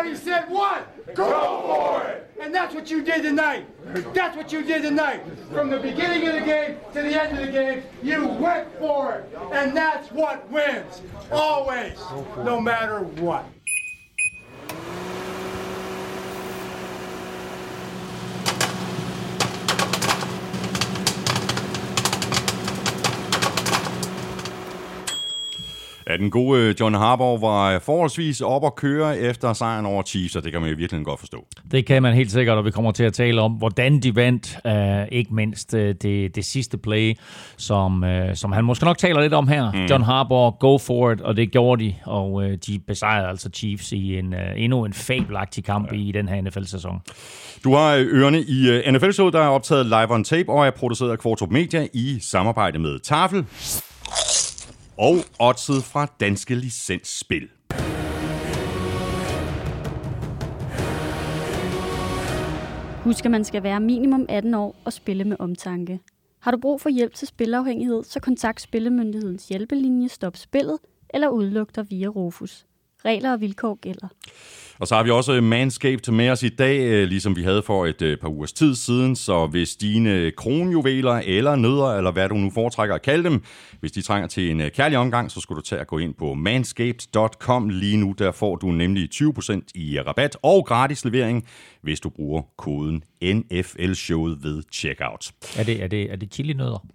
Everybody said what? Go for it! And that's what you did tonight. That's what you did tonight. From the beginning of the game to the end of the game, you went for it. And that's what wins. Always. No matter what. Ja, den gode John Harbaugh var forholdsvis op at køre efter sejren over Chiefs, og det kan man jo virkelig godt forstå. Det kan man helt sikkert, og vi kommer til at tale om, hvordan de vandt, ikke mindst det sidste play, som han måske nok taler lidt om her. John Harbaugh, go for it, og det gjorde de, og de besejrede altså Chiefs i endnu en fabelagtig kamp i den her NFL-sæson. Du har ørerne i NFL-showet, der er optaget live on tape og er produceret af Kvartrup Media i samarbejde med Tafel og oddset fra Danske Licensspil. Husk, at man skal være minimum 18 år og spille med omtanke. Har du brug for hjælp til spilafhængighed, så kontakt Spillemyndighedens hjælpelinje Stop Spillet eller udluk dig via Rufus. Regler og vilkår gælder. Og så har vi også Manscaped med os i dag, ligesom vi havde for et par ugers tid siden. Så hvis dine kronjuveler eller nødder, eller hvad du nu foretrækker at kalde dem, hvis de trænger til en kærlig omgang, så skulle du tage at gå ind på manscaped.com lige nu. Der får du nemlig 20% i rabat og gratis levering, hvis du bruger koden NFL-showet ved checkout. Er det chilinødder?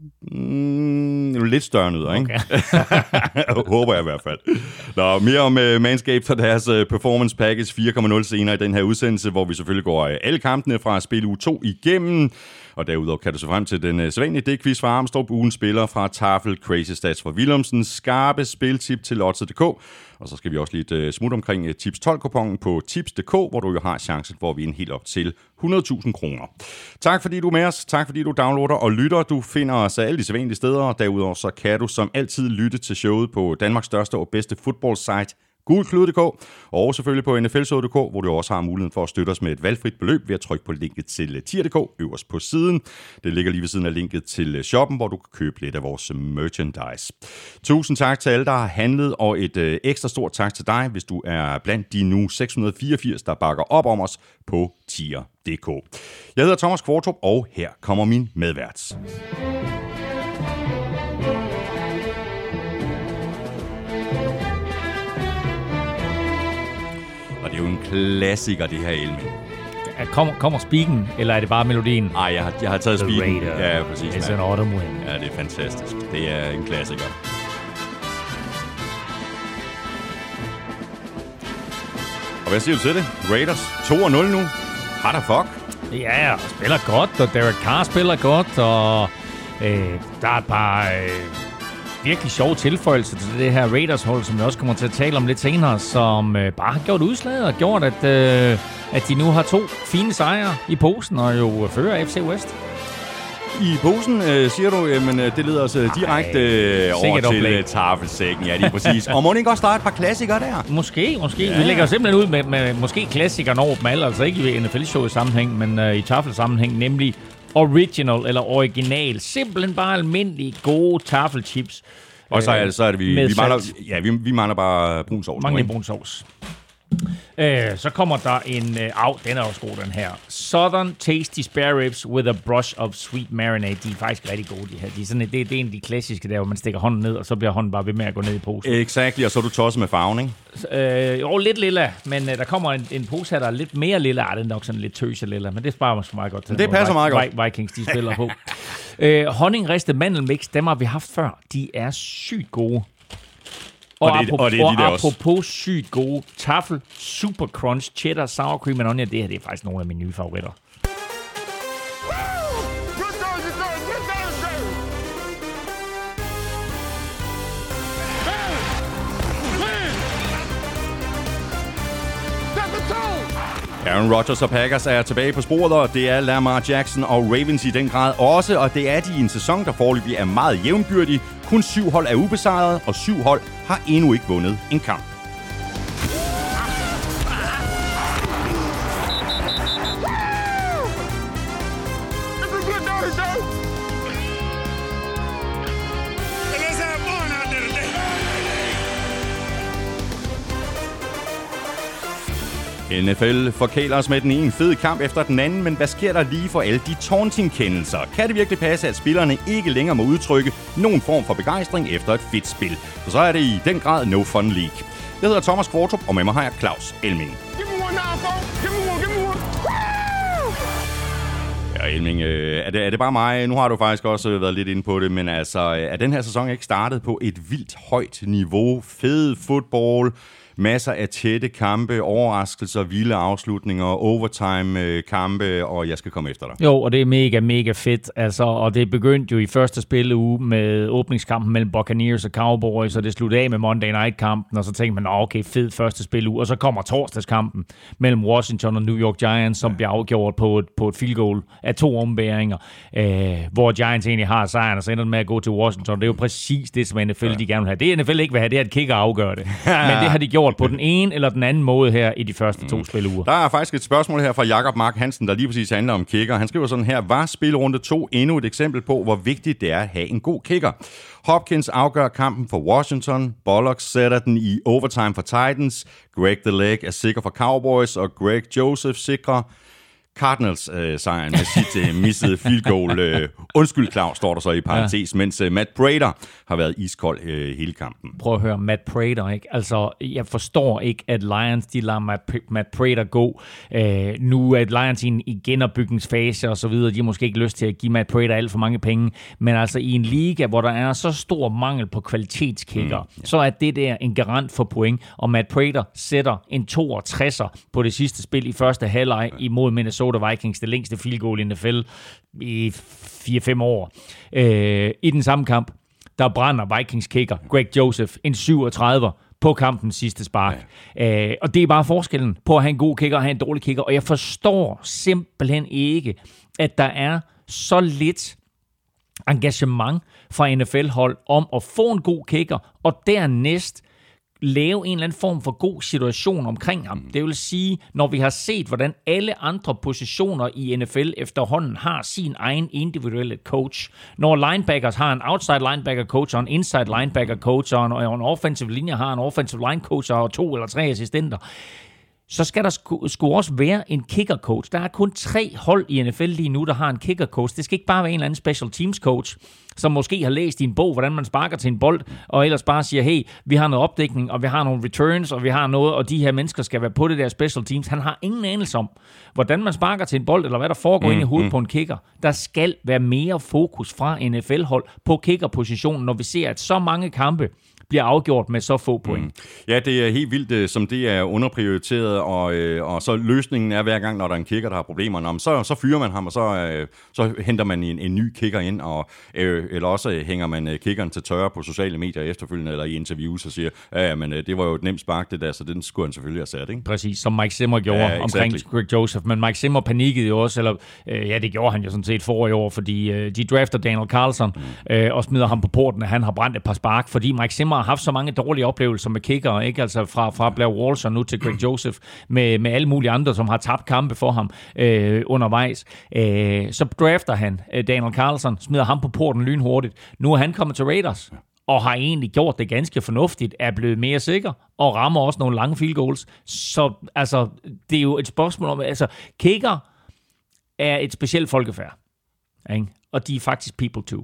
Lidt større nødder, ikke? Okay. Håber jeg i hvert fald. Nå, mere om Manscaped og deres Performance Package 4.0 senere i den her udsendelse, hvor vi selvfølgelig går alle kampene fra spil uge 2 igennem. Og derudover kan du se frem til den sædvanlige dækquiz fra Armstrong, ugen spiller fra Tafel, Crazy Stats fra Wilhelmsen, skarpe spiltip til Odds.dk. Og så skal vi også lige et smut omkring Tips 12-kuponen på Tips.dk, hvor du jo har chancen for at vinde helt op til 100.000 kroner. Tak fordi du er med os, tak fordi du downloader og lytter. Du finder os alle de sædvanlige steder, og derudover så kan du som altid lytte til showet på Danmarks største og bedste fodboldsite, Gulklud.dk, og selvfølgelig på NFL-showet.dk, hvor du også har muligheden for at støtte os med et valgfrit beløb ved at trykke på linket til tier.dk øverst på siden. Det ligger lige ved siden af linket til shoppen, hvor du kan købe lidt af vores merchandise. Tusind tak til alle, der har handlet, og et ekstra stort tak til dig, hvis du er blandt de nu 684, der bakker op om os på tier.dk. Jeg hedder Thomas Kvartrup, og her kommer min medvært. Og det er jo en klassiker, det her Elmin. Kommer speaken, eller er det bare melodien? Nej, jeg har taget speaken. Ja, præcis. It's an autumn wind. Ja, det er fantastisk. Det er en klassiker. Og hvad siger du til det? Raiders 2-0 nu. What the fuck? Ja, spiller godt, og Derek Carr spiller godt, og der er et par virkelig sjove tilføjelser til det her Raiders-hold, som vi også kommer til at tale om lidt senere, som bare har gjort udslaget og gjort, at de nu har 2 fine sejre i posen og jo fører FC West. I posen, siger du, men det leder os direkte over til tafelsækken. Ja, det er præcis. Og må det ikke også starte et par klassikere der? Måske. Ja. Vi lægger simpelthen ud med måske klassikeren over dem alle, altså ikke i NFL-show sammenhæng, men i tafelsammenhæng, nemlig original eller original. Simpelthen bare almindelige, gode tafelchips. Og så er det vi mangler bare brun sovs. Mangler brun sovs. Så kommer der en den er også god, den her. Southern Tasty Spare Ribs with a brush of sweet marinade. De er faktisk rigtig gode, de her. Det er en af de klassiske der, hvor man stikker hånden ned, og så bliver hånden bare ved med at gå ned i posen. Exakt, og så er du tosset med farven, ikke? Jo, lidt lilla, men der kommer en pose her, der er lidt mere lilla. Den er nok sådan lidt tøse lilla, men det sparer måske meget godt til. Det passer meget godt. Vikings, de spiller på. Honningristet mandelmix, dem har vi haft før. De er sygt gode. Og apropos sygt gode, Tafel, Super Crunch, Cheddar, Sour Cream and Onion, det her det er faktisk nogle af mine nye favoritter. Aaron Rodgers og Packers er tilbage på sporet, og det er Lamar Jackson og Ravens i den grad også, og det er de i en sæson, der foreløbig er meget jævnbyrdig. Kun 7 hold er ubesejret, og 7 hold har endnu ikke vundet en kamp. NFL forkæler os med den ene fede kamp efter den anden, men hvad sker der lige for alle de taunting-kendelser? Kan det virkelig passe, at spillerne ikke længere må udtrykke nogen form for begejstring efter et fedt spil? For så er det i den grad no fun league. Jeg hedder Thomas Kvartrup, og med mig har jeg Claus Elming. Ja, Elming, er det bare mig? Nu har du faktisk også været lidt inde på det, men altså, er den her sæson ikke startet på et vildt højt niveau? Fed fodbold, masser af tætte kampe, overraskelser, vilde afslutninger, overtime-kampe, og jeg skal komme efter dig. Jo, og det er mega, mega fedt. Altså, og det begyndte jo i første spilleuge med åbningskampen mellem Buccaneers og Cowboys, og det sluttede af med Monday Night-kampen, og så tænkte man, okay, fed første spilleuge. Og så kommer torsdagskampen mellem Washington og New York Giants, som bliver afgjort på et field goal af 2 ombæringer, hvor Giants egentlig har sejren, og så ender den med at gå til Washington. Det er jo præcis det, som NFL de gerne vil have. Det NFL ikke vil have, det er at kicker afgør det. Men det har de gjort på den ene eller den anden måde her i de første 2 spiluger. Der er faktisk et spørgsmål her fra Jakob Mark Hansen, der lige præcis handler om kicker. Han skriver sådan her: var spilrunde 2 endnu et eksempel på, hvor vigtigt det er at have en god kicker? Hopkins afgør kampen for Washington, Bullock sætter den i overtime for Titans, Greg the Leg er sikker for Cowboys, og Greg Joseph sikrer Cardinals-sejren med sit missede field goal. Undskyld, Claus, står der så i parentes, mens Matt Prater har været iskold hele kampen. Prøv at høre, Matt Prater, ikke? Altså, jeg forstår ikke, at Lions, de lader Matt Prater gå. Nu er Lions i genopbygningsfase og så videre. De har måske ikke lyst til at give Matt Prater alt for mange penge, men altså i en liga, hvor der er så stor mangel på kvalitetskikker, så er det der en garant for point, og Matt Prater sætter en 62'er på det sidste spil i første halvleg imod Minnesota Vikings, det længste field goal i NFL i 4-5 år. I den samme kamp, der brænder Vikings kicker Greg Joseph en 37'er på kampens sidste spark. Og det er bare forskellen på at have en god kicker og have en dårlig kicker, og jeg forstår simpelthen ikke, at der er så lidt engagement fra NFL-hold om at få en god kicker, og dernæst lave en eller anden form for god situation omkring ham. Det vil sige, når vi har set, hvordan alle andre positioner i NFL efterhånden har sin egen individuelle coach. Når linebackers har en outside linebacker coach og en inside linebacker coach, og en offensive linje har en offensive line coach og 2 eller 3 assistenter, så skal der sgu også være en kicker coach. Der er kun 3 hold i NFL lige nu, der har en kicker coach. Det skal ikke bare være en eller anden special teams coach, som måske har læst i en bog, hvordan man sparker til en bold, og ellers bare siger, hey, vi har noget opdækning, og vi har nogle returns, og vi har noget, og de her mennesker skal være på det der special teams. Han har ingen anelse om, hvordan man sparker til en bold, eller hvad der foregår inde i hovedet på en kicker. Der skal være mere fokus fra NFL-hold på kickerpositionen, når vi ser, at så mange kampe bliver afgjort med så få point. Ja, det er helt vildt, som det er underprioriteret, og så løsningen er hver gang, når der er en kicker, der har problemer, så fyrer man ham, og så henter man en ny kicker ind, eller også hænger man kickeren til tørre på sociale medier efterfølgende, eller i interviews og siger, men det var jo et nemt spark, det der, så den skulle han selvfølgelig have sat, ikke? Præcis, som Mike Zimmer gjorde omkring Greg Joseph, men Mike Zimmer panikkede jo også, det gjorde han jo sådan set forrige år, fordi de drafter Daniel Carlson og smider ham på porten, at han har brændt et par spark, fordi Mike Zimmer har haft så mange dårlige oplevelser med kicker, ikke? Altså fra Blair Walsh og nu til Greg Joseph, med alle mulige andre, som har tabt kampe for ham undervejs. Så drafter han Daniel Carlson, smider ham på porten lynhurtigt. Nu er han kommet til Raiders, og har egentlig gjort det ganske fornuftigt, er blevet mere sikker, og rammer også nogle lange field goals. Så altså, det er jo et spørgsmål om, altså, kicker er et specielt folkefærd, ikke? Og de er faktisk people too.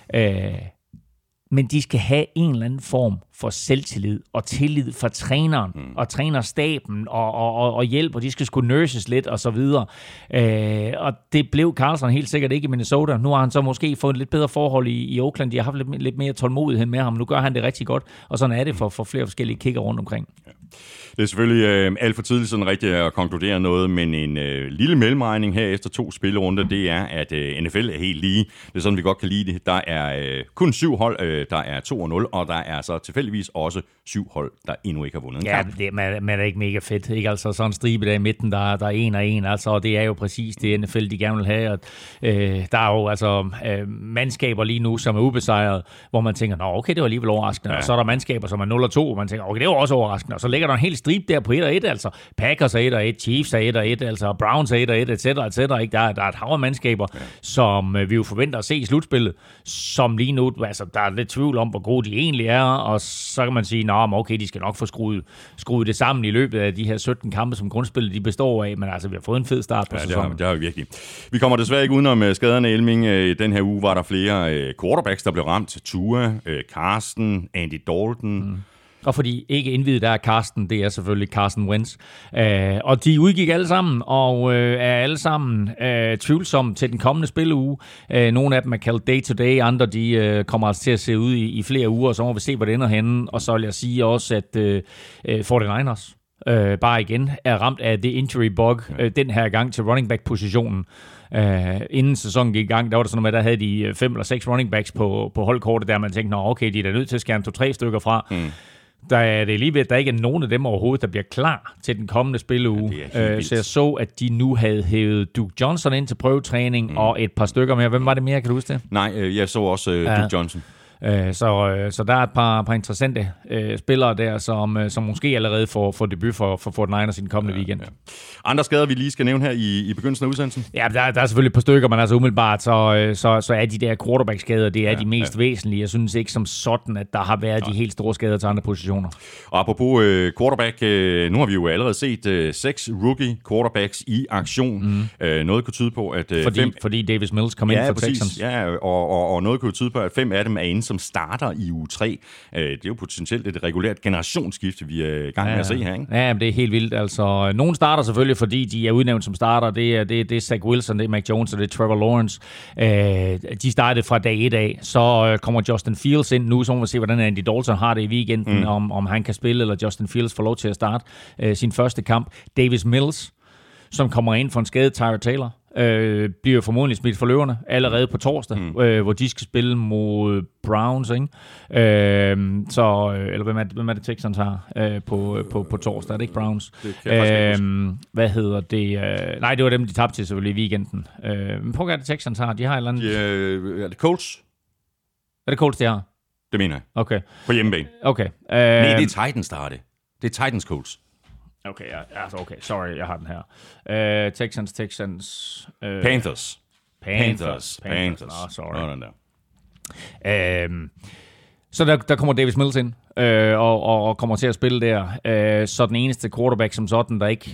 Men de skal have en eller anden form for selvtillid og tillid fra træneren og trænerstaben og hjælp, og de skal sgu nurses lidt og så videre. Og det blev Carlson helt sikkert ikke i Minnesota. Nu har han så måske fået et lidt bedre forhold i Oakland. De har haft lidt mere tålmodighed med ham. Nu gør han det rigtig godt, og sådan er det for flere forskellige kicker rundt omkring. Ja. Det er selvfølgelig alt for tidligt sådan rigtigt at konkludere noget, men en lille mellemregning her efter 2 spillerunder, det er, at NFL er helt lige. Det er sådan, vi godt kan lide det. Der er kun 7 hold, der er 2-0, og der er så tilfældigvis også 7 hold, der endnu ikke har vundet en kamp. Ja, det er ikke mega fedt. Ikke? Altså sådan en stribe der i midten, der er 1-1, altså, og det er jo præcis det NFL, de gerne vil have. Og, der er jo altså mandskaber lige nu, som er ubesejret, hvor man tænker, okay, det var alligevel overraskende. Ja. Og så er der mandskaber, som er 0-2, og man tænker, okay, det var også overraskende. Og så ligger der en hel stribe der på 1-1, altså. Packers er 1-1, Chiefs er 1-1, altså Browns er 1-1, etc. Ikke? Der er et hav af mandskaber, som vi jo forventer at se i slutspillet, som lige nu, altså der er lidt tvivl om, hvor gode de egentlig er, og så kan man sige, okay, de skal nok få skruet det sammen i løbet af de her 17 kampe, som grundspillet de består af, men altså vi har fået en fed start på sæsonen. Det har vi virkelig. Vi kommer desværre ikke udenom skaderne, Elming. I den her uge var der flere quarterbacks, der blev ramt. Tua, Carsten, Andy Dalton. Og fordi ikke indvidet der er Carsten, det er selvfølgelig Carson Wentz. Og de udgik alle sammen, og er alle sammen tvivlsomme til den kommende spilleuge. Nogle af dem er kaldt day-to-day, andre de kommer altså til at se ud i flere uger, og så må vi se, hvor det ender henne. Og så vil jeg sige også, at 49ers bare igen er ramt af det injury bug den her gang til running back-positionen. Inden sæsonen gik i gang, der var der sådan noget med, der havde de 5 eller 6 running backs på holdkortet, der man tænkte, okay, de er da nødt til at skære 2-3 stykker fra. Der er det lige ved, at der ikke er nogen af dem overhovedet, der bliver klar til den kommende spilleuge. Så jeg så, at de nu havde hævet Duke Johnson ind til prøvetræning, og et par stykker mere. Hvem var det mere, kan du huske det? Nej, jeg så også Duke Johnson. Så der er et par interessante spillere der, som måske allerede får debut for 49ers i den kommende weekend. Andre skader, vi lige skal nævne her i begyndelsen af udsendelsen? Ja, der er selvfølgelig et par stykker, men altså umiddelbart, så er de der quarterback-skader, det er de mest væsentlige. Jeg synes ikke som sådan, at der har været de helt store skader til andre positioner. Og apropos quarterback, nu har vi jo allerede set 6 rookie quarterbacks i aktion. Noget kunne tyde på, at... Fordi Davis Mills kom ind for Texans. Ja, og noget kunne tyde på, at 5 af dem er inde som starter i uge 3. Det er jo potentielt et regulært generationsskifte, vi er i gang med at se her, ikke? Ja, det er helt vildt. Altså, nogen starter selvfølgelig, fordi de er udnævnt som starter. Det er Zach Wilson, det er Mac Jones, og det er Trevor Lawrence. De startede fra dag 1 af. Så kommer Justin Fields ind nu, så må vi se, hvordan Andy Dalton har det i weekenden, om han kan spille, eller Justin Fields får lov til at starte sin første kamp. Davis Mills, som kommer ind for en skadet Tyrod Taylor, bliver formodentlig smidt for løverne allerede på torsdag, hvor de skal spille mod Browns, ikke? Eller hvem er det Texans har på torsdag? Er det ikke Browns? Hvad hedder det? Nej, det var dem, de tabte til selvfølgelig i weekenden. Men prøv at det Texans har. De har et eller andet... Er det Colts? Er det Colts, de har? Det mener jeg. Okay. På hjemmebane. Okay. Nej, det er Titans, der har det. Det er Titans Colts. Okay, okay. Sorry, jeg har den her. Texans. Panthers. Sorry. Sådan der. Så der kommer Davis Mills ind, og kommer til at spille der. Så den eneste quarterback som sådan, der ikke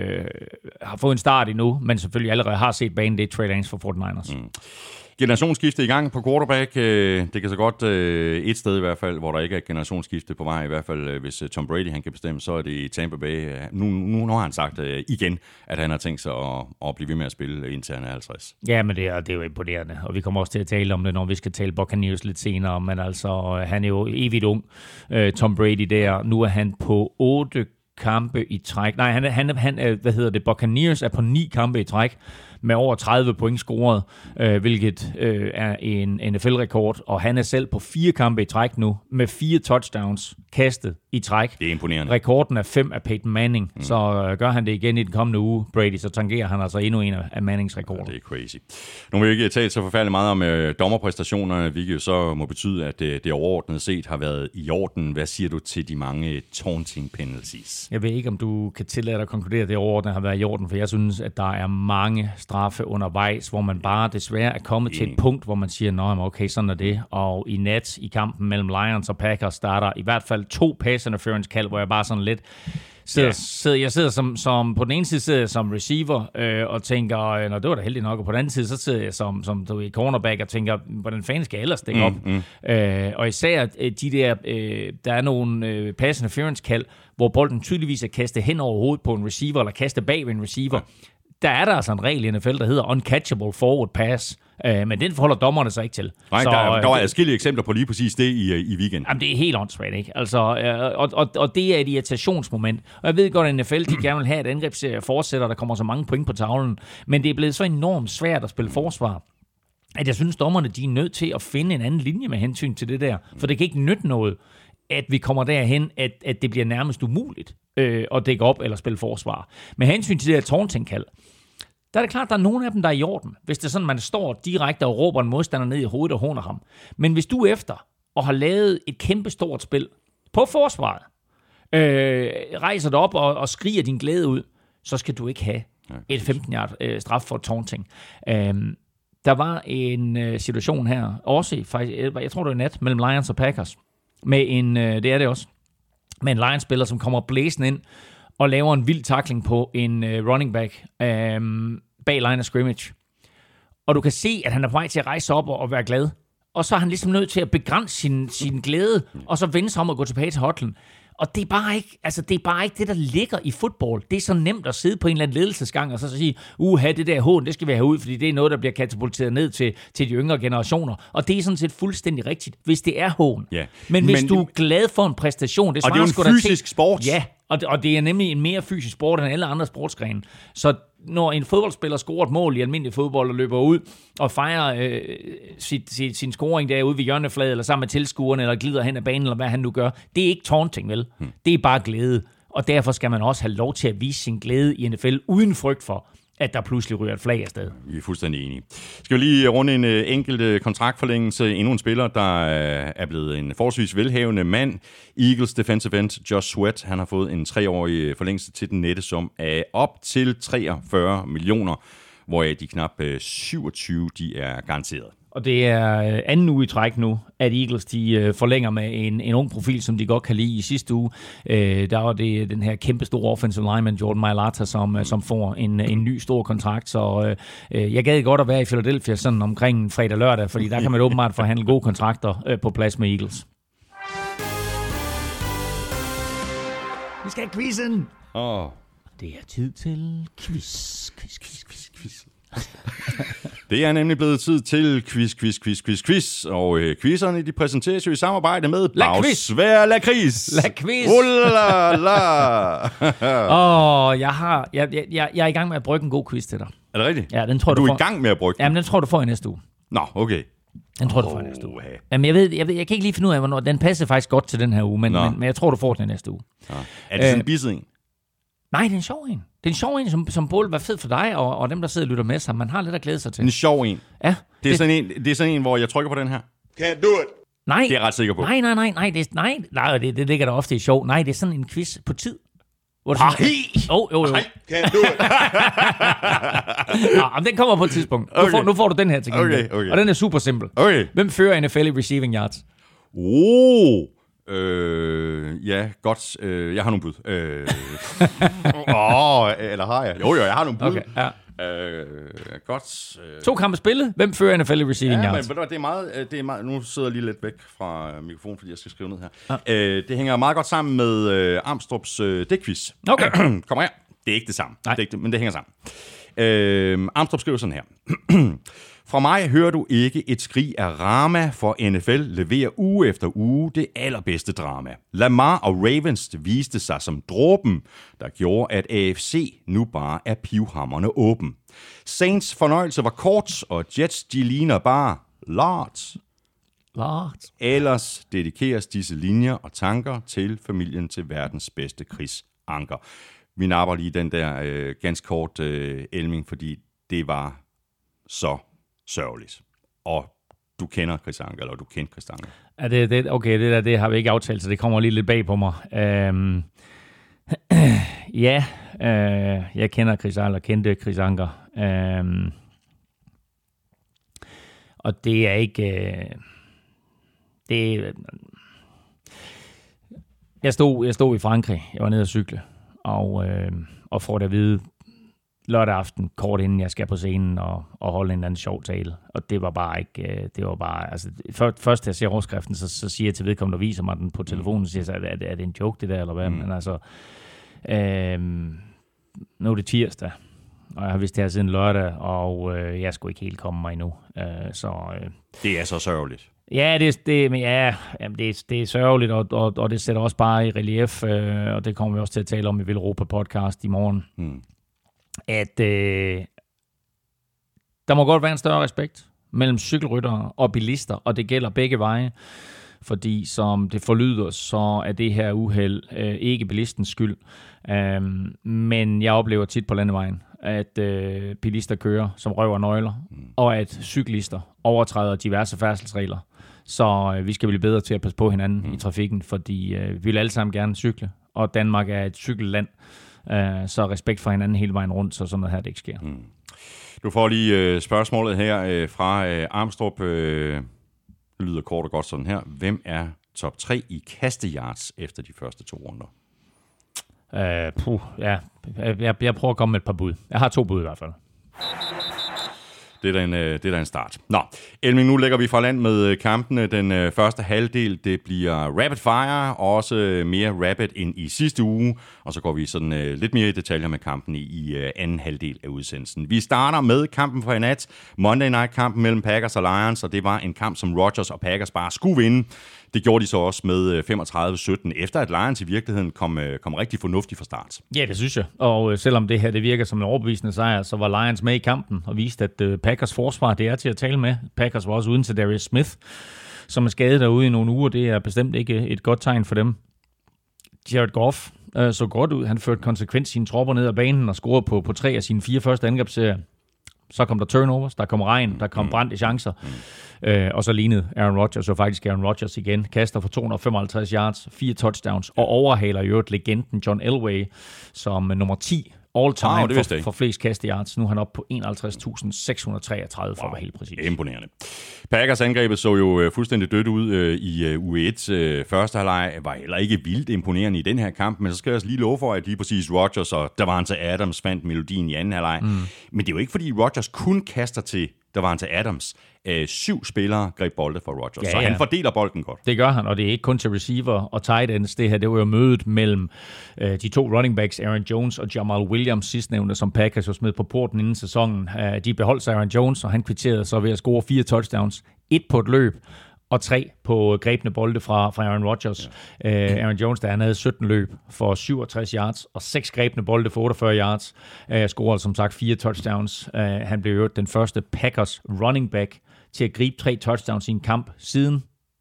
har fået en start endnu, men selvfølgelig allerede har set banen, det er Trey Lance for 49ers. Generationsskifte i gang på quarterback. Det kan så godt et sted i hvert fald, hvor der ikke er et generationsskifte på vej. I hvert fald, hvis Tom Brady han kan bestemme, så er det i Tampa Bay. Nu har han sagt igen, at han har tænkt sig at blive ved med at spille indtil han er 50. Ja, men det er jo imponerende. Og vi kommer også til at tale om det, når vi skal tale Buccaneers lidt senere. Men altså, han er jo evigt ung, Tom Brady der. Nu er han på 8 kampe i træk. Nej, han Buccaneers er på 9 kampe i træk med over 30 point scoret, hvilket er en NFL-rekord, og han er selv på 4 kampe i træk nu, med 4 touchdowns kastet i træk. Det er imponerende. Rekorden er 5 af Peyton Manning, så gør han det igen i den kommende uge, Brady, så tangerer han altså endnu en af Mannings rekorder. Ja, det er crazy. Nu vil vi ikke tale så forfærdeligt meget om dommerpræstationerne, hvilket jo så må betyde, at det overordnet set har været i orden. Hvad siger du til de mange taunting penalties? Jeg ved ikke, om du kan tillade dig at konkludere, at det overordnet har været i orden, for jeg synes, at der er mange straffe undervejs, hvor man bare desværre er kommet til et punkt, hvor man siger, okay, sådan er det. Og i nat i kampen mellem Lions og Packers starter i hvert fald 2 pass interference kald, hvor jeg bare sådan lidt jeg sidder som på den ene side sidder jeg som receiver og tænker, det var da heldigt nok, og på den anden side så sidder jeg som cornerback og tænker, hvordan fanden skal jeg ellers stikke op? Og især de der, der er nogle pass interference kald, hvor bolden tydeligvis er kastet hen over hovedet på en receiver, eller kastet bag ved en receiver. Der er der altså en regel i NFL, der hedder uncatchable forward pass, men den forholder dommerne sig ikke til. Nej, så, der var adskillige eksempler på lige præcis det i weekenden. Jamen, det er helt åndssvagt, ikke? Altså, og det er et irritationsmoment. Og jeg ved godt, at NFL de gerne vil have, at angrebsserie fortsætter, der kommer så mange point på tavlen, men det er blevet så enormt svært at spille forsvar, at jeg synes, dommerne de er nødt til at finde en anden linje med hensyn til det der, for det kan ikke nytte noget, at vi kommer derhen, at det bliver nærmest umuligt at dække op eller spille forsvar. Med hensyn til det her taunting-kald, der er det klart, at der er nogle af dem, der er i orden. Hvis det er sådan, man står direkte og råber en modstander ned i hovedet og håner ham. Men hvis du efter og har lavet et kæmpestort spil på forsvaret, rejser dig op og skriger din glæde ud, så skal du ikke have et 15-yard straf for taunting. Der var en situation her, også faktisk, jeg tror det var nat, mellem Lions og Packers, med en, det er det også, med en Lions-spiller, som kommer blæsende ind og laver en vild tackling på en running back bag line of scrimmage. Og du kan se, at han er på vej til at rejse op og være glad. Og så er han ligesom nødt til at begrænse sin glæde, og så vende sig om og gå tilbage til hotlen. Og det er bare ikke det, der ligger i fodbold. Det er så nemt at sidde på en eller anden ledelsesgang og så sige, det der hån, det skal vi have ud, fordi det er noget, der bliver katapulteret ned til de yngre generationer. Og det er sådan set fuldstændig rigtigt, hvis det er hån. Ja. Men hvis du er glad for en præstation, det svarer og det er jo en fysisk sport. Ja, og det er nemlig en mere fysisk sport end alle andre sportsgrene. Så når en fodboldspiller scorer et mål i almindelig fodbold og løber ud og fejrer sin scoring derude ved hjørnefladet eller sammen med tilskuerne eller glider hen ad banen eller hvad han nu gør, det er ikke taunting, vel? Det er bare glæde. Og derfor skal man også have lov til at vise sin glæde i NFL uden frygt for, at der pludselig ryger et flag afsted. Vi er fuldstændig enige. Skal vi lige runde en enkelt kontraktforlængelse. Endnu en spiller, der er blevet en forholdsvis velhavende mand. Eagles defensive end Josh Sweat. Han har fået en 3-årig forlængelse til den nette sum af op til 43 millioner, hvoraf de knap 27 de er garanteret. Og det er anden uge i træk nu, at Eagles de forlænger med en ung profil, som de godt kan lide. I sidste uge, der var det den her kæmpe store offensive lineman, Jordan Mailata, som får en ny stor kontrakt. Så jeg gad godt at være i Philadelphia sådan omkring fredag-lørdag, fordi der kan man åbenbart forhandle gode kontrakter på plads med Eagles. Vi skal have quizzen! Det er tid til quiz. Det er nemlig blevet tid til quiz. Og quizzerne, de præsenteres jo i samarbejde med Bagsvær Lakrids. Jeg er i gang med at brygge en god quiz til dig. Er det rigtigt? Ja, den tror du er i gang med at brygge den? Jamen, den tror du får i næste uge. Nå, okay. Den tror du får i næste uge. Jamen, jeg kan ikke lige finde ud af, hvornår. Den passer faktisk godt til den her uge, men jeg tror, du får den i næste uge. Ja. Er det sådan en bisset en? Nej, det er en sjov en. Det er en sjov en, som både var fed for dig, og dem, der sidder og lytter med sig. Man har lidt at glæde sig til. En sjov en? Ja. Det er sådan en, hvor jeg trykker på den her? Can't do it. Nej. Det er jeg ret sikker på. Nej, det ligger der ofte i sjov. Nej, det er sådan en quiz på tid. Jo. Can't do it. Nå, den kommer på et tidspunkt. Okay. Nu får du den her til gengæld. Okay. Og den er super simpel. Okay. Hvem fører NFL i receiving yards? Ja, godt. Jeg har nogle bud. Eller har jeg? Jo, jeg har nogle bud. Okay, ja. Godt. 2 kampe spillet. Hvem fører NFL i receiving yards? Men det er meget. Nu sidder jeg lige lidt væk fra mikrofonen, fordi jeg skal skrive ned her. Ja. Det hænger meget godt sammen med Armstrongs dækquiz. Okay. Kom her. Det er ikke det samme. Nej. Det er ikke det, men det hænger sammen. Armstrong skriver sådan her. Fra mig hører du ikke et skrig af drama, for NFL leverer uge efter uge det allerbedste drama. Lamar og Ravens viste sig som dråben, der gjorde, at AFC nu bare er pivhammerne åben. Saints fornøjelse var kort, og Jets de ligner bare large. Ellers dedikeres disse linjer og tanker til familien til verdens bedste Chris Anker. Vi napper lige den der ganske kort Elming, fordi det var så sørgeligt. Og du kender Chris Anker, eller du kendte Chris Anker. Ja, okay, det har vi ikke aftalt, så det kommer lige lidt bag på mig. Jeg kender Chris Anker, kendte Chris Anker. Og det er ikke... Jeg stod i Frankrig. Jeg var nede at cykle, og får det at vide lørdag aften, kort inden jeg skal på scenen og holde en eller anden sjov tale. Og det var bare ikke... Altså, først jeg ser overskriften, så siger jeg til vedkommende, der viser mig den på telefonen, og siger, er det en joke, det der, eller hvad? Men altså... Nu er det tirsdag, og jeg har vidst det her siden lørdag, og jeg skulle ikke helt komme mig endnu. Det er så sørgeligt. Ja, det er sørgeligt, og det sætter også bare i relief, og det kommer vi også til at tale om i Villeuropa podcast i morgen. At der må godt være en større respekt mellem cykelryttere og bilister, og det gælder begge veje. Fordi som det forlyder, så er det her uheld ikke bilistens skyld. Men jeg oplever tit på landevejen, at bilister kører som røv og nøgler, og at cyklister overtræder diverse færdselsregler. Så vi skal blive bedre til at passe på hinanden i trafikken, fordi vi vil alle sammen gerne cykle, og Danmark er et cykelland. Så respekt for hinanden hele vejen rundt, så sådan noget her, det ikke sker. Du får lige spørgsmålet her fra Armstrong. Det lyder kort og godt sådan her. Hvem er top 3 i kasteyards efter de første 2 runder? Jeg prøver at komme med et par bud. Jeg har 2 bud i hvert fald. Det er da en start. Nå, Elming, nu lægger vi fra land med kampene. Den første halvdel, det bliver rapid fire, også mere rapid end i sidste uge. Og så går vi sådan lidt mere i detaljer med kampen i anden halvdel af udsendelsen. Vi starter med kampen fra i nat. Monday Night-kampen mellem Packers og Lions, og det var en kamp, som Rodgers og Packers bare skulle vinde. Det gjorde de så også med 35-17, efter at Lions i virkeligheden kom rigtig fornuftigt fra start. Ja, det synes jeg. Og selvom det her det virker som en overbevisende sejr, så var Lions med i kampen og viste, at Packers forsvar det er til at tale med. Packers var også uden til Darius Smith, som er skadet derude i nogle uger. Det er bestemt ikke et godt tegn for dem. Jared Goff så godt ud. Han førte konsekvent sine tropper ned ad banen og scorede på 3 af sine 4 første angrebsserier. Så kom der turnovers, der kom regn, der kom brændte chancer. Og så lignede Aaron Rodgers, så faktisk Aaron Rodgers igen. Kaster for 255 yards, 4 touchdowns, og overhaler jo et legenden John Elway som nummer 10 all-time for flest kasteyards. Nu er han oppe på 51.633 for at være helt præcis. Imponerende. Packers angrebet så jo fuldstændig dødt ud i U1. Første halvleg var heller ikke vildt imponerende i den her kamp, men så skal jeg også lige love for, at lige præcis Rodgers og Davante Adams fandt melodien i anden halvleg. Men det er jo ikke, fordi Rodgers kun kaster til Davante Adams. 7 spillere greb bolde for Rodgers, så han fordeler bolden godt. Det gør han, og det er ikke kun til receiver og tight ends. Det her, det var jo mødet mellem de 2 running backs, Aaron Jones og Jamal Williams, sidstnævnte, som Packers jo smed på porten inden sæsonen. De beholdt sig Aaron Jones, og han kvitterede så ved at score 4 touchdowns, 1 på et løb, og 3 på grebne bolde fra Aaron Rodgers. Aaron Jones, der han havde 17 løb for 67 yards, og 6 grebne bolde for 48 yards. Scorede som sagt 4 touchdowns. Han blev jo den første Packers running back til at gribe 3 touchdowns i en kamp siden.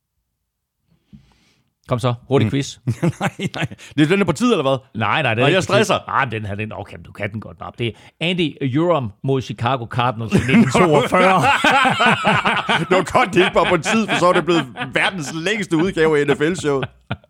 Kom så, hurtig quiz. nej. Det er den der på tid, eller hvad? Nej, det er ikke. Jeg stresser. Nej, den her, okay, du kan den godt nok. Det er Andy Urum mod Chicago Cardinals i 1942. Det var godt, det ikke var på tid, for så er det blevet verdens længste udgave af NFL-showet.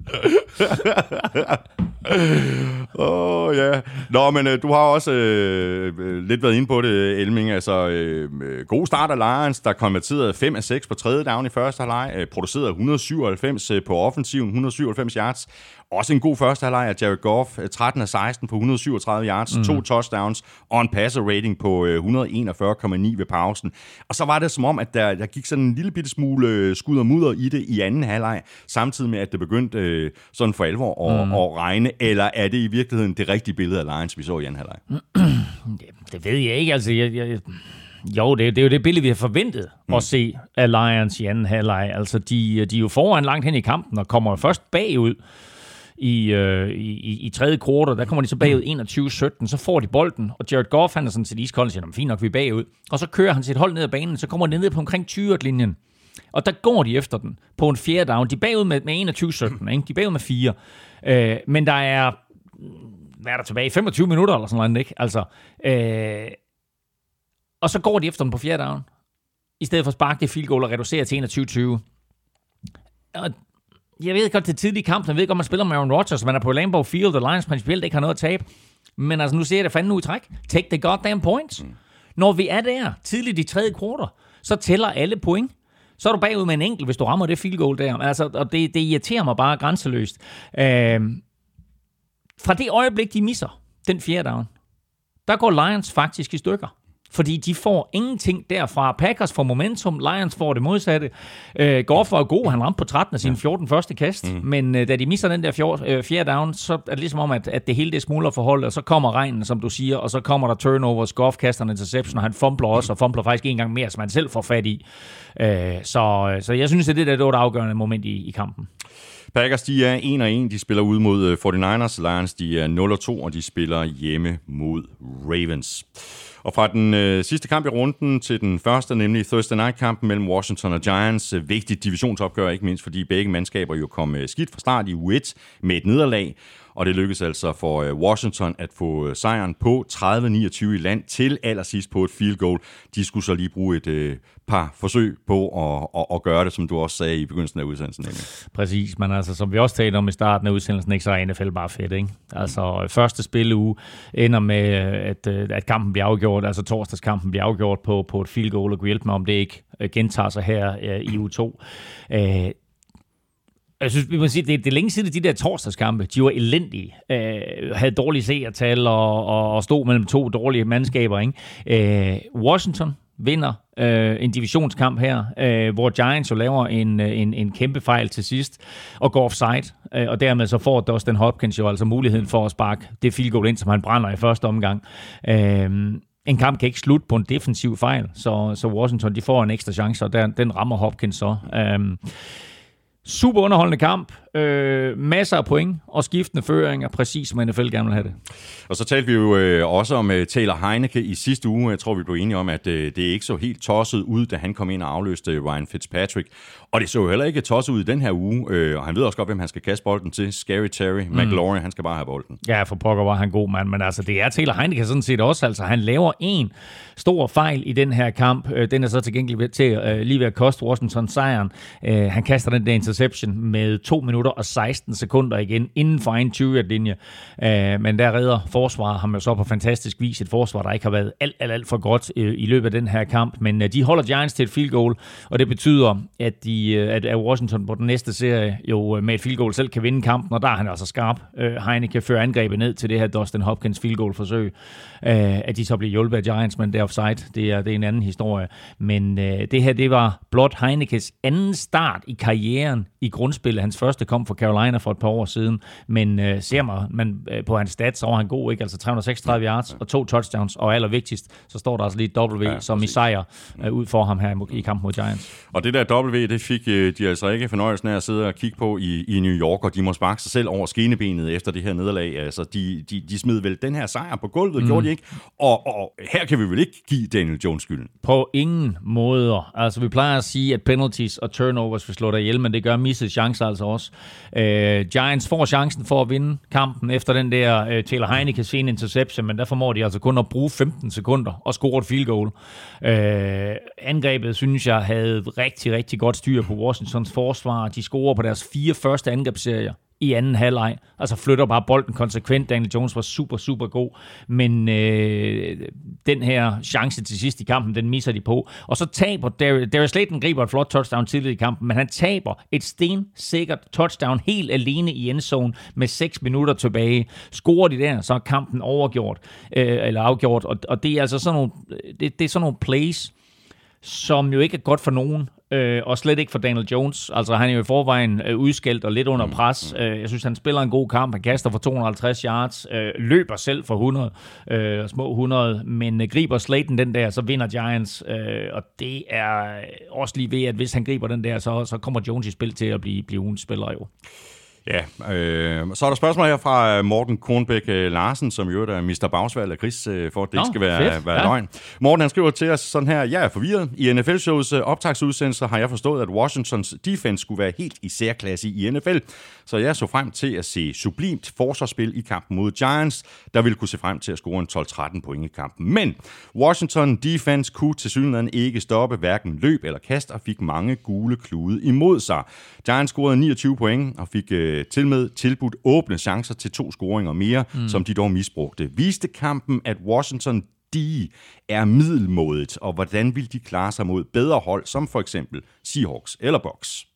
Ja. Nå, men du har også lidt været inde på det, Elming. Altså, god start af Lions, der konverterede 5 af 6 på tredje down i første halvleg, producerede 197 på offensiven, 197 yards. Også en god første halvleg af Jared Goff, 13 af 16 på 137 yards, 2 touchdowns og en passer rating på 141,9 ved pausen. Og så var det som om, at der gik sådan en lille bitte smule skud og mudder i det i anden halvleg, samtidig med, at det begyndte sådan for alvor at regne. Eller er det i virkeligheden det rigtige billede af Lions, vi så i anden halvleg? Det ved jeg ikke. Altså, jo, det er jo det billede, vi har forventet at se af Lions i anden halvleg. Altså, de er jo foran langt hen i kampen og kommer først bagud i tredje kvartal. Der kommer de så bagud 21-17, så får de bolden, og Jared Goff, han er sådan set iskold og siger, fint nok, vi er bagud. Og så kører han sit hold ned ad banen, så kommer de ned på omkring 20-linjen. Og der går de efter den på en fjerde down. De er bagud med 21-17, ikke? De er bagud med 4. Men der er, hvad er der tilbage, 25 minutter eller sådan noget, ikke? Altså, og så går de efter den på fjerde down, i stedet for at sparke det field goal og reducere til 21-20. Og jeg ved godt, det er tidlig i kampen. Jeg ved godt, man spiller med Aaron Rodgers, man er på Lambeau Field, og Lions principielt ikke har noget at tabe. Men altså, nu ser jeg det fandme ud i træk. Take the goddamn points. Når vi er der, tidligt i tredje kvartal, så tæller alle point. Så er du bagud med en enkelt, hvis du rammer det field goal der. Altså, og det irriterer mig bare grænseløst. Fra det øjeblik, de misser den fjerde down, der går Lions faktisk i stykker. Fordi de får ingenting derfra. Packers får momentum, Lions får det modsatte. Goff var god, han ramte på 13 af sine 14 første kast, men da de misser den der fjerde down, så er det ligesom om, at det hele det smuldrer for holdet, og så kommer regnen, som du siger, og så kommer der turnovers, Goff kaster en interception, og han fumbler også, og fumbler faktisk en gang mere, som han selv får fat i. Så jeg synes, at det var et afgørende moment i kampen. Packers, de er 1-1, de spiller ud mod 49ers. Lions, de er 0-2, og de spiller hjemme mod Ravens. Og fra den sidste kamp i runden til den første, nemlig Thursday Night-kampen mellem Washington og Giants. Vigtigt divisionsopgør, ikke mindst fordi begge mandskaber jo kom skidt fra start i U1 med et nederlag. og det lykkedes altså for Washington at få sejren på 30-29 i land til allersidst på et field goal. De skulle så lige bruge et par forsøg på at gøre det, som du også sagde i begyndelsen af udsendelsen. Præcis, men altså, som vi også talte om i starten af udsendelsen, ikke, så er NFL bare fedt, ikke? Altså, første spilleuge ender med, at kampen bliver afgjort, altså torsdagskampen bliver afgjort på et field goal, og kunne hjælpe mig, om det ikke gentager sig her i uge 2. Jeg synes, vi må sige, det er længe siden, de der torsdagskampe, de var elendige. Havde dårlige seertal og stod mellem to dårlige mandskaber, ikke? Washington vinder en divisionskamp her, hvor Giants jo laver en kæmpe fejl til sidst og går offside, og dermed så får Dustin Hopkins jo altså muligheden for at sparke det field goal ind, som han brænder i første omgang. En kamp kan ikke slutte på en defensiv fejl, så Washington de får en ekstra chance, og den rammer Hopkins så. Super underholdende kamp, masser af point og skiftende føringer, præcis som NFL gerne vil have det. Og så talte vi jo også om Taylor Heinicke i sidste uge. Jeg tror, vi blev enige om, at det ikke så helt tosset ud, da han kom ind og afløste Ryan Fitzpatrick. Og det så jo heller ikke tosset ud i den her uge, og han ved også godt, hvem han skal kaste bolden til. Scary Terry McLaurin, han skal bare have bolden. Ja, for pokker var han god mand, men altså det er Taylor Heinicke sådan set også. Altså han laver en stor fejl i den her kamp. Den er så til gengæld til lige ved at koste Washington sejren. Han kaster den der interception med 2 minutter og 16 sekunder igen inden for en 20-yard-linje. Men der redder forsvaret ham jo så på fantastisk vis. Et forsvar, der ikke har været alt for godt i løbet af den her kamp. Men de holder Giants til et field goal, og det betyder, at Washington på den næste serie jo med et field goal selv kan vinde kampen, og der er han altså skarp. Heinicke fører angrebet ned til det her Dustin Hopkins field goal forsøg. At de så bliver hjulpet af Giants, men det er offside. Det er en anden historie. Men det her, det var blot Heinikes anden start i karrieren i grundspillet. Hans første kom fra Carolina for et par år siden, men ser man på hans stats, så var han god, ikke? Altså 336 yards og 2 touchdowns, og allervigtigst, så står der altså lige et W, som i sejr ud for ham her i kampen mod Giants. Og det der W, det fik de altså ikke fornøjelsen af at sidde og kigge på i New York, og de må sparke sig selv over skenebenet efter det her nederlag. Altså, de smed vel den her sejr på gulvet, gjorde de ikke? Og her kan vi vel ikke give Daniel Jones skylden? På ingen måder. Altså, vi plejer at sige, at penalties og turnovers vil slå dig ihjel, men det gør missede chancer altså også. Giants får chancen for at vinde kampen efter den der Taylor Heinicke sene interception, men der formår de altså kun at bruge 15 sekunder og score et field goal. Angrebet, synes jeg, havde rigtig, rigtig godt styr på Washingtons forsvar. De scorer på deres 4 første angrebsserier i anden halvleg. Altså flytter bare bolden konsekvent. Daniel Jones var super, super god. Men den her chance til sidst i kampen, den misser de på. Og så taber Darius Slayton griber et flot touchdown tidligt i kampen, men han taber et stensikkert touchdown helt alene i endzone med 6 minutter tilbage. Scorer de der, så er kampen overgjort, eller afgjort. Og det er altså sådan nogle, det er sådan nogle plays, som jo ikke er godt for nogen, og slet ikke for Daniel Jones. Altså han er jo i forvejen udskældt og lidt under pres. Jeg synes, han spiller en god kamp. Han kaster for 250 yards, løber selv for 100, små 100, men griber Slayton den der, så vinder Giants. Og det er også lige ved, at hvis han griber den der, så kommer Jones i spil til at blive ugens spiller jo. Ja, så er der spørgsmål her fra Morten Kornbæk Larsen, som jo er Mr. Bagsværd eller Chris, for at det ikke skal være løgn. Morten, han skriver til os sådan her: jeg er forvirret. I NFL-shows optagsudsendelser har jeg forstået, at Washingtons defense skulle være helt i særklasse i NFL, så jeg så frem til at se sublimt forsvarsspil i kampen mod Giants, der ville kunne se frem til at score en 12-13 point i kampen. Men Washington defense kunne tilsyneladende ikke stoppe hverken løb eller kast, og fik mange gule klude imod sig. Giants scorede 29 point og fik til med tilbudt åbne chancer til 2 scoringer mere, som de dog misbrugte. Viste kampen, at Washington er middelmådet, og hvordan vil de klare sig mod bedre hold, som for eksempel Seahawks eller Bucks?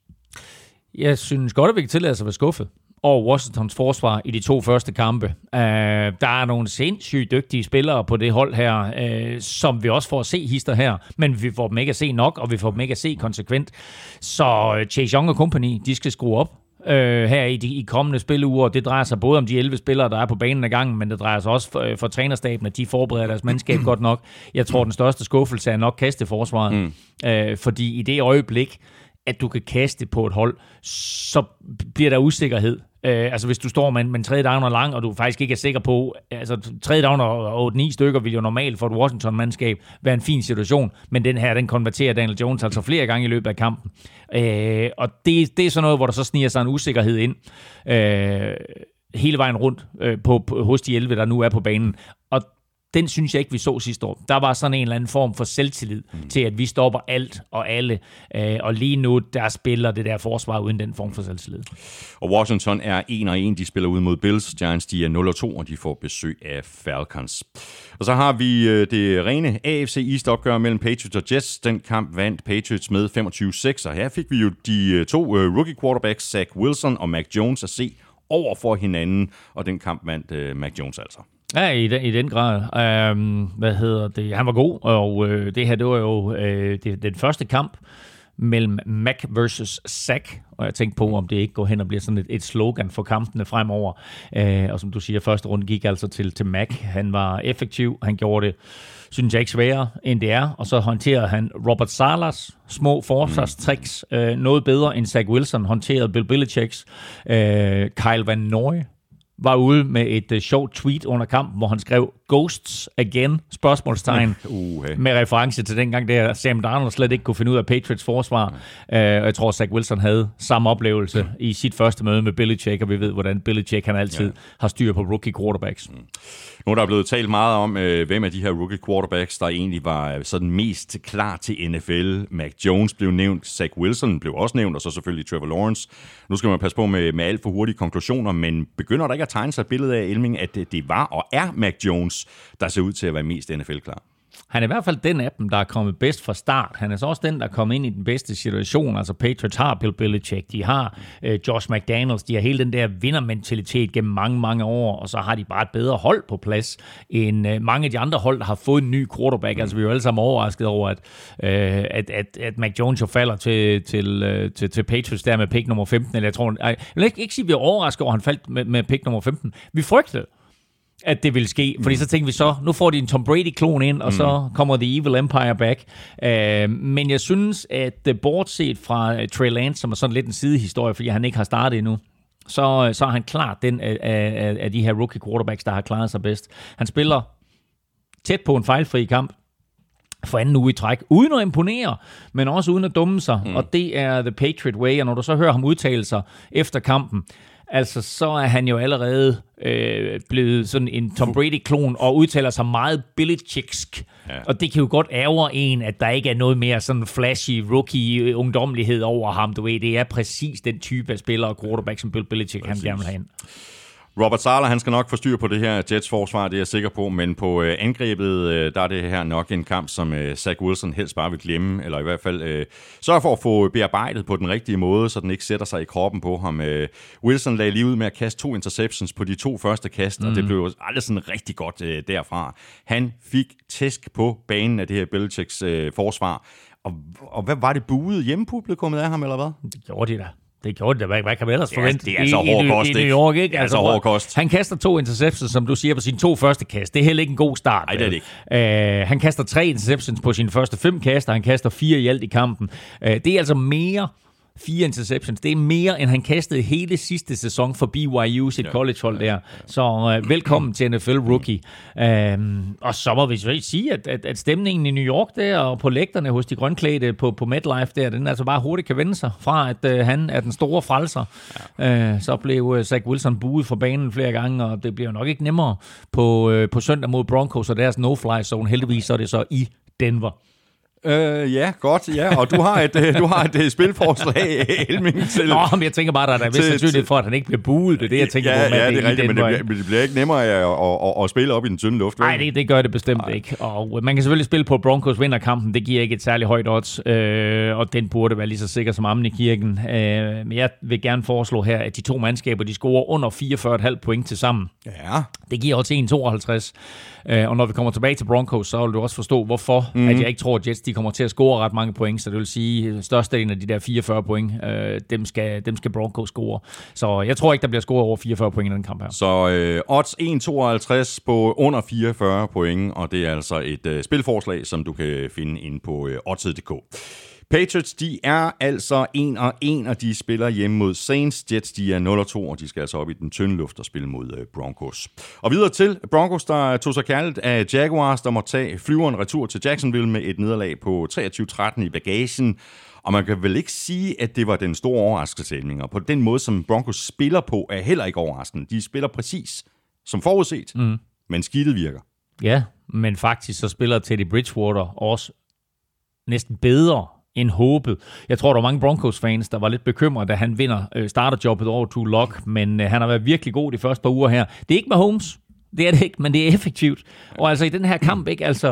Jeg synes godt, at vi kan tillade sig at være skuffet over Washingtons forsvar i de 2 første kampe. Der er nogle sindssygt dygtige spillere på det hold her, som vi også får at se hister her, men vi får dem ikke at se nok, og vi får dem ikke at se konsekvent. Så Chase Young og company, de skal skrue op her i kommende spilleuger. Det drejer sig både om de 11 spillere, der er på banen ad gangen, men det drejer sig også for trænerstaben, at de forbereder deres mandskab godt nok. Jeg tror, den største skuffelse er nok kasteforsvaret, fordi i det øjeblik, at du kan kaste på et hold, så bliver der usikkerhed. Altså hvis du står med en 3. downer lang, og du faktisk ikke er sikker på, altså 3. downer og 8-9 stykker vil jo normalt for et Washington-mandskab være en fin situation, men den her, den konverterer Daniel Jones altså flere gange i løbet af kampen. Og det er sådan noget, hvor der så sniger sig en usikkerhed ind. hele vejen rundt hos de 11, der nu er på banen. Og den synes jeg ikke, vi så sidste år. Der var sådan en eller anden form for selvtillid til, at vi stopper alt og alle. Og lige nu, der spiller det der forsvar uden den form for selvtillid. Og Washington er 1-1. De spiller ud mod Bills. Giants, de er 0-2, og de får besøg af Falcons. Og så har vi det rene AFC East-opgør mellem Patriots og Jets. Den kamp vandt Patriots med 25-6, og her fik vi jo de to rookie quarterbacks, Zach Wilson og Mac Jones, at se over for hinanden, og den kamp vandt Mac Jones altså. Ja, i den grad. Han var god, og det her, det var jo den første kamp mellem Mac versus Zach, og jeg tænkte på, om det ikke går hen og bliver sådan et slogan for kampene fremover. Og som du siger, første runde gik altså til Mac. Han var effektiv, han gjorde det, synes jeg, ikke sværere, end det er, og så håndterede han Robert Salehs små forsvarstricks noget bedre, end Zach Wilson håndterede Bill Belichicks. Kyle Van Noy var ude med et sjovt tweet under kampen, hvor han skrev "Ghosts again?" spørgsmålstegn med reference til dengang, der Sam Darnold slet ikke kunne finde ud af Patriots forsvar. Og jeg tror, Zach Wilson havde samme oplevelse i sit første møde med Belichick, og vi ved, hvordan Belichick han altid har styr på rookie quarterbacks. Nu er der blevet talt meget om, hvem af de her rookie quarterbacks, der egentlig var sådan mest klar til NFL. Mac Jones blev nævnt, Zach Wilson blev også nævnt, og så selvfølgelig Trevor Lawrence. Nu skal man passe på med alt for hurtige konklusioner, men begynder der ikke at tegne sig et billede af, Elming, at det var og er Mac Jones, der ser ud til at være mest NFL-klar? Han er i hvert fald den af dem, der er kommet bedst fra start. Han er så også den, der er kommet ind i den bedste situation. Altså Patriots har Bill Belichick, de har Josh McDaniels, de har hele den der vindermentalitet gennem mange, mange år, og så har de bare et bedre hold på plads end mange af de andre hold, der har fået en ny quarterback. Altså vi er jo alle sammen overrasket over, at Mac Jones jo falder til Patriots der med pick nummer 15. Eller jeg vil ikke sige, at vi er overrasket over, at han faldt med pick nummer 15. Vi frygtede, at det ville ske, fordi så tænkte vi så, nu får de en Tom Brady-klon ind, og så kommer The Evil Empire back. Men jeg synes, at bortset fra Trey Lance, som er sådan lidt en sidehistorie, fordi han ikke har startet endnu, så er han klart den af de her rookie quarterbacks, der har klaret sig bedst. Han spiller tæt på en fejlfri kamp for anden uge i træk, uden at imponere, men også uden at dumme sig, og det er the Patriot way, og når du så hører ham udtale sig efter kampen, altså, så er han jo allerede blevet sådan en Tom Brady-klon og udtaler sig meget Belichicksk. Ja. Og det kan jo godt ærge en, at der ikke er noget mere sådan flashy rookie-ungdommelighed over ham. Du ved, det er præcis den type af spiller og quarterback, som Bill Belichick han gerne vil have ind. Robert Saleh, han skal nok få styr på det her Jets-forsvar, det er jeg sikker på, men på angrebet, der er det her nok en kamp, som Zach Wilson helst bare vil glemme, eller i hvert fald sørge for at få bearbejdet på den rigtige måde, så den ikke sætter sig i kroppen på ham. Wilson lagde lige ud med at kaste 2 interceptions på de 2 første kast, og det blev aldrig sådan rigtig godt derfra. Han fik tæsk på banen af det her Belichicks forsvar, og hvad var det buede hjemmepublikummet af ham, eller hvad? Det gjorde de da. Det gjorde det, hvad kan man ellers forvente? Det er altså hård kost, i New York, ikke? Det er altså hård kost. Han kaster 2 interceptions, som du siger, på sine 2 første kast. Det er heller ikke en god start. Nej, det er det ikke. Han kaster 3 interceptions på sine første 5 kast, og han kaster 4 i alt i kampen. Det er altså mere 4 interceptions. Det er mere, end han kastede hele sidste sæson for BYU, sit collegehold der. Så velkommen til NFL Rookie. Og så må vi så sige, at stemningen i New York der, og på lægterne hos de grønklædte på MetLife der, den altså bare hurtigt kan vende sig fra, at han er den store frelser. Så blev Zach Wilson buet fra banen flere gange, og det bliver nok ikke nemmere på søndag mod Broncos og deres no-fly zone. Heldigvis så er det så i Denver. Ja, godt, ja, og du har et spilforslag, Elming, til... Nå, men jeg tænker bare, der er vist sandsynlighed for, at han ikke bliver buet. Det er det, jeg tænker på. Ja, det er rigtigt, men det bliver ikke nemmere at spille op i den tynde luft. Nej, det gør det bestemt ikke. Og man kan selvfølgelig spille på Broncos vinderkampen. Det giver ikke et særligt højt odds, og den burde være lige så sikker som ammen i kirken. Men jeg vil gerne foreslå her, at de 2 mandskaber, de scorer under 44,5 point til sammen. Ja. Det giver også 1,52. Og når vi kommer tilbage til Broncos, så vil du også forstå, hvorfor at jeg ikke tror, at Jets de kommer til at score ret mange point. Så det vil sige, at størstedelen af de der 44 point, dem skal Broncos score. Så jeg tror ikke, der bliver scoret over 44 point i den kamp her. Så odds 1,52 på under 44 point, og det er altså et spilforslag, som du kan finde inde på odds.dk. Patriots, de er altså 1-1, og de spiller hjemme mod Saints. Jets, de er 0-2, og de skal altså op i den tynde luft og spille mod Broncos. Og videre til Broncos, der tog sig kærligt af Jaguars, der må tage flyveren retur til Jacksonville med et nederlag på 23-13 i bagagen. Og man kan vel ikke sige, at det var den store overraskelse, og på den måde, som Broncos spiller på, er heller ikke overraskende. De spiller præcis som forudset, men skidtet virker. Ja, men faktisk så spiller Teddy Bridgewater også næsten bedre end håbet. Jeg tror, der var mange Broncos-fans, der var lidt bekymrede, da han vinder starterjobbet over Drew Lock, men han har været virkelig god de første par uger her. Det er ikke Mahomes, det er det ikke, men det er effektivt. Og altså i den her kamp, ikke, altså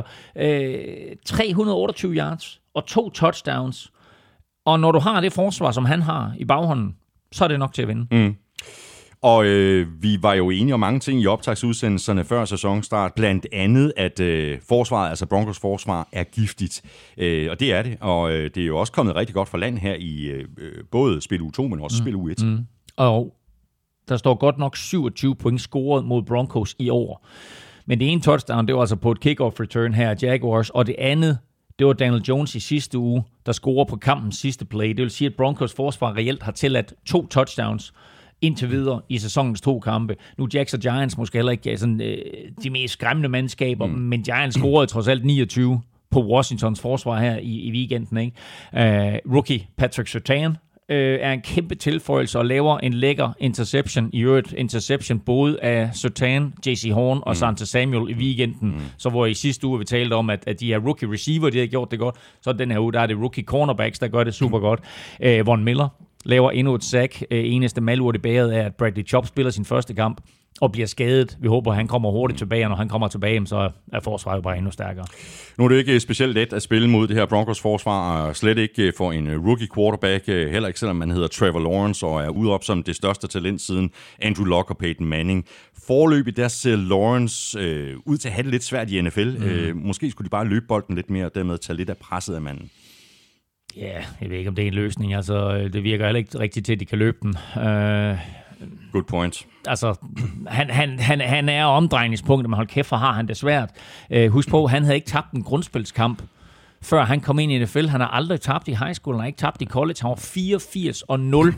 328 yards og 2 touchdowns. Og når du har det forsvar, som han har i baghånden, så er det nok til at vinde. Mm. Og vi var jo enige om mange ting i optagsudsendelserne før sæsonstart. Blandt andet, at forsvaret, altså Broncos forsvar, er giftigt. Og det er det. Og det er jo også kommet rigtig godt for land her i både spil U2, men også spil U1. Og der står godt nok 27 point scoret mod Broncos i år. Men det ene touchdown, det var altså på et kickoff return her af Jaguars, og det andet, det var Daniel Jones i sidste uge, der scorer på kampens sidste play. Det vil sige, at Broncos forsvar reelt har tilladt 2 touchdowns indtil videre i sæsonens 2 kampe. Nu Jags og Giants måske heller ikke sådan, de mest skræmmende mandskaber, men Giants scorede trods alt 29 på Washingtons forsvar her i weekenden. Ikke? Rookie Patrick Surtain er en kæmpe tilføjelse og laver en lækker interception. I øvrigt interception både af Surtain, J.C. Horn og Santa Samuel i weekenden. Så hvor i sidste uge vi talte om, at de her rookie receiver, de har gjort det godt. Så den her uge, der er det rookie cornerbacks, der gør det super godt. Von Miller laver endnu et sack. Eneste malurt i bæret er, at Bradley Chubb spiller sin første kamp og bliver skadet. Vi håber, at han kommer hurtigt tilbage, og når han kommer tilbage, så er forsvaret bare endnu stærkere. Nu er det ikke specielt let at spille mod det her Broncos forsvar, og slet ikke for en rookie quarterback, heller ikke selvom man hedder Trevor Lawrence og er udråbt som det største talent siden Andrew Luck og Peyton Manning. Foreløbig der ser Lawrence ud til at have det lidt svært i NFL. Måske skulle de bare løbe bolden lidt mere, og dermed tage lidt af presset af manden. Ja, jeg ved ikke, om det er en løsning. Altså, det virker heller ikke rigtigt til, at de kan løbe den. Good point. Altså, han er omdrejningspunktet, men hold kæft, for har han det svært. Husk på, han havde ikke tabt en grundspilskamp, før han kom ind i NFL. Han har aldrig tabt i high school, han har ikke tabt i college. Han var 84-0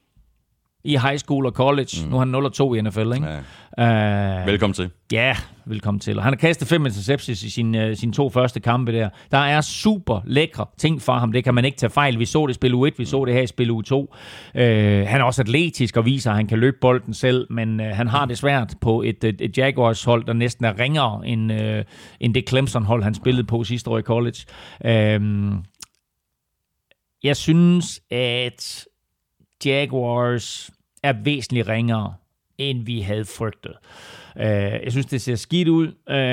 i high school og college. Nu er han 0-2 i NFL, ikke? Ja. Velkommen til. Ja, velkommen til. Og han har kastet 5 interceptions i sine 2 første kampe der. Der er super lækre ting for ham. Det kan man ikke tage fejl. Vi så det i spil U1, vi så det her i spil U2. Han er også atletisk og viser, at han kan løbe bolden selv, men han har det svært på et Jaguars-hold, der næsten er ringere end det Clemson-hold, han spillede på sidste år i college. Jeg synes, at Jaguars er væsentligt ringere, end vi havde frygtet. Jeg synes, det ser skidt ud,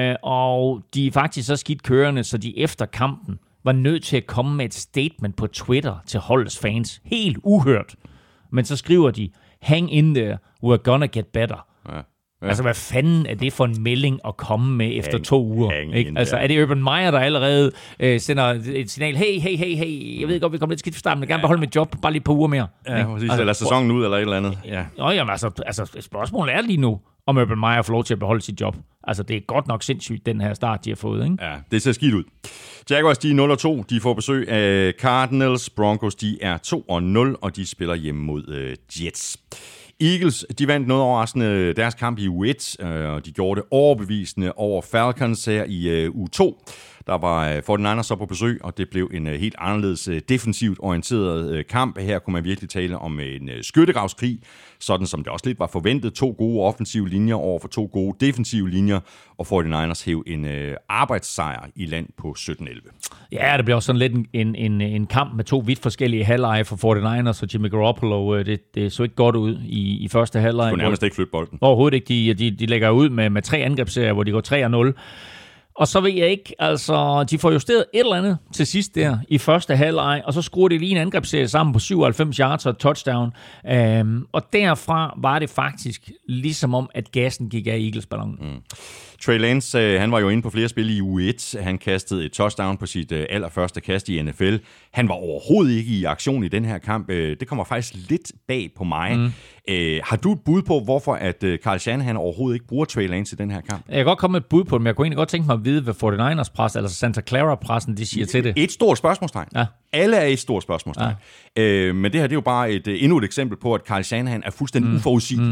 og de er faktisk så skidt kørende, så de efter kampen var nødt til at komme med et statement på Twitter til holdets fans. Helt uhørt. Men så skriver de, hang in there, we're gonna get better. Ja. Altså, hvad fanden er det for en melding at komme med efter 2 uger? Ikke? Altså, er det Urban Meyer, der allerede sender et signal, hey, jeg ved godt, vi kommer lidt skidt for starten, men jeg vil gerne beholde mit job bare lige et par uger mere. Ja, præcis, eller sæsonen ud, eller et eller andet. Ja. Jamen, altså, spørgsmålet er lige nu, om Urban Meyer får lov til at beholde sit job. Altså, det er godt nok sindssygt, den her start, de har fået, ikke? Ja, det ser skidt ud. Jaguars, de er 0-2. De får besøg af Cardinals. Broncos, de er 2-0, og de spiller hjemme mod Jets. Eagles, de vandt noget overraskende deres kamp i U1, og de gjorde det overbevisende over Falcons her i U2. Der var 49ers så på besøg, og det blev en helt anderledes defensivt orienteret kamp. Her kunne man virkelig tale om en skyttegravskrig, sådan som det også lidt var forventet. 2 gode offensive linjer over for 2 gode defensive linjer, og 49ers hæv en arbejdssejr i land på 17-11. Ja, det blev også sådan lidt en kamp med 2 vidt forskellige halvleje for 49ers og Jimmy Garoppolo. Det så ikke godt ud i første halvleg. De kunne nærmest ikke flytte bolden. Overhovedet ikke. De lægger ud med 3 angrebsserier, hvor de går 3-0. Og så ved jeg ikke, altså, de får justeret et eller andet til sidst der i første halvleg, og så skruer de lige en angrebsserie sammen på 97 yards og et touchdown. Og derfra var det faktisk ligesom om, at gassen gik af Eagles-ballonen. Trey Lance, han var jo inde på flere spil i U1. Han kastede et touchdown på sit allerførste kast i NFL. Han var overhovedet ikke i aktion i den her kamp. Det kommer faktisk lidt bag på mig. Har du et bud på, hvorfor at Kyle Shanahan overhovedet ikke bruger Trey Lance i den her kamp? Jeg kan godt komme med et bud på det, men jeg kunne egentlig godt tænke mig at vide, hvad 49ers-pres, altså Santa Clara-pressen, de siger til det. Et stort spørgsmålstegn. Ja. Alle er et stort spørgsmålstegn. Ja. Men det her, det er jo bare endnu et eksempel på, at Kyle Shanahan er fuldstændig uforudsigelig.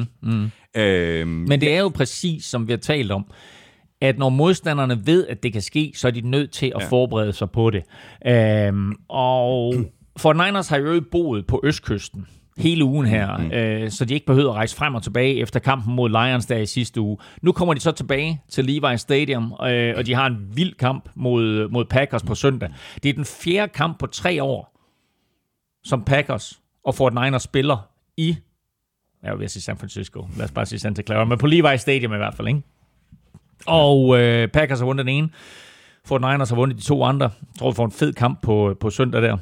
Men det er jo præcis, som vi har talt om, at når modstanderne ved, at det kan ske, så er de nødt til at forberede sig på det. Og 49ers har jo boet på østkysten hele ugen her, så de ikke behøver at rejse frem og tilbage efter kampen mod Lions der i sidste uge. Nu kommer de så tilbage til Levi's Stadium, og de har en vild kamp mod Packers på søndag. Det er den 4. kamp på 3 år, som Packers og 49ers spiller i, jeg vil sige San Francisco, lad os bare sige Santa Clara, men på Levi's Stadium i hvert fald, ikke? Og Packers har vundet den ene, 49ers har vundet de 2 andre. Jeg tror, vi får en fed kamp på søndag der.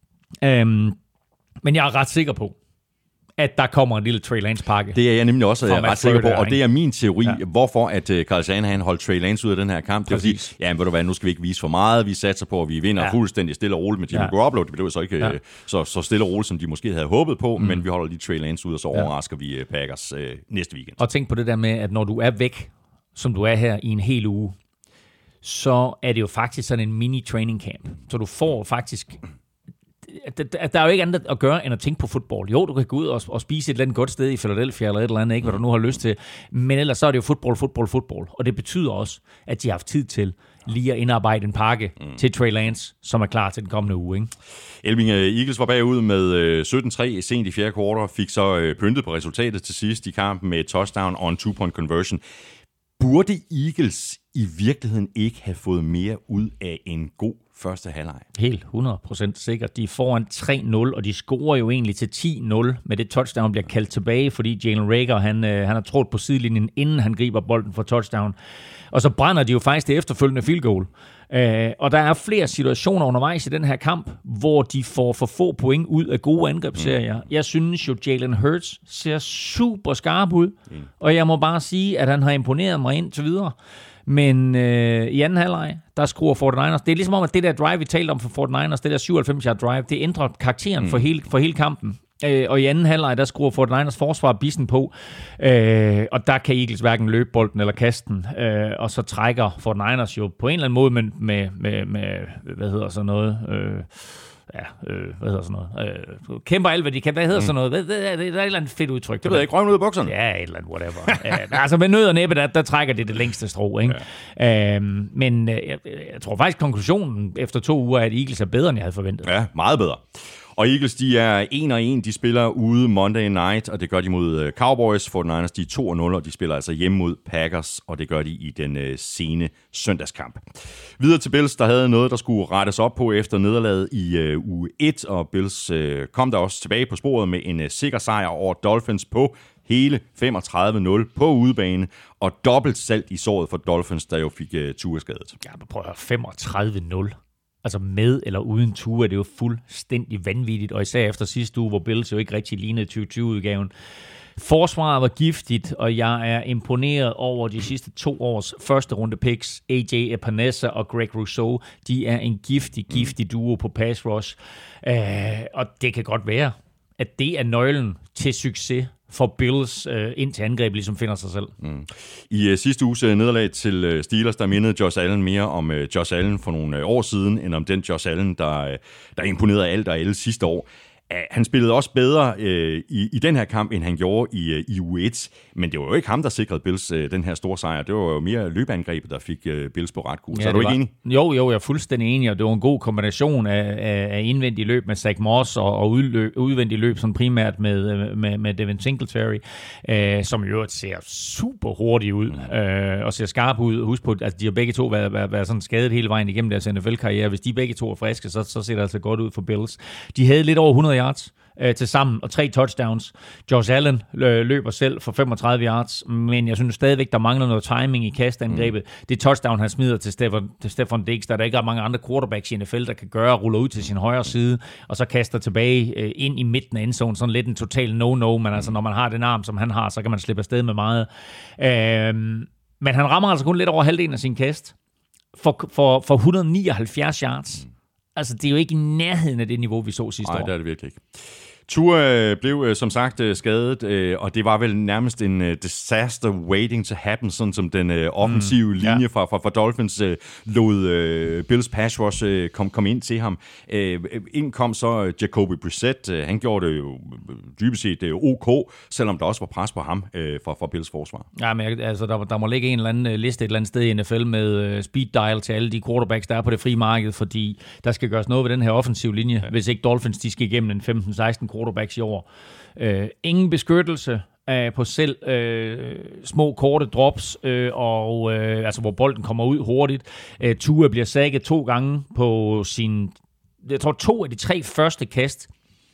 Men jeg er ret sikker på, at der kommer en lille Trey Lance-pakke. Det er jeg nemlig også ret sikker på, og det er min teori, hvorfor at Carl Shanahan holdt Trey Lance ud af den her kamp. Det vil sige, ved du hvad, nu skal vi ikke vise for meget, vi satser på, at vi vinder fuldstændig stille og roligt med Jimmy Garoppolo. Det blev så ikke så stille og roligt, som de måske havde håbet på, men vi holder lige Trey Lance ud, og så overrasker vi Packers næste weekend. Og tænk på det der med, at når du er væk, som du er her i en hel uge, så er det jo faktisk sådan en mini-training camp. Så du får faktisk... Der er jo ikke andet at gøre, end at tænke på fodbold. Jo, du kan gå ud og spise et eller andet godt sted i Philadelphia, eller et eller andet, ikke, hvad du nu har lyst til. Men ellers så er det jo fodbold. Og det betyder også, at de har haft tid til lige at indarbejde en pakke til Trey Lance, som er klar til den kommende uge. Ikke? Elving, Eagles var bagud med 17-3 sent i 4. kvartal, fik så pyntet på resultatet til sidst i kampen med et touchdown og en 2-point conversion. Burde Eagles i virkeligheden ikke have fået mere ud af en god første halvleg? Helt 100% sikkert. De er foran 3-0, og de scorer jo egentlig til 10-0, med det touchdown bliver kaldt tilbage, fordi Jalen Reagor, han har trådt på sidelinjen, inden han griber bolden for touchdown. Og så brænder de jo faktisk det efterfølgende field goal. Og der er flere situationer undervejs i den her kamp, hvor de får for få point ud af gode angrebsserier. Jeg synes jo, Jalen Hurts ser super skarp ud, og jeg må bare sige, at han har imponeret mig indtil videre. Men i anden halvleg, der skruer 49ers. Det er ligesom om, at det der drive, vi talte om for 49ers, det der 77-yard drive, det ændrer karakteren for hele kampen. Og i anden halvleg, der skruer 49ers forsvar bissen på, og der kan Eagles hverken løbe bolden eller kaste den. Og så trækker 49ers jo på en eller anden måde med hvad hedder sådan noget... hvad hedder sådan noget? Kæmper alt, hvad de kan. Hvad hedder sådan noget? Det er et eller andet fedt udtryk. Det ved jeg ikke. Røven ud af bukserne. Ja, et eller andet, whatever. Altså med nød og næppe, der trækker det længste strå, ikke? Ja. Men jeg tror faktisk, konklusionen efter 2 uger er, at Eagles er bedre, end jeg havde forventet. Ja, meget bedre. Og Eagles, de er 1-1. De spiller ude Monday Night, og det gør de mod Cowboys. 49ers, de er 2-0, og de spiller altså hjemme mod Packers, og det gør de i den sene søndagskamp. Videre til Bills, der havde noget, der skulle rettes op på efter nederlaget i uge 1, og Bills kom der også tilbage på sporet med en sikker sejr over Dolphins på hele 35-0 på udebane, og dobbelt salt i såret for Dolphins, der jo fik Tua skadet. Ja, men prøv at høre, 35-0. Altså med eller uden Tua, det er jo fuldstændig vanvittigt, og især efter sidste uge, hvor Bills jo ikke rigtig lignede 2020-udgaven. Forsvaret var giftigt, og jeg er imponeret over de sidste 2 års første runde picks. AJ Epinesa og Greg Rousseau, de er en giftig duo på pass rush. Og det kan godt være, at det er nøglen til succes for Bills indtil angrebet ligesom finder sig selv. I sidste uges nederlag til Steelers, der mindede Josh Allen mere om Josh Allen for nogle år siden, end om den Josh Allen, der imponerede alt og alle sidste år. Han spillede også bedre i den her kamp, end han gjorde i U1, men det var jo ikke ham, der sikrede Bills den her store sejr. Det var jo mere løbeangrebet, der fik Bills på ret kurs. Ja, er du ikke enig? Jo, jeg er fuldstændig enig, og det var en god kombination af indvendig løb med Zach Moss og udvendig løb, som primært med Devin Singletary, som jo ser super hurtigt ud og ser skarp ud. Husk på, at de har begge to været sådan skadet hele vejen igennem deres NFL-karriere. Hvis de begge to er friske, så ser det altså godt ud for Bills. De havde lidt over 100 yards til sammen og 3 touchdowns. Josh Allen løber selv for 35 yards, men jeg synes stadigvæk, der mangler noget timing i kastangrebet. Det touchdown, han smider til Stefan Diggs, der er ikke mange andre quarterbacks i NFL, der kan gøre, ruller ud til sin højre side, og så kaster tilbage ind i midten af endzone. Sådan lidt en total no-no, men altså, når man har den arm, som han har, så kan man slippe afsted med meget. Men han rammer altså kun lidt over halvdelen af sin kast for 179 yards. Altså, det er jo ikke i nærheden af det niveau, vi så sidste år. Nej, det er det virkelig ikke. Tua blev som sagt skadet, og det var vel nærmest en disaster waiting to happen, sådan som den offensive linje fra Dolphins lod Bills pass rush kom ind til ham. Ind kom så Jacoby Brissett. Han gjorde det jo dybest set OK, selvom der også var pres på ham fra Bills forsvar. Ja, men altså, der må ligge en eller anden liste et eller andet sted i NFL med speed dial til alle de quarterbacks, der er på det frie marked, fordi der skal gøres noget ved den her offensive linje, hvis ikke Dolphins de skal igennem en 15-16 quarterbacks i år. Ingen beskyttelse på selv små korte drops, altså hvor bolden kommer ud hurtigt. Tua bliver sacket 2 gange på sin, jeg tror 2 af de 3 første kast.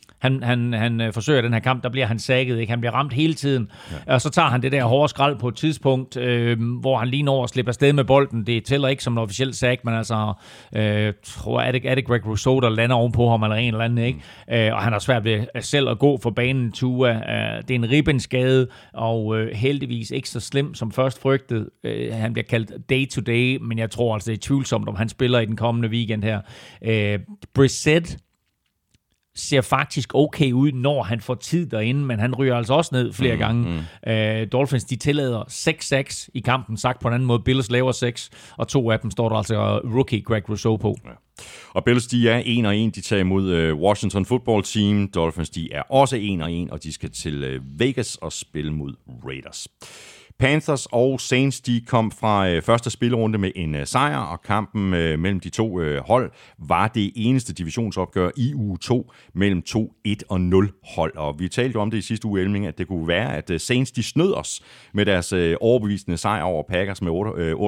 Han forsøger den her kamp, der bliver han sacket, ikke? Han bliver ramt hele tiden, og så tager han det der hårde skrald på et tidspunkt, hvor han lige når at slippe afsted med bolden. Det tæller ikke som en officiel sack, men altså, tror er det Greg Rousseau, der lander ovenpå ham, eller en eller anden, ikke? Og han har svært ved selv at gå for banen. Tua, det er en ribbenskade, og heldigvis ikke så slem som først frygtet. Han bliver kaldt day to day, men jeg tror altså, det er tvivlsomt, om han spiller i den kommende weekend her. Brissett ser faktisk okay ud, når han får tid derinde, men han ryger altså også ned flere gange. Dolphins, de tillader 6-6 i kampen, sagt på en anden måde. Bills laver 6, og 2 af dem står der altså rookie Greg Rousseau på. Ja. Og Bills, de er 1-1, de tager imod Washington Football Team. Dolphins, de er også 1-1, og de skal til Vegas og spille mod Raiders. Panthers og Saints, de kom fra første spillerunde med en sejr, og kampen mellem de to hold var det eneste divisionsopgør i uge 2 mellem 2 1-0 hold. Og vi talte jo om det i sidste uge, Elming, at det kunne være, at Saints de snød os med deres overbevisende sejr over Packers med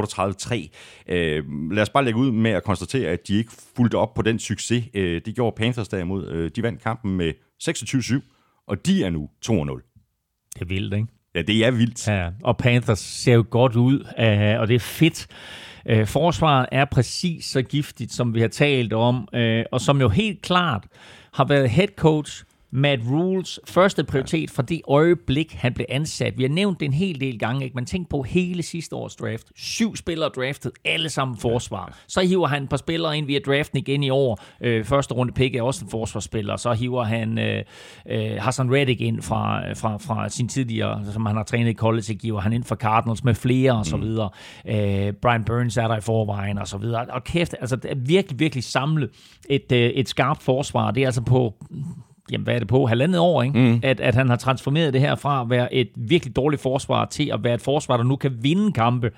38-3. Lad os bare lægge ud med at konstatere, at de ikke fulgte op på den succes. De gjorde Panthers derimod. De vandt kampen med 26-7, og de er nu 2-0. Det er vildt, ikke? Ja, det er vildt. Ja, og Panthers ser jo godt ud, og det er fedt. Forsvaret er præcis så giftigt, som vi har talt om, og som jo helt klart har været head coach Matt Rules første prioritet fra det øjeblik, han blev ansat. Vi har nævnt det en hel del gange, ikke? Man tænkte på hele sidste års draft. 7 spillere draftet, alle sammen forsvar. Så hiver han et par spillere ind via draften igen i år. Første runde pick er også en forsvarsspiller. Så hiver han Hassan Reddick ind fra sin tidligere, som han har trænet i college, giver han ind fra Cardinals med flere og så videre. Brian Burns er der i forvejen og så videre. Og kæft, altså det er virkelig, virkelig samlet et skarpt forsvar. Det er altså på... Jamen, hvad er det på? 1,5 år, ikke? At han har transformeret det her fra at være et virkelig dårligt forsvar til at være et forsvar, der nu kan vinde kampe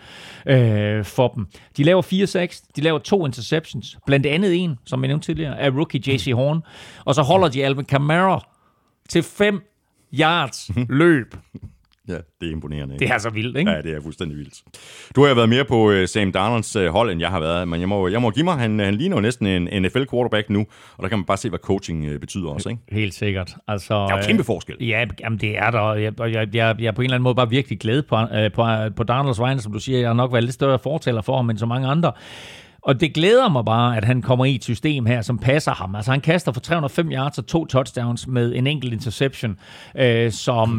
for dem. De laver 4-6, de laver 2 interceptions, blandt andet en, som jeg nævnte tidligere, af rookie J.C. Horn, og så holder de Alvin Kamara til 5 yards løb. Ja, det er imponerende. Ikke? Det er så vildt, ikke? Ja, det er fuldstændig vildt. Du har jo været mere på Sam Darnolds hold, end jeg har været, men jeg må give mig, han ligner jo næsten en NFL-quarterback nu, og der kan man bare se, hvad coaching betyder også, ikke? Helt sikkert. Altså, der er jo kæmpe forskel. Ja, jamen, det er der. Jeg er på en eller anden måde bare virkelig glad på Darnolds vegne, som du siger. Jeg har nok været lidt større fortaler for ham, end så mange andre. Og det glæder mig bare, at han kommer i et system her, som passer ham. Altså han kaster for 305 yards og 2 touchdowns med en enkelt interception, som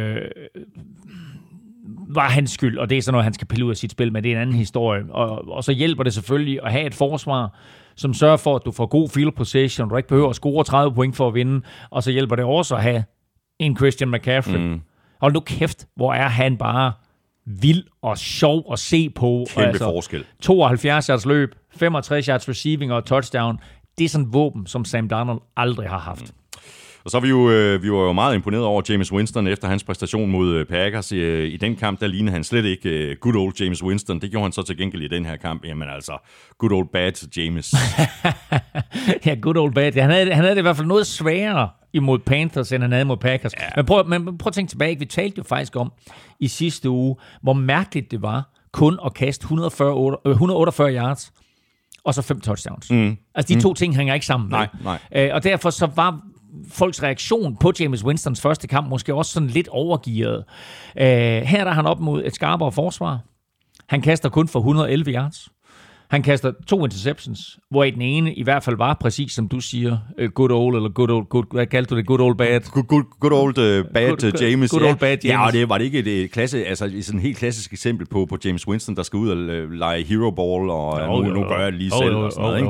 var hans skyld, og det er sådan noget, han skal pille ud af sit spil, men det er en anden historie. Og så hjælper det selvfølgelig at have et forsvar, som sørger for, at du får god field position, du ikke behøver at score 30 point for at vinde, og så hjælper det også at have en Christian McCaffrey. Hold nu kæft, hvor er han bare vild og sjov at se på. Kæmpe forskel. 72 yards løb, 65 yards receiving og touchdown. Det er sådan et våben, som Sam Darnold aldrig har haft. Og så er vi var jo meget imponeret over Jameis Winston efter hans præstation mod Packers. I den kamp, der lignede han slet ikke good old Jameis Winston. Det gjorde han så til gengæld i den her kamp. Jamen altså, good old bad Jameis. Ja, good old bad. Han havde det i hvert fald noget sværere imod Panthers, end han havde mod Packers. Ja. Men prøv at tænke tilbage. Vi talte jo faktisk om i sidste uge, hvor mærkeligt det var kun at kaste 148 yards og så 5 touchdowns. Altså de to ting hænger ikke sammen. Nej. Og derfor så var folks reaktion på Jameis Winstons første kamp måske også sådan lidt overgearet. Her er han op mod et skarpere forsvar. Han kaster kun for 111 yards. Han kaster 2 interceptions, hvor den ene i hvert fald var præcis som du siger, good old, eller hvad kaldte du det? Good old bad? Good old bad Jameis. Good old bad Jameis. Ja, og det var det ikke et klasse, altså sådan et helt klassisk eksempel på Jameis Winston, der skal ud og lege hero ball, og nu gør jeg det lige selv og sådan noget, ikke?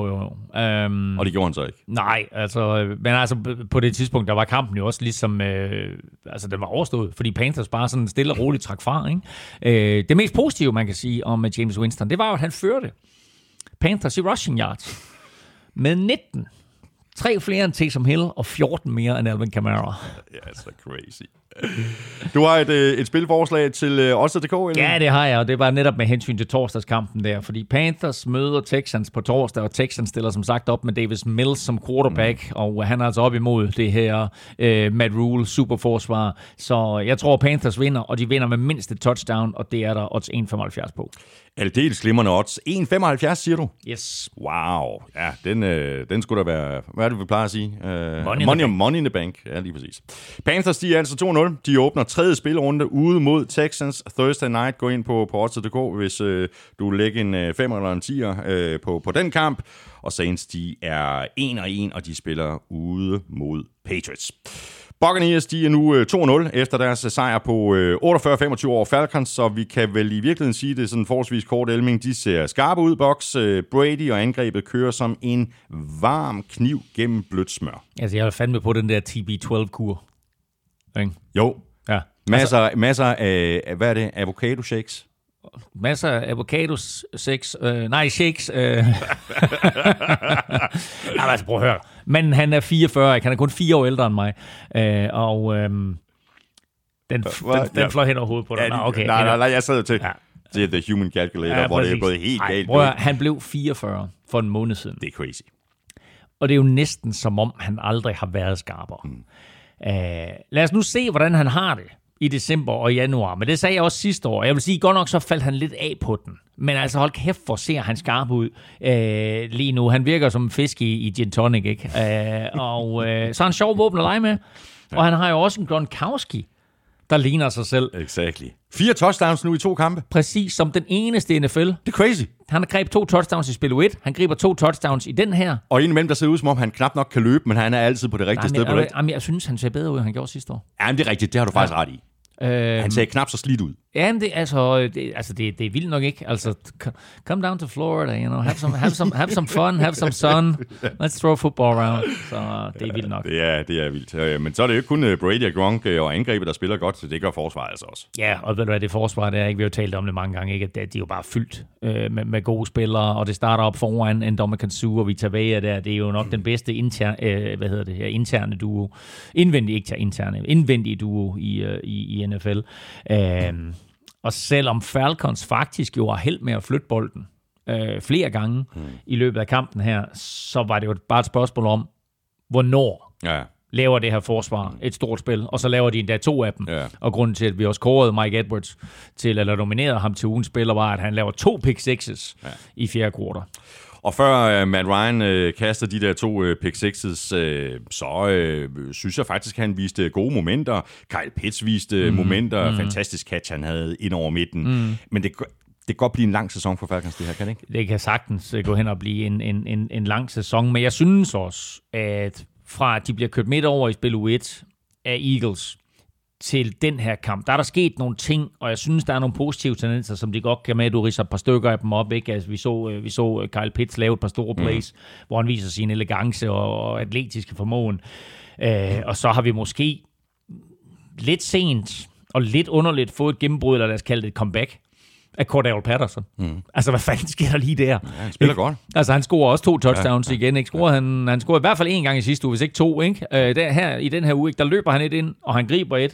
Og det gjorde han så ikke? Nej, men på det tidspunkt, der var kampen jo også ligesom, den var overstået, fordi Panthers bare sådan stille og roligt trak fra, ikke? Det mest positive, man kan sige om James Winston, det var jo, at han førte Panthers i rushing yards med 19. 3 flere end Taysom Hill, og 14 mere end Alvin Kamara. Ja, så crazy. Du har et spilforslag til Odds.dk, eller? Ja, det har jeg, og det var netop med hensyn til torsdagskampen der, fordi Panthers møder Texans på torsdag, og Texans stiller som sagt op med Davis Mills som quarterback, og han er altså op imod det her Matt Rule superforsvar. Så jeg tror, Panthers vinder, og de vinder med mindst et touchdown, og det er der odds 1,75 på. Aldeles glimrende odds. 1,75 siger du? Yes. Wow. Ja, den skulle da være, hvad er det, vi plejer at sige? Money in the bank. Ja, lige præcis. Panthers, de er altså 2-0. De åbner 3. spilrunde ude mod Texans Thursday night. Gå ind på Odds.dk, hvis du lægger en 5 eller en 10'er på den kamp. Og Saints, de er 1-1, og de spiller ude mod Patriots. Buccaneers, de er nu 2-0 efter deres sejr på 48-25 over Falcons, så vi kan vel i virkeligheden sige, det er sådan forholdsvis kort Elming. De ser skarpe ud, Bucs. Brady og angrebet kører som en varm kniv gennem blødt smør. Altså, jeg er fandme på den der TB12-kur. Jo. Ja. Masser af, hvad er det, avocado shakes? Masser af avocados, shakes. Altså, prøv at høre. Men han er 44, han er kun 4 år ældre end mig. Den fløj hen over hovedet på dig. Nej, jeg sad til. Ja. Det er The Human Calculator, hvor det er gået helt galt. Han blev 44 for en måned siden. Det er crazy. Og det er jo næsten som om, han aldrig har været skarpere. Lad os nu se, hvordan han har det i december og januar. Men det sagde jeg også sidste år. Jeg vil sige, godt nok så faldt han lidt af på den. Men altså hold kæft, hvor ser han skarp ud lige nu. Han virker som en fisk i gin tonic, ikke? Så er han sjov våben at lege med. Ja. Og han har jo også en Gronkowski, der ligner sig selv. Exactly. 4 touchdowns nu i 2 kampe. Præcis, som den eneste i NFL. Det er crazy. Han har grebet 2 touchdowns i spil 1. Han griber 2 touchdowns i den her. Og indimellem, der ser ud som om, han knap nok kan løbe, men han er altid på det rigtige sted. Jeg synes, han ser bedre ud, end han gjorde sidste år. Jamen, det er rigtigt. Det har du faktisk ret i. Han ser knap så slidt ud. Ja, men det er vildt nok ikke. Altså, come down to Florida, you know, have some fun, have some sun, let's throw football around. Så det er vildt nok. Det er vildt. Men så er det jo ikke kun Brady og Gronk og angrebet, der spiller godt, så det gør forsvaret altså også. Ja, og ved du hvad, det forsvar, det er ikke, vi har jo talt om det mange gange, ikke? At de er jo bare fyldt med gode spillere, og det starter op foran en Ndamukong Suh og Vita Vea der. Det er jo nok den bedste interne duo. Indvendige duo i NFL. Og selvom Falcons faktisk jo har held med at flytte bolden flere gange i løbet af kampen her, så var det jo bare et spørgsmål om, hvornår laver det her forsvar et stort spil, og så laver de endda 2 af dem. Ja. Og grunden til, at vi også kårede Mike Edwards eller nominerede ham til ugens spiller, var, at han laver 2 pick sixes i 4. kvartal. Og før Matt Ryan kaster de der 2 pick sixes, så synes jeg faktisk, at han viste gode momenter. Kyle Pitts viste momenter. Fantastisk catch, han havde ind over midten. Men det kan godt blive en lang sæson for Falcons, det her, kan det ikke? Det kan sagtens gå hen og blive en lang sæson. Men jeg synes også, at fra at de bliver kørt midt over i spil U1 af Eagles til den her kamp, der er der sket nogle ting, og jeg synes, der er nogle positive tendenser, som de godt kan med. Du ridser et par stykker af dem op, ikke? Altså, vi så Kyle Pitts lave et par store plays, hvor han viser sin elegance og atletiske formåen. Og så har vi måske lidt sent og lidt underligt fået et gennembrud, eller lad os kalde det et comeback, af Cordell Patterson. Altså, hvad fanden sker der lige der? Ja, han spiller godt. Altså, han scorer også 2 touchdowns igen. Ikke? Han scorer i hvert fald 1 gang i sidste uge, hvis ikke 2. Ikke? I den her uge, ikke? Der løber han 1 ind, og han griber 1.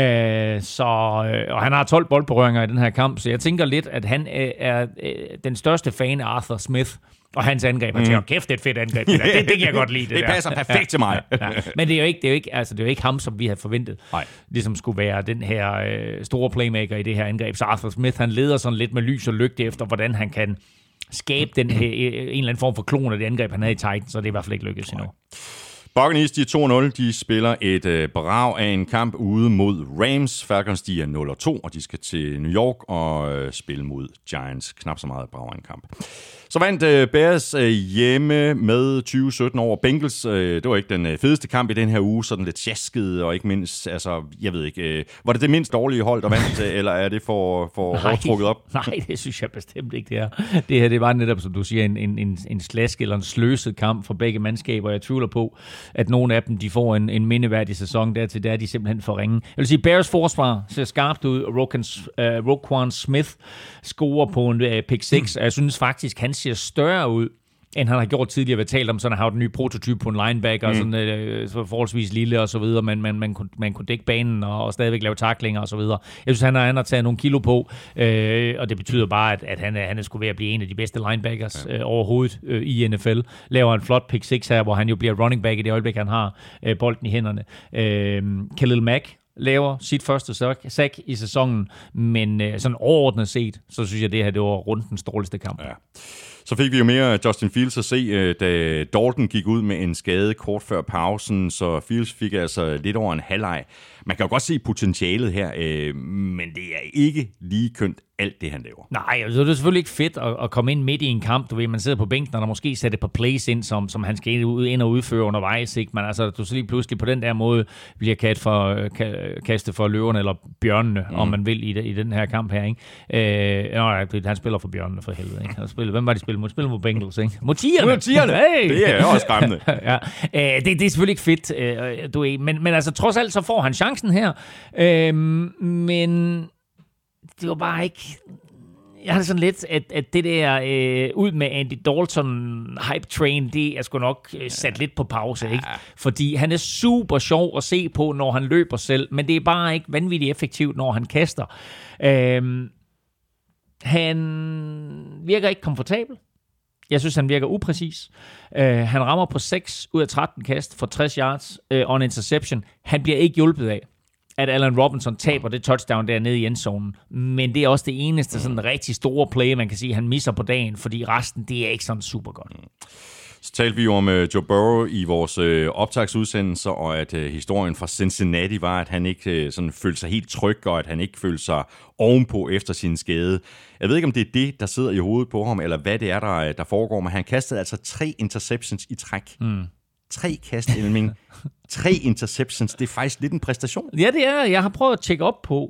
Og han har 12 boldberøringer i den her kamp, så jeg tænker lidt, at han er den største fan af Arthur Smith og hans angreb. Han tænker, kæft, det er et fedt angreb. Det kan jeg godt lide. Det passer perfekt til mig. Men det er jo ikke ham, som vi havde forventet. Nej. Ligesom skulle være den her store playmaker i det her angreb. Så Arthur Smith, han leder sådan lidt med lys og lygte efter, hvordan han kan skabe en eller anden form for klon af det angreb, han havde i Titans, så det er i hvert fald ikke lykkedes endnu. Buccaneers, de er 2-0. De spiller et brag af en kamp ude mod Rams. Falcons, de er 0-2, og de skal til New York og spille mod Giants. Knap så meget brag af en kamp. Så vandt Bears hjemme med 20-17 over Bengals. Det var ikke den fedeste kamp i den her uge, sådan lidt sjasket, og ikke mindst, altså, jeg ved ikke, var det mindst dårlige hold, der vandt, eller er det for hårdt trukket op? Nej, det synes jeg bestemt ikke, det er. Det her, det var netop, som du siger, en slask eller en sløset kamp for begge mandskaber. Jeg tvivler på, at nogle af dem, de får en mindeværdig sæson dertil, der er de simpelthen for ringe. Jeg vil sige, Bears forsvar ser skarpt ud. Roquan Smith scorer på en pick 6, og jeg synes faktisk, han ser større ud, end han har gjort tidligere. Vi har talt om, sådan at han har den nye prototype på en linebacker, sådan forholdsvis lille og så videre, men man kunne dække banen og stadigvæk lave tacklinger og så videre. Jeg synes, han har taget nogle kilo på, og det betyder bare, at han er sgu ved at blive en af de bedste linebackers overhovedet i NFL. Laver en flot pick 6 her, hvor han jo bliver running back i det øjeblik, han har bolden i hænderne. Khalil Mack laver sit første sack i sæsonen, men sådan overordnet set, så synes jeg, det her det var rundens dårligste kamp. Ja. Så fik vi jo mere Justin Fields at se, da Dalton gik ud med en skade kort før pausen, så Fields fik altså lidt over en halvleg. Man kan jo godt se potentialet her, men det er ikke lige kønt alt det, han laver. Nej, altså, det er selvfølgelig ikke fedt at komme ind midt i en kamp. Du ved, man sidder på bænken, og der måske sætter et par plays ind, som han skal ind og udføre undervejs. Ikke? Men altså, du så lige pludselig på den der måde bliver kastet for løverne eller bjørnene, om man vil, i den her kamp her. Ikke? Han spiller for bjørnene, for helvede. Ikke? Hvem var de spiller mod? Spiller mod Bengals, ikke? Mod Tierne! Hey! Det er også skræmmende. Ja. Det er selvfølgelig ikke fedt, du ved. Men altså, trods alt, så får han chancen her. Men det var bare ikke... Jeg har sådan lidt, at det der ud med Andy Dalton hype train, det er sgu nok sat lidt på pause, ikke? Fordi han er super sjov at se på, når han løber selv, men det er bare ikke vanvittigt effektivt, når han kaster. Han virker ikke komfortabel. Jeg synes, han virker upræcis. Han rammer på 6 ud af 13 kast for 60 yards og en interception. Han bliver ikke hjulpet af, at Allen Robinson taber det touchdown dernede i endzonen. Men det er også det eneste sådan rigtig store play, man kan sige, han misser på dagen, fordi resten, det er ikke sådan super godt. Så talte vi jo om Joe Burrow i vores optagsudsendelser, og at historien fra Cincinnati var, at han ikke sådan følte sig helt tryg, og at han ikke følte sig ovenpå efter sin skade. Jeg ved ikke, om det er det, der sidder i hovedet på ham, eller hvad det er, der foregår, men han kastede altså 3 interceptions i træk. 3 kast, Elming. 3 interceptions, det er faktisk lidt en præstation. Ja, det er. Jeg har prøvet at tjekke op på,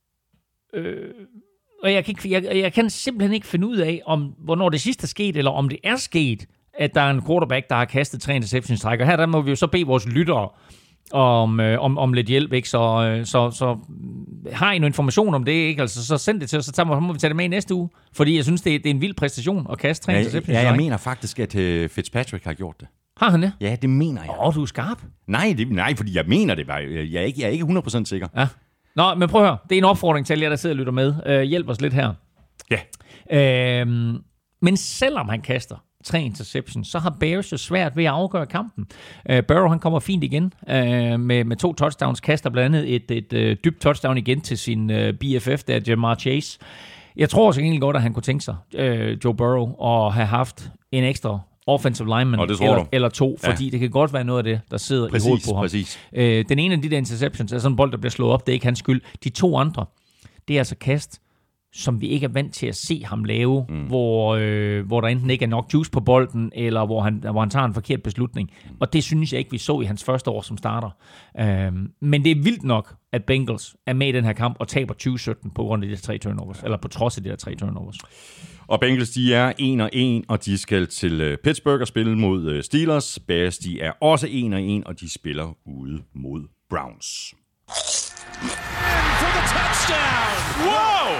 og jeg kan simpelthen ikke finde ud af, hvornår det sidste er sket, eller om det er sket, at der er en quarterback, der har kastet 3 interceptions i træk. Og her der må vi jo så bede vores lyttere om lidt hjælp, ikke? Så har I noget information om det, ikke? Altså, så send det til os, så må vi tage det med i næste uge. Fordi jeg synes, det er en vild præstation at kaste 3 interceptions. Ja, jeg mener faktisk, at Fitzpatrick har gjort det. Har han det? Ja, det mener jeg. Du er skarp. Nej, fordi jeg mener det bare. Jeg er ikke 100% sikker. Ja. Nå, men prøv at høre. Det er en opfordring til jer, der sidder og lytter med. Hjælp os lidt her. Ja. Men selvom han kaster 3 interceptions, så har Bears jo svært ved at afgøre kampen. Burrow, han kommer fint igen med 2 touchdowns, kaster blandt andet et dybt touchdown igen til sin BFF, der Jamar Chase. Jeg tror også egentlig godt, at han kunne tænke sig, Joe Burrow, at have haft en ekstra offensive lineman eller 2, fordi det kan godt være noget af det, der sidder i hovedet på ham. Præcis. Den ene af de der interceptions er sådan en bold, der bliver slået op, det er ikke hans skyld. De 2 andre, det er altså kast, som vi ikke er vant til at se ham lave, hvor der enten ikke er nok juice på bolden, eller hvor han tager en forkert beslutning. Og det synes jeg ikke, vi så i hans første år som starter. Men det er vildt nok, at Bengals er med i den her kamp og taber 20-17 på grund af de 3 turnovers, eller på trods af de 3 turnovers. Og Bengals, de er 1-1, og de skal til Pittsburgh og spille mod Steelers. Bears, de er også 1-1, og de spiller ude mod Browns. Wow!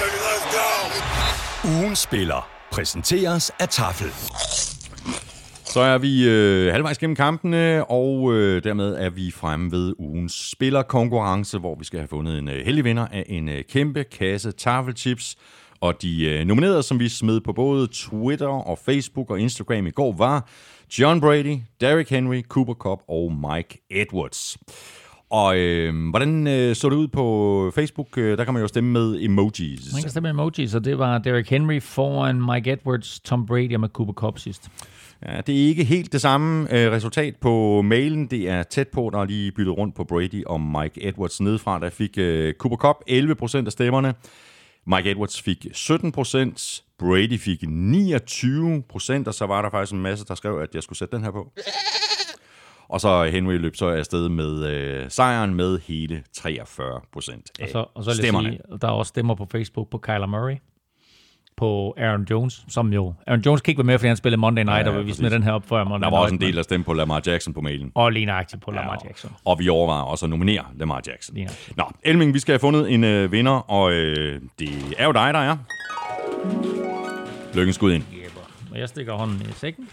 Ugens spiller præsenteres af Tafel. Så er vi halvvejs gennem kampene, og dermed er vi fremme ved ugens spillerkonkurrence, hvor vi skal have fundet en heldig vinder af en kæmpe kasse Tafelchips. Og de nominerede, som vi smed på både Twitter og Facebook og Instagram i går, var John Brady, Derrick Henry, Cooper Kupp og Mike Edwards. Og hvordan så det ud på Facebook? Der kan man jo stemme med emojis. Man kan stemme med emojis, og det var Derrick Henry foran Mike Edwards, Tom Brady og med Cooper Kupp sidst. Ja, det er ikke helt det samme resultat på mailen. Det er tæt på, der er lige byttet rundt på Brady og Mike Edwards nedefra. Der fik Cooper Kupp 11% af stemmerne. Mike Edwards fik 17%, Brady fik 29%, og så var der faktisk en masse, der skrev, at jeg skulle sætte den her på. Og så Henry løb så afsted med sejren med hele 43% af stemmerne. Sige, der er også stemmer på Facebook på Kyler Murray, på Aaron Jones, som jo... Aaron Jones kan ikke være med, fordi han spillede Monday Night, og vi smed den her op før Monday Night. Der var også en del af stemme på Lamar Jackson på mailen. Og lige nøjagtigt på Lamar Jackson. Og vi overvejer også at nominere Lamar Jackson. Nå, Elming, vi skal have fundet en vinder, og det er jo dig, der er. Lykken skud ind. Og jeg stikker hånden i sækken.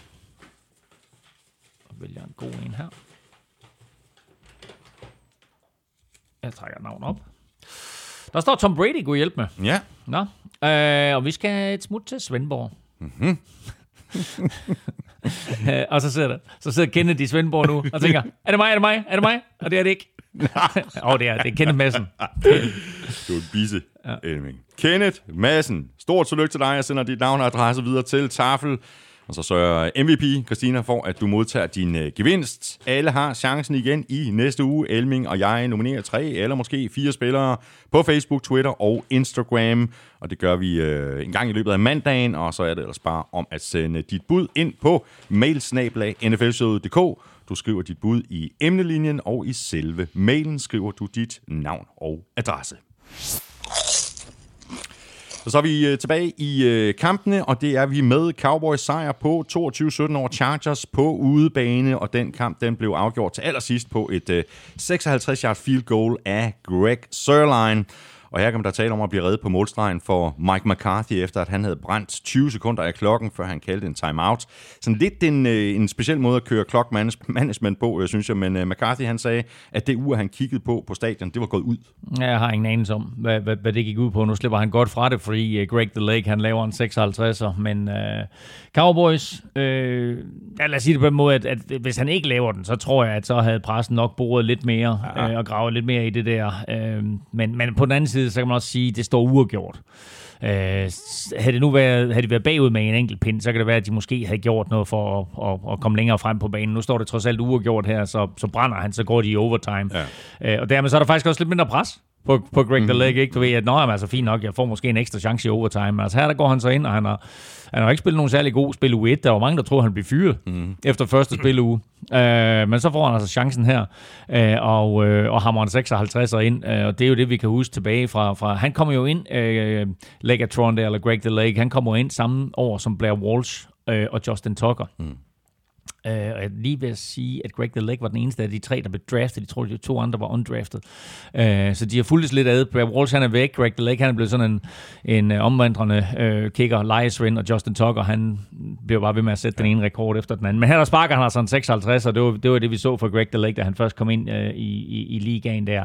Og vælger en god en her. Jeg trækker navn op. Der står Tom Brady, kunne hjælpe med. Ja. Nå, og vi skal et smut til Svendborg. Mm-hmm. Og så sidder Kenneth i Svendborg nu og tænker, er det mig? Og det er det ikke. Det er Kenneth Madsen. Du er en bisse, Elming. Kenneth Madsen, stort tillykke til dig. Jeg sender dit navn og adresse videre til Tafel. Og så sørger MVP, Christina, for, at du modtager din gevinst. Alle har chancen igen i næste uge. Elming og jeg nominerer 3 eller måske 4 spillere på Facebook, Twitter og Instagram. Og det gør vi en gang i løbet af mandagen. Og så er det ellers bare om at sende dit bud ind på mail@nflshowet.dk. Du skriver dit bud i emnelinjen, og i selve mailen skriver du dit navn og adresse. Så er vi tilbage i kampene, og det er vi med Cowboys sejr på 22-17 over Chargers på udebane, og den kamp den blev afgjort til allersidst på et 56-yard field goal af Greg Zuerlein. Og her kan man da tale om at blive reddet på målstregen for Mike McCarthy, efter at han havde brændt 20 sekunder af klokken, før han kaldte en timeout. Sådan lidt en speciel måde at køre clock management på, synes jeg, men McCarthy han sagde, at det uge, han kiggede på stadion, det var gået ud. Jeg har ingen anelse om, hvad det gik ud på. Nu slipper han godt fra det, fordi Greg the Lake, han laver en 56'er, men Cowboys, lad os sige det på en måde, at hvis han ikke laver den, så tror jeg, at så havde pressen nok boret lidt mere og gravet lidt mere i det der. Men på den anden side, så kan man også sige, at det står uafgjort. Havde de været bagud med en enkelt pind, så kan det være, at de måske havde gjort noget for at komme længere frem på banen. Nu står det trods alt uafgjort her, så brænder han, så går de i overtime. Ja. Og dermed så er der faktisk også lidt mindre pres på Greg the Lake, ikke? Du ved, at altså fint nok, jeg får måske en ekstra chance i overtime. Men altså her, der går han så ind, og han har ikke spillet nogen særlig god spil uge 1. Der var mange, der troede, han blev fyret efter første spilleuge. Men så får han altså chancen her, og hammer en 56'er ind. Og det er jo det, vi kan huske tilbage fra han kommer jo ind, Legatron der, eller Greg the Lake, han kommer ind samme år som Blair Walsh og Justin Tucker. Og jeg lige vil sige, at Greg the Lake var den eneste af de 3, der blev draftet. Jeg tror, de 2 andre var undrafted. Så de har fulgt lidt ad. Blair Walsh, han er væk. Greg the Lake, han er blevet sådan en omvandrende kicker. Elias Rinn og Justin Tucker, han bliver bare ved med at sætte den ene rekord efter den anden. Men her der sparker han altså en 56, og det var det, vi så for Greg the Lake, da han først kom ind i ligaen der.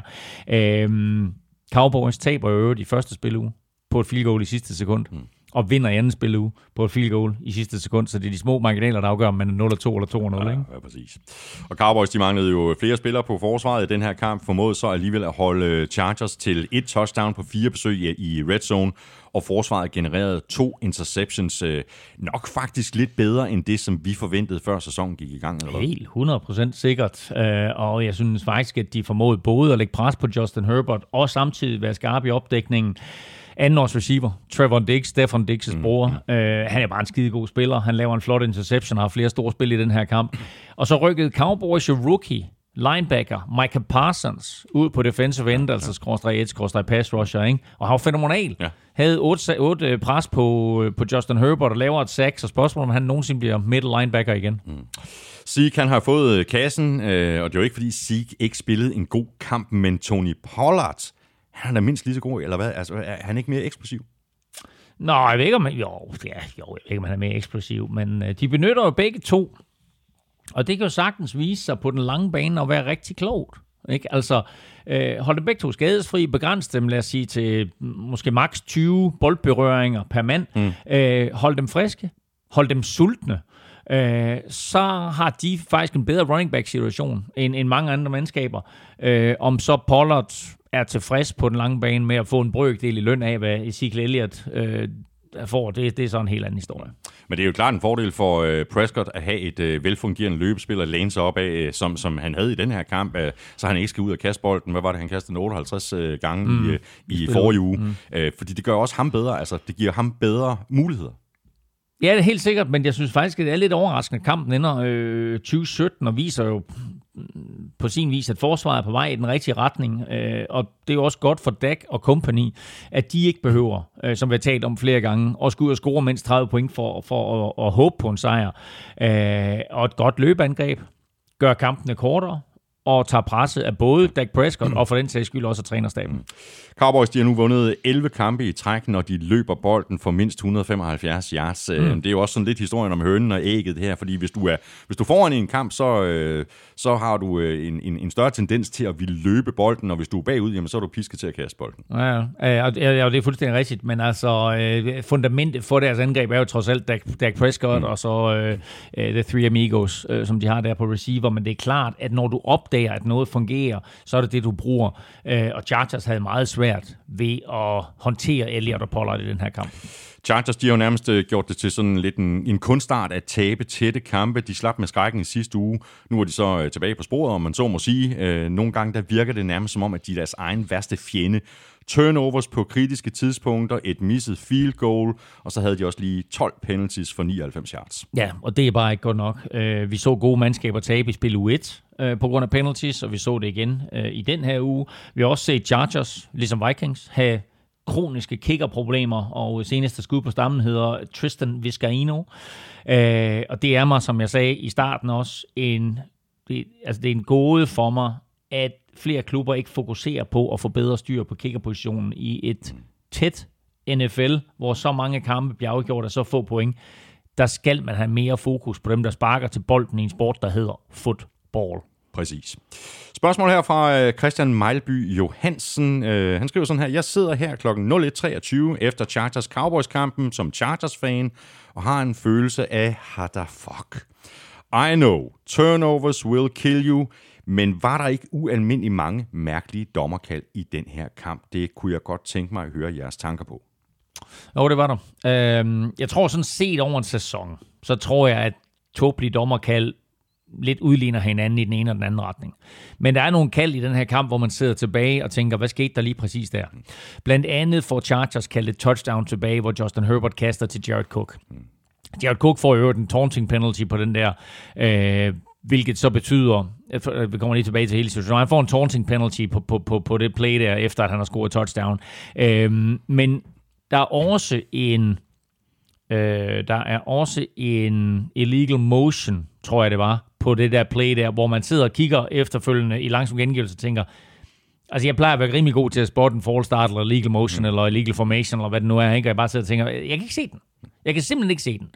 Cowboys taber jo i første spiluge på et field goal i sidste sekund. Og vinder i anden spiluge på et field goal i sidste sekund, så det er de små marginaler, der afgør, om man er 0-2 eller 2-0, ikke? Ja, præcis. Og Cowboys, de manglede jo flere spillere på forsvaret i den her kamp, formåede så alligevel at holde Chargers til 1 touchdown på 4 besøg i red zone, og forsvaret genererede 2 interceptions. Nok faktisk lidt bedre end det, som vi forventede, før sæsonen gik i gang. Eller? Helt 100% sikkert. Og jeg synes faktisk, at de formåede både at lægge pres på Justin Herbert, og samtidig være skarpe i opdækningen. Andenårs receiver, Trevor Diggs, Stefan Diggs' bror. Han er bare en skidegod spiller. Han laver en flot interception og har flere store spil i den her kamp. Og så rykkede Cowboys rookie linebacker Micah Parsons ud på defensive end, altså /pass rusher, ikke? Og han var fænomenal. Ja. Havde 8 pres på Justin Herbert og laver et sack, så spørgsmålet om han nogensinde bliver middle linebacker igen. Zeke, han har fået kassen, og det er jo ikke, fordi Zeke ikke spillede en god kamp, men Tony Pollard, han er mindst lige så god, eller hvad? Altså, er han ikke mere eksplosiv? Nå, jeg ved ikke, om jeg ved ikke, om han er mere eksplosiv, men de benytter jo begge to, og det kan jo sagtens vise sig på den lange bane at være rigtig klogt. Ikke? Altså, hold dem begge to skadesfri, begrænse dem, lad os sige, til måske maks 20 boldberøringer per mand. Hold dem friske, hold dem sultne. Så har de faktisk en bedre running back situation end mange andre mandskaber. Om så Pollard er tilfreds på den lange bane med at få en brøkdel i løn af, hvad Ezekiel Elliott får, det er så en helt anden historie. Men det er jo klart en fordel for Prescott at have et velfungerende løbespil at læne sig op af, som han havde i den her kamp, så han ikke skal ud og kaste bolden. Hvad var det, han kastede 58 gange i forrige uge? Fordi det gør også ham bedre, altså det giver ham bedre muligheder. Ja, det er helt sikkert, men jeg synes faktisk, at det er lidt overraskende. Kampen ender 2017 og viser jo på sin vis, at forsvaret er på vej i den rigtige retning. Og det er jo også godt for Dak og company, at de ikke behøver, som vi har talt om flere gange, at skulle ud og score mindst 30 point for at håbe på en sejr. Og et godt løbeangreb gør kampene kortere og tager presset af både Dak Prescott og for den sags skyld også af trænerstaben. Cowboys, de har nu vundet 11 kampe i træk, når de løber bolden for mindst 175 yards. Det er jo også sådan lidt historien om hønen og ægget her, fordi hvis du foran i en kamp, så har du en større tendens til at ville løbe bolden, og hvis du er bagud, jamen, så er du pisket til at kaste bolden. Ja, det er fuldstændig rigtigt, men altså fundamentet for deres angreb er jo trods alt Dak Prescott og så The Three Amigos, som de har der på receiver, men det er klart, at når du opdager, at noget fungerer, så er det det, du bruger. Og Chargers havde meget svært ved at håndtere Elliott og Pollard i den her kamp. Chargers, de har jo nærmest gjort det til sådan lidt en kunstart at tabe tætte kampe. De slap med skrækken i sidste uge. Nu er de så tilbage på sporet, om man så må sige. Nogle gange der virker det nærmest som om, at de er deres egen værste fjende. Turnovers på kritiske tidspunkter, et misset field goal, og så havde de også lige 12 penalties for 99 yards. Ja, og det er bare ikke godt nok. Vi så gode mandskaber tabe i spil uge 1 på grund af penalties, og vi så det igen i den her uge. Vi har også set Chargers, ligesom Vikings, have kroniske kickerproblemer, og seneste skud på stammen hedder Tristan Vizcaino. Og det er mig, som jeg sagde i starten også, det er en gåde for mig, at flere klubber ikke fokuserer på at få bedre styr på kickerpositionen i et tæt NFL, hvor så mange kampe bliver afgjort af så få point. Der skal man have mere fokus på dem, der sparker til bolden i en sport, der hedder football. Præcis. Spørgsmål her fra Christian Mejlby Johansen. Han skriver sådan her: Jeg sidder her kl. 01.23 efter Chargers-Cowboys-kampen som Chargers-fan og har en følelse af, fuck. I know, turnovers will kill you, men var der ikke ualmindelig mange mærkelige dommerkald i den her kamp? Det kunne jeg godt tænke mig at høre jeres tanker på. Jo, det var der. Jeg tror sådan set over en sæson, så tror jeg, at tåbelige dommerkald lidt udligner hinanden i den ene og den anden retning. Men der er nogle kald i den her kamp, hvor man sidder tilbage og tænker, hvad skete der lige præcis der? Blandt andet får Chargers kaldt et touchdown tilbage, hvor Justin Herbert kaster til Jared Cook. Jared Cook får jo en taunting penalty på den der, hvilket så betyder, vi kommer lige tilbage til hele situationen, han får en taunting penalty på det play der, efter at han har scoret touchdown. Men der er også en illegal motion, tror jeg det var, på det der play der, hvor man sidder og kigger efterfølgende i langsom gengivelse og tænker, altså jeg plejer at være rimelig god til at spotte en false start, eller illegal motion, eller illegal formation, eller hvad det nu er, ikke? Og jeg bare sidder og tænker, jeg kan ikke se den. Jeg kan simpelthen ikke se den.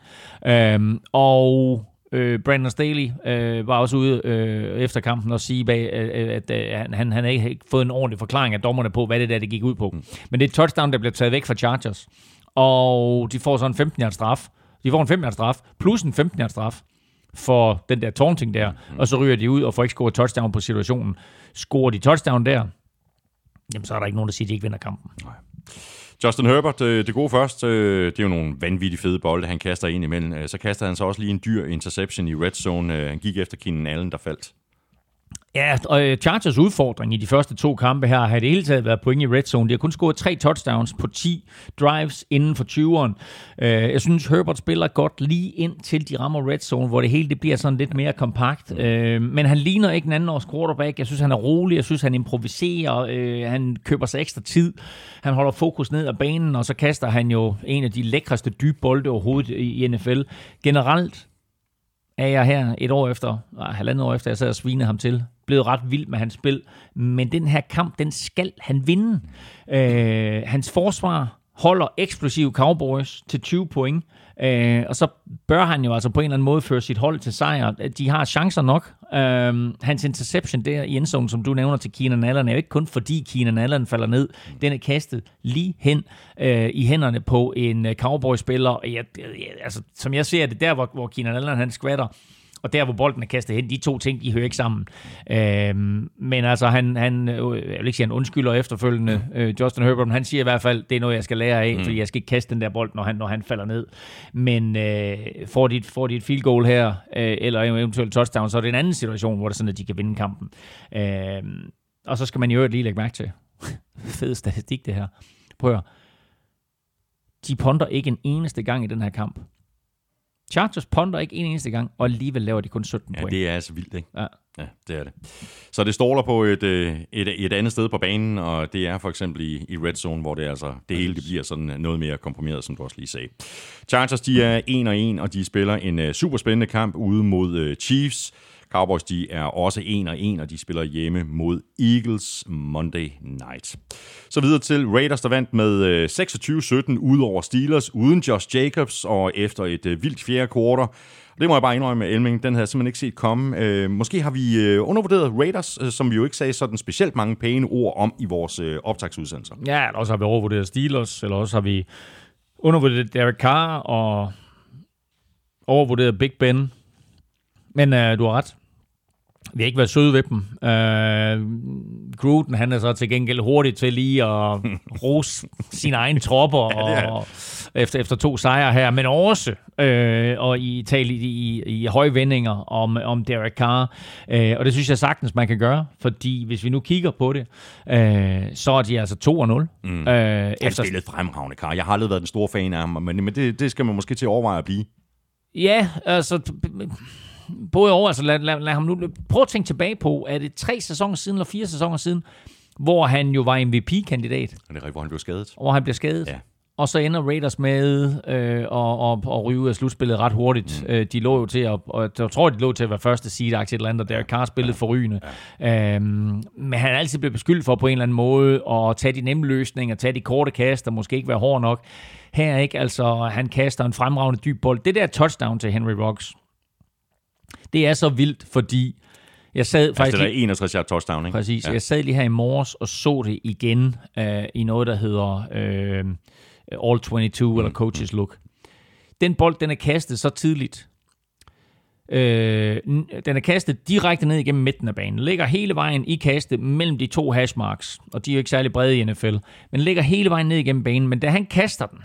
Brandon Staley var også ude efter kampen og sige, at han ikke havde fået en ordentlig forklaring af dommerne på, hvad det der det gik ud på. Men det er et touchdown, der bliver taget væk fra Chargers. Og de får så en 15-yard straf. De får en 5-yard straf, plus en 15-yard straf for den der taunting der. Og så ryger de ud og får ikke scoret touchdown på situationen. Scorer de touchdown der, jamen så er der ikke nogen, der siger, at de ikke vinder kampen. Nej. Justin Herbert, det gode først, det er jo nogle vanvittigt fede bolde, han kaster ind imellem. Så kaster han så også lige en dyr interception i red zone. Han gik efter Keenan Allen, der faldt. Ja, og Chargers udfordring i de første 2 kampe her har det hele taget været point i red zone. De har kun scoret 3 touchdowns på 10 drives inden for 20'eren. Jeg synes, Herbert spiller godt lige ind til de rammer red zone, hvor det hele det bliver sådan lidt mere kompakt. Men han ligner ikke en anden års quarterback. Jeg synes, han er rolig. Jeg synes, han improviserer. Han køber sig ekstra tid. Han holder fokus ned ad banen, og så kaster han jo en af de lækreste dybe bolde overhovedet i NFL. Generelt er jeg her halvandet år efter, jeg sad og svinede ham til, blevet ret vild med hans spil. Men den her kamp, den skal han vinde. Hans forsvar holder eksplosive Cowboys til 20 point. Og så bør han jo altså på en eller anden måde føre sit hold til sejr. De har chancer nok. Hans interception der i endzone, som du nævner til Keenan Allen, er jo ikke kun fordi Keenan Allen falder ned. Den er kastet lige hen i hænderne på en Cowboy-spiller. Altså, som jeg ser det, der hvor Keenan Allen han skvatter, Og der, hvor bolden er kastet hen, de to ting, de hører ikke sammen. Men altså, han jeg vil ikke sige, han undskylder efterfølgende. Justin Herbert, han siger i hvert fald, det er noget, jeg skal lære af, fordi jeg skal ikke kaste den der bold, når han falder ned. Men får de et field goal her, eller eventuelt touchdown, så er det en anden situation, hvor det er sådan, at de kan vinde kampen. Og så skal man jo lige lægge mærke til. Fed statistik, det her. Prøv at høre. De punter ikke en eneste gang i den her kamp. Chargers punter ikke en eneste gang, og alligevel laver de kun 17 point. Ja, det er altså vildt, ikke? Ja, det er det. Så det ståler på et andet sted på banen, og det er for eksempel i red zone, hvor det hele det bliver sådan noget mere komprimeret, som du også lige sagde. Chargers, de er 1-1, og de spiller en super spændende kamp ude mod Chiefs. Cowboys, de er også 1-1, og de spiller hjemme mod Eagles Monday Night. Så videre til Raiders, der vandt med 26-17 ud over Steelers, uden Josh Jacobs, og efter et vildt fjerde kvartal. Det må jeg bare indrømme med Elming, den havde jeg simpelthen ikke set komme. Måske har vi undervurderet Raiders, som vi jo ikke sagde sådan specielt mange pæne ord om i vores optagsudsendelser. Ja, eller også har vi overvurderet Steelers, eller også har vi undervurderet Derek Carr, og overvurderet Big Ben. Men du har ret. Vi har ikke været søde ved dem. Gruden, han er så til gengæld hurtigt til lige at rose sine egne tropper og efter 2 sejre her, men også og tale i høje vendinger om Derek Carr. Og det synes jeg sagtens, man kan gøre, fordi hvis vi nu kigger på det, så er de altså 2-0. Han spillede fremragende, Carr. Jeg har aldrig været den store fan af ham, men det skal man måske til at overveje at blive. Ja, altså både over, altså lad ham nu prøv at tænke tilbage på, er det 3 sæsoner siden eller 4 sæsoner siden, hvor han jo var MVP-kandidat. Og det er rigtigt, hvor han blev skadet. Hvor han blev skadet. Ja. Og så ender Raiders med at ryge ud af slutspillet ret hurtigt. De lå jo til jeg tror, de lå til at være første seed-aktie et eller andet, og Derek Carr spillede forrygende. Men han er altid blevet beskyldt for på en eller anden måde at tage de nemme løsninger, tage de korte kast, og måske ikke være hård nok. Her ikke, altså han kaster en fremragende dyb bold. Det der touchdown til Henry Ruggs, det er så vildt, fordi jeg sad faktisk... Altså, det er 61 yard touchdown, ikke? Præcis. Ja. Jeg sad lige her i morges og så det igen i noget, der hedder All 22 eller Coaches Look. Den bold, den er kastet så tidligt. Den er kastet direkte ned igennem midten af banen. Ligger hele vejen i kastet mellem de 2 hashmarks, og de er jo ikke særlig brede i NFL, men ligger hele vejen ned igennem banen. Men da han kaster den,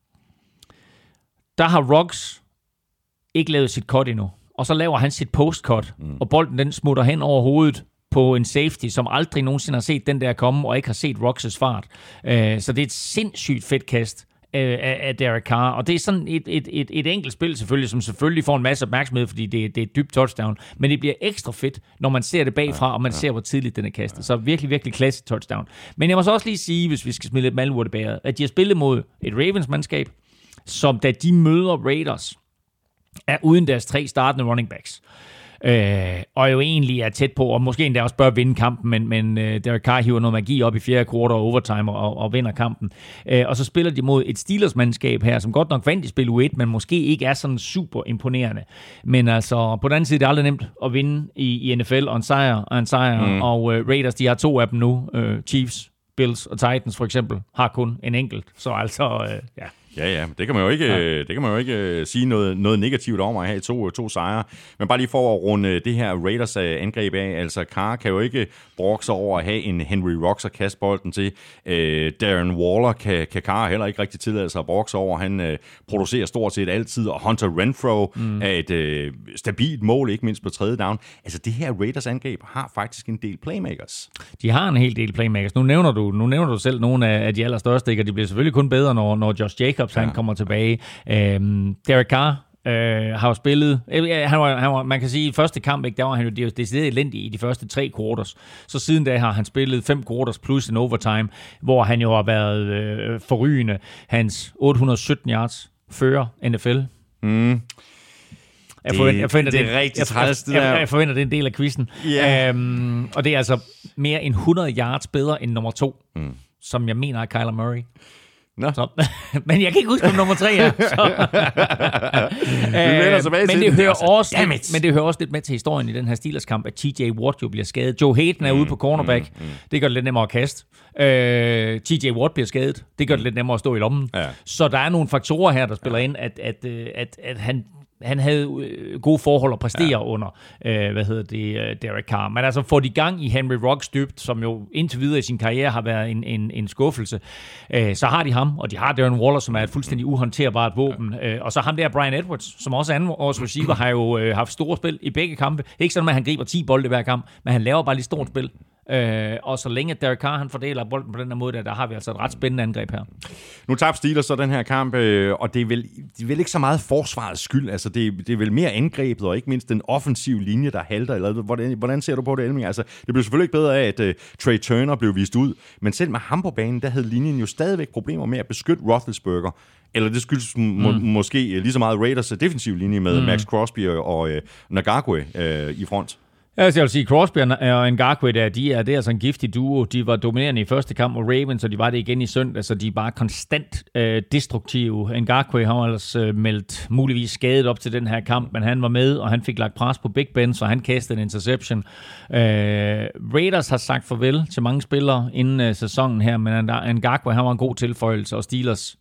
der har Ruggs ikke lavet sit cut endnu. Og så laver han sit postcut, og bolden den smutter hen over hovedet på en safety, som aldrig nogensinde har set den der komme, og ikke har set Ruggs' fart. Så det er et sindssygt fedt kast af Derek Carr, og det er sådan et enkelt spil selvfølgelig, som selvfølgelig får en masse opmærksomhed, fordi det er et dybt touchdown, men det bliver ekstra fedt, når man ser det bagfra, og man ser, hvor tidligt den er kastet. Så virkelig, virkelig klasse touchdown. Men jeg må så også lige sige, hvis vi skal smide lidt malurt i bæret, at de har spillet mod et Ravens-mandskab, som da de møder Raiders, er uden deres 3 startende running backs. Og jo egentlig er tæt på, og måske endda også bør vinde kampen, men Derek Carr hiver noget magi op i 4. kvartal og overtime og vinder kampen. Og så spiller de mod et Steelers-mandskab her, som godt nok vandt i spil U1, men måske ikke er sådan super imponerende. Men altså, på den anden side, det er aldrig nemt at vinde i NFL, og en sejr. Og Raiders, de har 2 af dem nu. Chiefs, Bills og Titans for eksempel, har kun en enkelt. Så altså, ja. Ja, det kan man jo ikke, sige noget negativt om at have to sejre. Men bare lige for at runde det her Raiders angreb af, altså Carr kan jo ikke brokke sig over at have en Henry Ruggs at kaste bolden til. Darren Waller kan Carr heller ikke rigtig tillade sig at brokke sig over. Han producerer stort set altid, og Hunter Renfrow er et stabilt mål, ikke mindst på 3. down. Altså det her Raiders angreb har faktisk en del playmakers. De har en hel del playmakers. Nu nævner du selv nogle af de allerstørste, ikke? Og de bliver selvfølgelig kun bedre, når Josh Jacobs han kommer tilbage. Derek Carr har jo spillet... man kan sige, at i første kamp, ikke, der var han jo decideret elendig i de første 3 quarters. Så siden da har han spillet 5 quarters plus en overtime, hvor han jo har været forrygende. Hans 817 yards fører NFL. Jeg forventer, det er rigtig træls, det der. Jeg forventer, det er en del af quizzen. Yeah. Og det er altså mere end 100 yards bedre end nummer 2, som jeg mener er Kyler Murray. No. Så, men jeg kan ikke huske, om nummer 3 er. Men det hører også lidt med til historien i den her Steelers-kamp, at TJ Watt jo bliver skadet. Joe Hayden er ude på cornerback. Det gør det lidt nemmere at kaste. TJ Watt bliver skadet. Det gør det lidt nemmere at stå i lommen. Ja. Så der er nogle faktorer her, der spiller ind, at han han havde gode forhold at præstere under, Derek Carr. Men altså får de gang i Henry Ruggs dybt, som jo indtil videre i sin karriere har været en skuffelse, så har de ham, og de har Darren Waller, som er et fuldstændig uhåndterbart våben. Og så ham der Brian Edwards, som også er anden års receiver, har jo haft store spil i begge kampe. Ikke sådan, at han griber 10 bolde hver kamp, men han laver bare lige stort spil. Og så længe Derek Carr han fordeler bolden på den her måde, der har vi altså et ret spændende angreb her. Nu tabte Steelers så den her kamp, og det er vel ikke så meget forsvarets skyld. Altså det er vel mere angrebet, og ikke mindst den offensive linje, der halter. Eller hvordan ser du på det, Elming? Altså, det blev selvfølgelig ikke bedre af, at Trey Turner blev vist ud, men selv med ham på banen, der havde linjen jo stadigvæk problemer med at beskytte Roethlisberger. Eller det skyldes måske lige så meget Raiders defensiv linje med Max Crosby og Ngakoue i front. Ja, jeg vil sige, Crosby og Ngakoue, det er altså en giftig duo. De var dominerende i første kamp mod Ravens, og de var det igen i søndag, så de er bare konstant destruktive. Ngakoue har ellers meldt muligvis skadet op til den her kamp, men han var med, og han fik lagt pres på Big Ben, så han kastede en interception. Raiders har sagt farvel til mange spillere inden sæsonen her, men Ngakoue, han var en god tilføjelse, og Steelers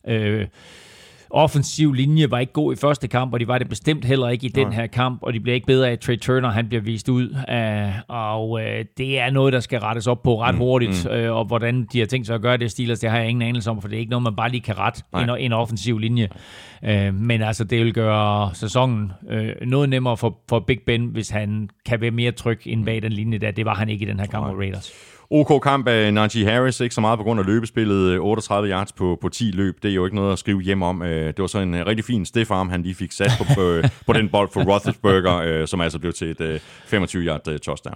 offensiv linje var ikke god i første kamp, og de var det bestemt heller ikke i den her kamp, og de bliver ikke bedre af, at Trey Turner han bliver vist ud. Og det er noget, der skal rettes op på ret hurtigt, og hvordan de har tænkt sig at gøre det, Steelers, det har jeg ingen anelse om, for det er ikke noget, man bare lige kan rette en offensiv linje. Men altså, det vil gøre sæsonen noget nemmere for Big Ben, hvis han kan være mere tryg ind bag den linje der. Det var han ikke i den her kamp mod Raiders. OK kamp af Najee Harris, ikke så meget på grund af løbespillet, 38 yards på 10 løb, det er jo ikke noget at skrive hjem om. Det var så en rigtig fin stiff arm, han lige fik sat på den bold for Roethlisberger, som altså blev til et 25-yard touchdown.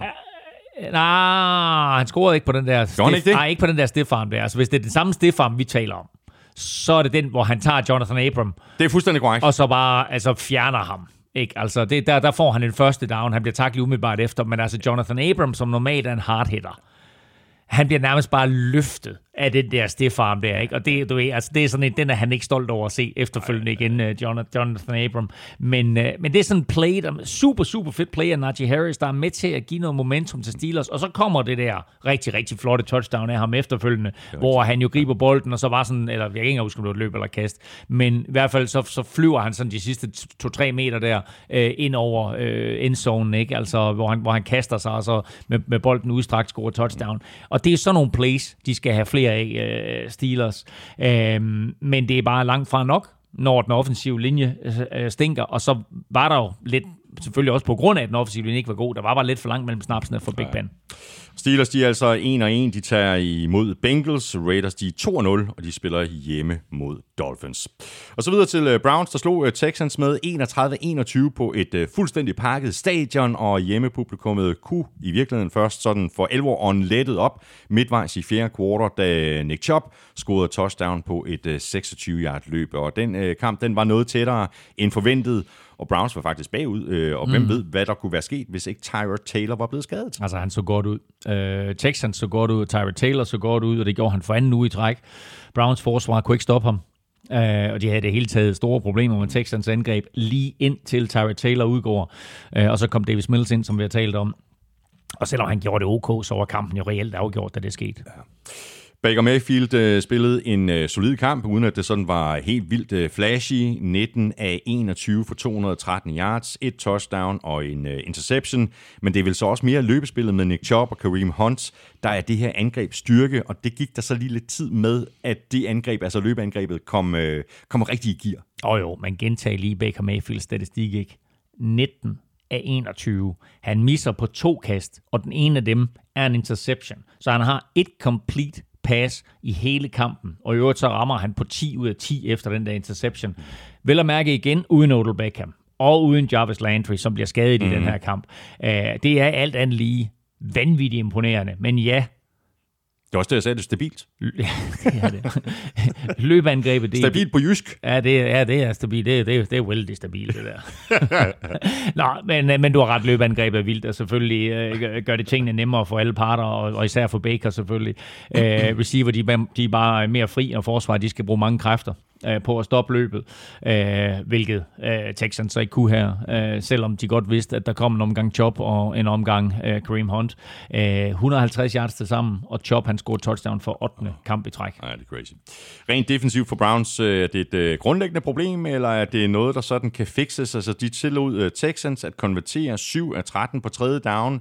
Nej, han scorede ikke på den der ikke på den der stiff arm der. Altså, hvis det er den samme stiff arm, vi taler om, så er det den, hvor han tager Jonathan Abram. Det er fuldstændig korrekt. Og så bare fjerner ham. Ikke? Altså, der får han en første down, han bliver tacklet umiddelbart efter, men altså Jonathan Abram, som normalt er en hard hitter, han bliver nærmest bare løftet af den der stiffarm der, ikke? Og det er sådan den er han ikke stolt over at se efterfølgende igen, Jonathan Abram. Men det er sådan en play, super, super fedt play af Najee Harris, der er med til at give noget momentum til Steelers, og så kommer det der rigtig, rigtig flotte touchdown af ham efterfølgende, hvor han jo griber bolden, og så var sådan, eller jeg kan ikke huske, om det var et løb eller kast, men i hvert fald så flyver han sådan de sidste 2-3 meter der ind over endzonen, ikke? Altså, hvor han kaster sig, og så med bolden udstrakt scorer touchdown. Og det er sådan nogle plays, de skal have flere af Steelers. Men det er bare langt fra nok, når den offensive linje stinker. Og så var der jo lidt, selvfølgelig også på grund af, at den offensive linje ikke var god, der var bare lidt for langt mellem snapsene for Big Ben. Steelers, de er altså 1-1. De tager imod Bengals. Raiders, de er 2-0, og de spiller hjemme mod Dolphins. Og så videre til Browns, der slog Texans med 31-21 på et fuldstændig pakket stadion, og hjemmepublikummet kunne i virkeligheden først sådan for 11 år lettet op midtvejs i fjerde kvartal, da Nick Chubb scorede touchdown på et 26-yard løb. Og den kamp, den var noget tættere end forventet, og Browns var faktisk bagud, og hvem ved, hvad der kunne være sket, hvis ikke Tyrod Taylor var blevet skadet. Altså, han så godt ud. Texans så godt ud, Tyrod Taylor så godt ud, og det gjorde han for anden uge i træk. Browns forsvar kunne ikke stoppe ham, og de havde det hele taget store problemer med Texans angreb, lige indtil Tyrod Taylor udgår. Og så kom Davis Mills ind, som vi har talt om. Og selvom han gjorde det ok, så var kampen jo reelt afgjort, da det skete. Ja. Baker Mayfield spillede en solid kamp, uden at det sådan var helt vildt flashy. 19 af 21 for 213 yards, et touchdown og en interception. Men det er vel så også mere løbespillet med Nick Chubb og Kareem Hunt, der er det her angreb styrke, og det gik der så lige lidt tid med, at det angreb, altså løbeangrebet, kom rigtig i gear. Jo, man gentager lige Baker Mayfields statistik, ikke? 19 af 21. Han misser på 2 kast, og den ene af dem er en interception. Så han har et complete pass i hele kampen, og i øvrigt så rammer han på 10 ud af 10 efter den der interception. Vel at mærke igen uden Odell Beckham og uden Jarvis Landry, som bliver skadet i den her kamp. Det er alt andet lige vanvittigt imponerende, men ja. Det er også det, jeg sagde, det er stabilt. Ja, det er det. Løbeangrebet, det er... Stabilt på jysk. Ja, det er stabilt. Det er vældig stabilt, det der. Nå, men du har ret, løbeangrebet er vildt, og selvfølgelig gør det tingene nemmere for alle parter, og især for Baker selvfølgelig. Receiver, de er bare mere fri, og forsvar, de skal bruge mange kræfter. på at stoppe løbet, hvilket Texans så ikke kunne her, selvom de godt vidste, at der kom en omgang Chubb og en omgang Kareem Hunt. 150 yards til sammen, og Chubb han scorede touchdown for 8. kamp i træk. Ja, det er crazy. Rent defensivt for Browns, er det et grundlæggende problem, eller er det noget, der sådan kan fikses? Altså, de tillod Texans at konvertere 7 af 13 på tredje down.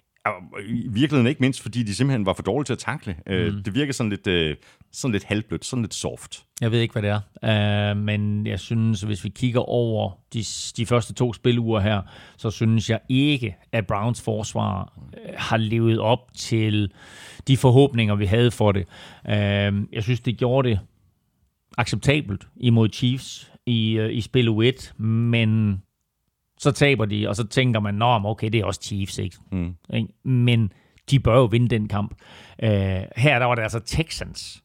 I virkeligheden ikke mindst, fordi de simpelthen var for dårlige til at tackle. Det virker sådan lidt halvblødt, sådan lidt soft. Jeg ved ikke, hvad det er, men jeg synes, hvis vi kigger over de første 2 spiluger her, så synes jeg ikke, at Browns forsvar har levet op til de forhåbninger, vi havde for det. Jeg synes, det gjorde det acceptabelt imod Chiefs i spil U1, men så taber de, og så tænker man, okay, det er også Chiefs, ikke? Men de bør jo vinde den kamp. Her der var det altså Texans,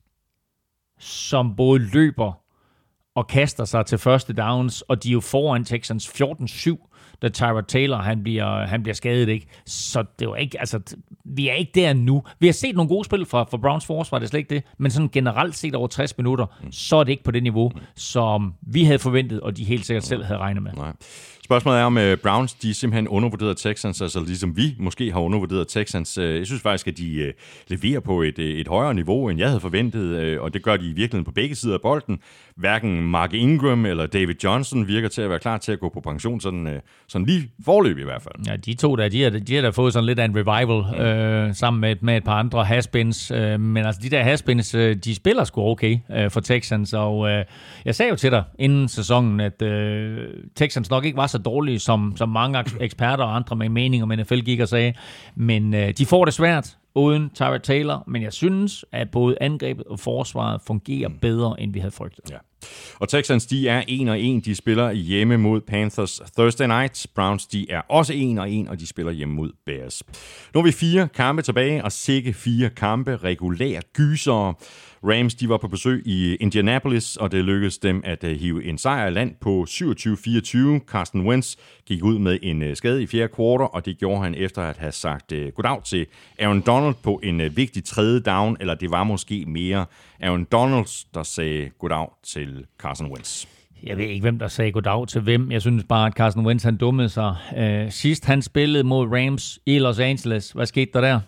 som både løber og kaster sig til første downs, og de er jo foran Texans 14-7, da Tyrod Taylor han bliver skadet, ikke? Så det var ikke, altså, vi er ikke der nu. Vi har set nogle gode spil fra Browns forsvar, det er slet ikke det, men sådan generelt set over 60 minutter, så er det ikke på det niveau, som vi havde forventet, og de helt sikkert selv havde regnet med. Nej. Spørgsmålet er, om Browns, de simpelthen undervurderede Texans, altså ligesom vi måske har undervurderet Texans. Jeg synes faktisk, at de leverer på et højere niveau, end jeg havde forventet, og det gør de i virkeligheden på begge sider af bolden. Hverken Mark Ingram eller David Johnson virker til at være klar til at gå på pension, sådan lige forløb i hvert fald. Ja, de to der, de har da fået sådan lidt af en revival, sammen med et par andre has-beens, men altså de der has-beens, de spiller sgu okay for Texans, og jeg sagde jo til dig inden sæsonen, at Texans nok ikke var så dårlige, som mange eksperter og andre med mening om NFL gik og sagde. Men de får det svært uden Tyrod Taylor, men jeg synes, at både angrebet og forsvaret fungerer bedre, end vi havde frygtet. Ja. Og Texans, de er 1-1. De spiller hjemme mod Panthers Thursday night. Browns, de er også 1-1, og de spiller hjemme mod Bears. Nu har vi 4 kampe tilbage, og sikke 4 kampe, regulære gysere. Rams, de var på besøg i Indianapolis, og det lykkedes dem at hive en sejr i land på 27-24. Carson Wentz gik ud med en skade i fjerde kvartal, og det gjorde han efter at have sagt goddag til Aaron Donald på en vigtig tredje down, eller det var måske mere Aaron Donald, der sagde goddag til Carson Wentz. Jeg ved ikke, hvem der sagde goddag til hvem. Jeg synes bare, at Carson Wentz han dummede sig. Sidst han spillede mod Rams i Los Angeles. Hvad skete der der?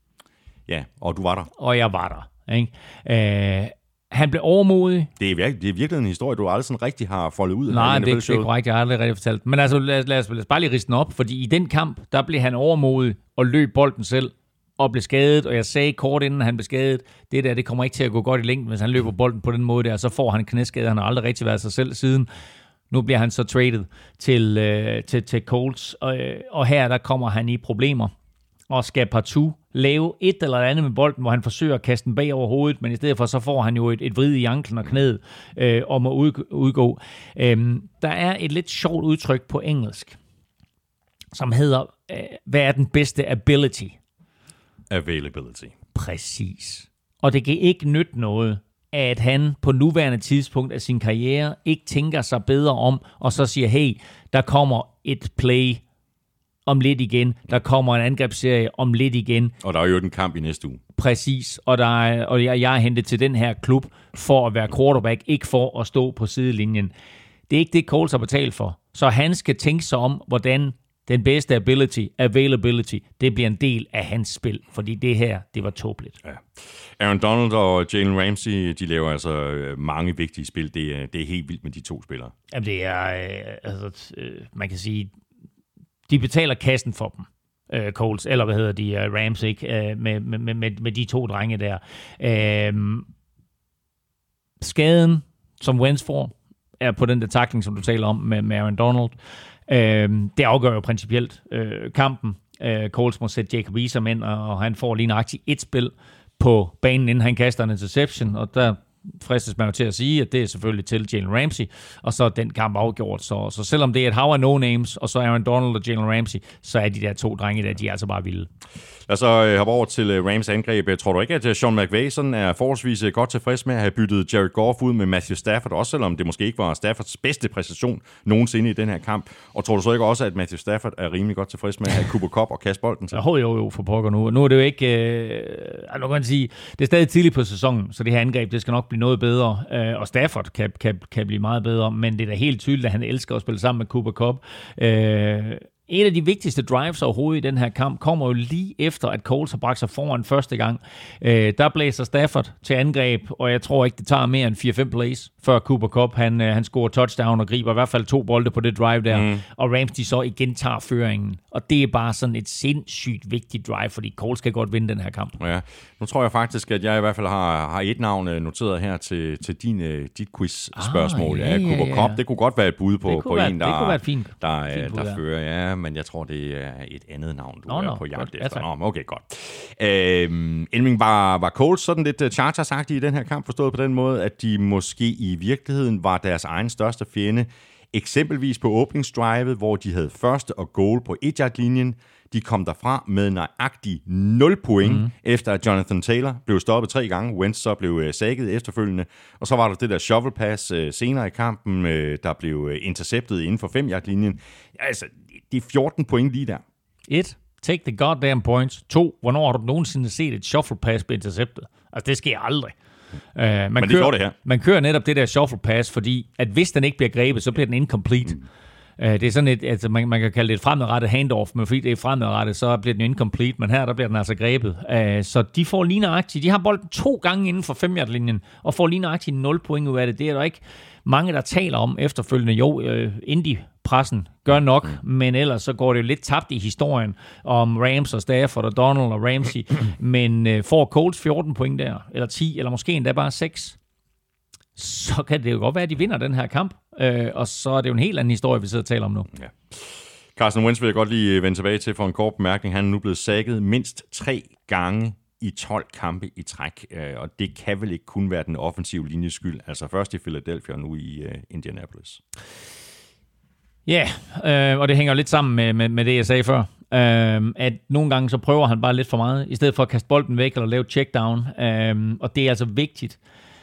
Ja, og du var der. Og jeg var der. Ikke? Han blev overmodig. Det er virkelig en historie, du aldrig sådan rigtig har foldet ud. Nej, det er ikke korrekt. Jeg har aldrig rigtig fortalt. Men altså, lad os bare lige riste den op, fordi i den kamp, der blev han overmodig og løb bolden selv og blev skadet, og jeg sagde kort inden han blev skadet, det kommer ikke til at gå godt i længden, hvis han løber bolden på den måde der, så får han en knæskade. Han har aldrig rigtig været sig selv siden. Nu bliver han så traded til Colts, og her der kommer han i problemer og skal partout lave et eller andet med bolden, hvor han forsøger at kaste den bag over hovedet, men i stedet for så får han jo et vrid i anklen og knæet og må udgå. Der er et lidt sjovt udtryk på engelsk, som hedder, hvad er den bedste ability? Availability. Præcis. Og det kan ikke nytte noget, at han på nuværende tidspunkt af sin karriere ikke tænker sig bedre om, og så siger, hey, der kommer et play om lidt igen, der kommer en angrebsserie om lidt igen. Og der er jo en kamp i næste uge. Præcis, og jeg er hentet til den her klub for at være quarterback, ikke for at stå på sidelinjen. Det er ikke det, Colts har betalt for. Så han skal tænke sig om, hvordan den bedste availability, det bliver en del af hans spil, fordi det her, det var tåbeligt. Ja. Aaron Donald og Jalen Ramsey, de laver altså mange vigtige spil. Det er helt vildt med de to spillere. Jamen det er, man kan sige, de betaler kassen for dem, Colts, eller hvad hedder de, Rams, ikke? Med de to drenge der. Skaden, som Wentz får, er på den der tackling, som du taler om med Aaron Donald. Det afgør jo principielt kampen. Colts må sætte Jacob Eason ind, og han får lige nøjagtigt et spil på banen, inden han kaster en interception, og der fristes man jo til at sige, at det er selvfølgelig til Jalen Ramsey, og så er den kamp afgjort. Så selvom det er et hav af no-names, og så Aaron Donald og Jalen Ramsey, så er de der to drenge der, de er altså bare vilde. Lad os så hoppe over til Rams angreb. Tror du ikke, at Sean McVay sådan er forholdsvis godt tilfreds med at have byttet Jared Goff ud med Matthew Stafford, også selvom det måske ikke var Staffords bedste præstation nogensinde i den her kamp? Og tror du så ikke også, at Matthew Stafford er rimelig godt tilfreds med at have Cooper Kupp og kaste bolden til? Jo, for pokker nu. Nu er det jo ikke... nu kan man sige, det er stadig tidligt på sæsonen, så det her angreb, det skal nok blive noget bedre, og Stafford kan blive meget bedre, men det er da helt tydeligt, at han elsker at spille sammen med Cooper Kupp. En af de vigtigste drives overhovedet i den her kamp kommer jo lige efter, at Colts har bragt sig foran første gang. Der blæser Stafford til angreb, og jeg tror ikke, det tager mere end 4-5 plays, før Cooper Kupp han scorer touchdown og griber i hvert fald 2 bolde på det drive der. Og Rams de så igen tager føringen. Og det er bare sådan et sindssygt vigtigt drive, fordi Colts kan godt vinde den her kamp. Ja, nu tror jeg faktisk, at jeg i hvert fald har et navn noteret her til dit quiz-spørgsmål. Ja, Cooper Kupp, det kunne godt være et bud på en, der fører. Ja, men jeg tror, det er et andet navn, du er på jagt efter. Okay, godt. Elming, var Colts sådan lidt Chargers-agtige i den her kamp, forstået på den måde, at de måske i virkeligheden var deres egen største fjende, eksempelvis på åbningsdrivet, hvor de havde første og goal på 1-yard-linjen. De kom derfra med nøjagtigt 0 point, efter at Jonathan Taylor blev stoppet 3 gange. Wentz så blev sækket efterfølgende. Og så var der det der shovel pass senere i kampen, der blev interceptet inden for 5-yard-linjen. Altså, det er 14 point lige der. 1. Take the goddamn points. 2. Hvornår har du nogensinde set et shuffle pass blive interceptet? Altså, det sker aldrig. Men det gjorde det her. Man kører netop det der shuffle pass, fordi at hvis den ikke bliver grebet, så bliver den incomplete. Det er sådan et, altså man kan kalde det et fremadrettet handoff, men fordi det er fremadrettet, så bliver den incomplete, men her der bliver den altså grebet. Så de får lige nøjagtigt, de har bolden 2 gange inden for 5-yard-linjen, og får lige nøjagtigt 0 point ud af det. Det er der ikke mange, der taler om efterfølgende. Jo, indie-pressen gør nok, men ellers så går det jo lidt tabt i historien om Rams og Stafford og Donald og Ramsey, men får Colts 14 point der, eller 10, eller måske endda bare 6, så kan det jo godt være, at de vinder den her kamp. Og så er det jo en helt anden historie, vi sidder og taler om nu. Ja. Carson Wentz vil jeg godt lige vende tilbage til for en kort bemærkning. Han er nu blevet sækket mindst 3 gange i 12 kampe i træk. Og det kan vel ikke kun være den offensive linjes skyld. Altså først i Philadelphia og nu i Indianapolis. Ja, og det hænger lidt sammen med det, jeg sagde før. At nogle gange så prøver han bare lidt for meget, i stedet for at kaste bolden væk eller lave et checkdown. Og det er altså vigtigt,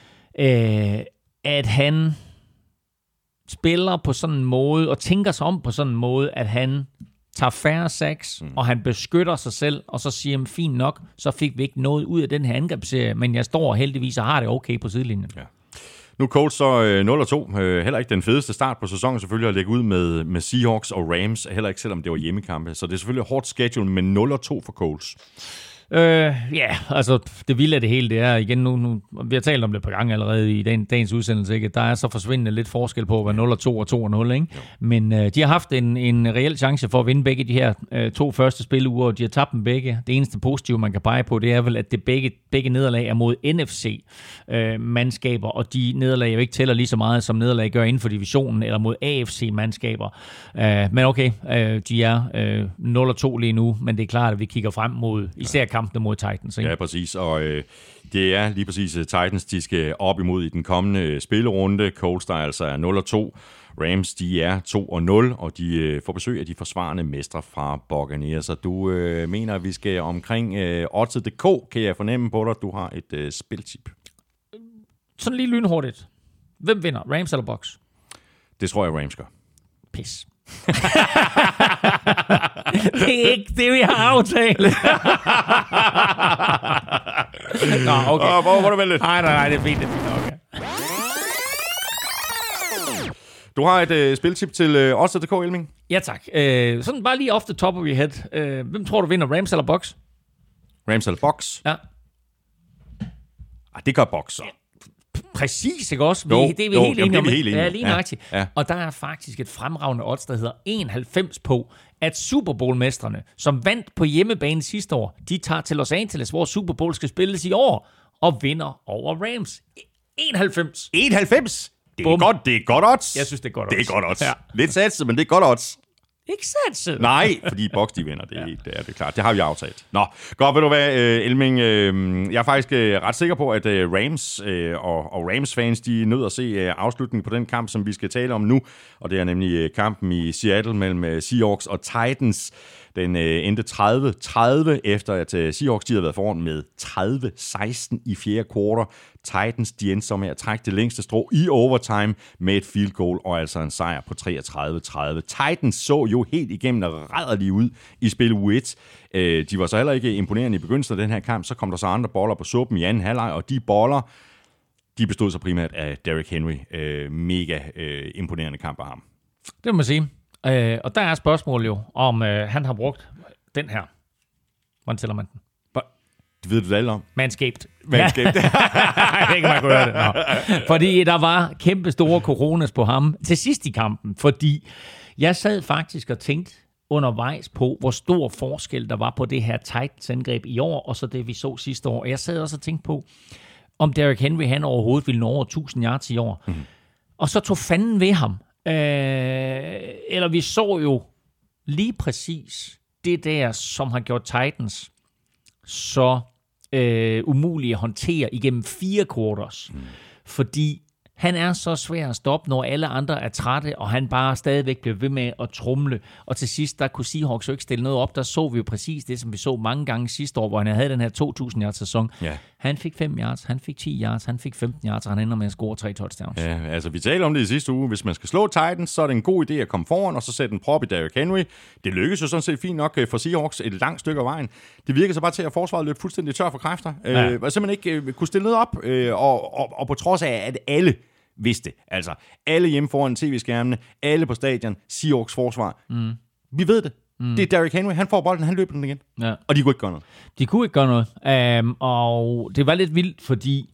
at han spiller på sådan en måde, og tænker sig om på sådan en måde, at han tager færre sacks, og han beskytter sig selv, og så siger han, fint nok, så fik vi ikke noget ud af den her angrebsserie, men jeg står heldigvis og har det okay på sidelinjen. Ja. Nu Colts så 0-2. Heller ikke den fedeste start på sæsonen selvfølgelig at lægge ud med Seahawks og Rams, heller ikke selvom det var hjemmekampe. Så det er selvfølgelig hårdt schedule, men 0-2 for Colts. Ja, altså det vilde af det hele, det er igen nu vi har talt om det et par gange allerede i dagens udsendelse, ikke? Der er så forsvindende lidt forskel på at være 0-2 og 2-0, ikke? Men de har haft en reel chance for at vinde begge de her 2 første spilleuger, og de har tabt dem begge. Det eneste positive, man kan pege på, det er vel, at det begge nederlag er mod NFC-mandskaber, og de nederlag jo ikke tæller lige så meget, som nederlag gør inden for divisionen, eller mod AFC-mandskaber. Men okay, de er 0-2 lige nu, men det er klart, at vi kigger frem mod især kampene mod Titans, ikke? Ja, præcis, og det er lige præcis Titans, de skal op imod i den kommende spillerunde. Colts, der altså er 0-2. Rams, de er 2-0, og de får besøg af de forsvarende mestre fra Buccaneers. Så du mener, at vi skal omkring Odds.dk, kan jeg fornemme på dig, du har et spiltip. Sådan lige lynhurtigt. Hvem vinder, Rams eller Bucs? Det tror jeg, Rams gør. Pis. Det er ikke det, vi har aftalt. Nå, okay. Hvor er du vel lidt? Nej, det er fint. Okay. Du har et spiltip til Odds.dk, Elming? Ja, tak. Sådan bare lige off the top of your head. Hvem tror du vinder, Rams eller Bucs? Rams eller Bucs? Ja. Det gør Bucs så. Præcis, ikke også? Det er vi helt enige om. Ja, lige nøjagtigt. Ja. Og der er faktisk et fremragende odds, der hedder 91 på, at Super Bowl-mestrene, som vandt på hjemmebane sidste år, de tager til Los Angeles, hvor Super Bowl skal spilles i år, og vinder over Rams. 91! 91? Det er godt odds. Jeg synes, det er godt odds. Det er godt odds. Ja. Lidt satset, men det er godt odds. Ikke satset. Nej, fordi Bucs de vinder, det er klart. Det har vi aftalt. Nå, godt, ved du hvad, Elming, jeg er faktisk ret sikker på, at Rams og Rams-fans, de er nødt at se afslutningen på den kamp, som vi skal tale om nu, og det er nemlig kampen i Seattle mellem Seahawks og Titans. Den endte 30-30, efter at Seahawks de havde været foran med 30-16 i fjerde kvartal. Titans de endte så med at trække det længste strå i overtime med et field goal og altså en sejr på 33-30. Titans så jo helt igennem rædderlige ud i spil uge 1. De var så heller ikke imponerende i begyndelsen af den her kamp. Så kom der så andre boller på suppen i anden halvleg, og de boller, de bestod så primært af Derrick Henry. Mega imponerende kamp af ham. Det må man sige. Og der er spørgsmålet jo, om han har brugt den her. Hvordan tæller man den? Det ved du alle om. Manscaped. Manscaped. Jeg ikke, man kunne høre det. Nå. Fordi der var kæmpe store coronas på ham til sidst i kampen. Fordi jeg sad faktisk og tænkte undervejs på, hvor stor forskel der var på det her Titans-angreb i år, og så det, vi så sidste år. Og jeg sad også og tænkte på, om Derrick Henry han overhovedet ville nå over 1000 yards i år. Mm. Og så tog fanden ved ham. Eller vi så jo lige præcis det der, som har gjort Titans så umulige at håndtere igennem 4 quarters. Fordi han er så svær at stoppe, når alle andre er trætte, og han bare stadigvæk bliver ved med at trumle. Og til sidst, der kunne Seahawks jo ikke stille noget op. Der så vi jo præcis det, som vi så mange gange sidste år, hvor han havde den her 2000 yards sæson. Ja. Han fik 5 yards, han fik 10 yards, han fik 15 yards, og han ender med at score 3 touchdowns. Ja, altså vi talte om det i sidste uge. Hvis man skal slå Titans, så er det en god idé at komme foran, og så sætte en prop i Derrick Henry. Det lykkedes jo sådan set fint nok for Seahawks et langt stykke af vejen. Det virker så bare til, at forsvaret løb fuldstændig tør for kræfter. Og simpelthen ikke kunne stille noget op, og på trods af, at alle vidste. Altså, alle hjemme foran tv-skærmene, alle på stadion, Seahawks forsvar. Mm. Vi ved det. Det er Derrick Henry. Han får bolden, han løber den igen. Ja. Og de kunne ikke gøre noget. De kunne ikke gøre noget. Og det var lidt vildt, fordi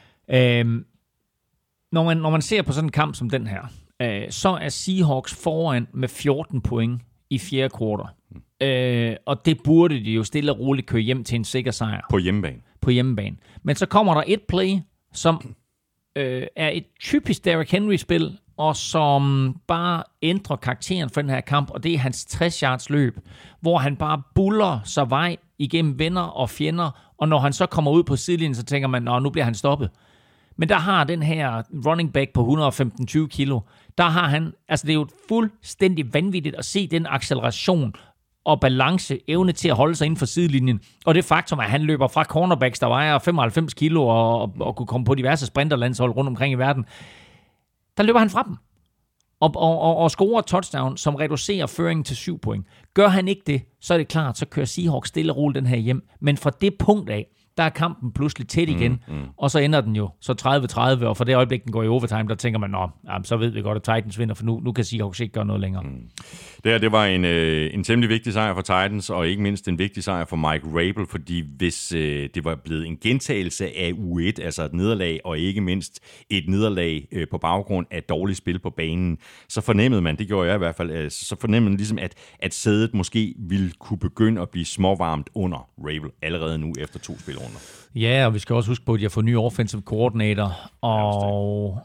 når man ser på sådan en kamp som den her, så er Seahawks foran med 14 point i 4. kvartal. Og det burde de jo stille og roligt køre hjem til en sikker sejr. På hjemmebane. Men så kommer der et play, som er et typisk Derrick Henry-spil, og som bare ændrer karakteren for den her kamp, og det er hans 60-yards løb, hvor han bare buller sig vej igennem venner og fjender, og når han så kommer ud på sidelinjen, så tænker man, nu bliver han stoppet. Men der har den her running back på 115-20 kilo, der har han, altså det er jo fuldstændig vanvittigt at se den acceleration og balance, evne til at holde sig inden for sidelinjen. Og det faktum, at han løber fra cornerbacks, der vejer 95 kilo og kunne komme på diverse sprinterlandshold rundt omkring i verden, der løber han fra dem. Og scorer touchdown, som reducerer føringen til 7 point. Gør han ikke det, så er det klart, så kører Seahawks stille og roligt den her hjem. Men fra det punkt af, der er kampen pludselig tæt igen, og så ender den jo så 30-30, og for det øjeblik, den går i overtime, der tænker man, så ved vi godt, at Titans vinder, for nu kan Seahawks ikke gøre noget længere. Det var en temmelig vigtig sejr for Titans, og ikke mindst en vigtig sejr for Mike Rabel, fordi hvis det var blevet en gentagelse af U1, altså et nederlag, og ikke mindst et nederlag på baggrund af dårligt spil på banen, så fornemmede man, det gjorde jeg i hvert fald, så fornemmede man ligesom, at sædet måske ville kunne begynde at blive småvarmt under Rabel allerede nu efter 2 spilrunder. Ja, og vi skal også huske på, at jeg får ny offensive coordinator, og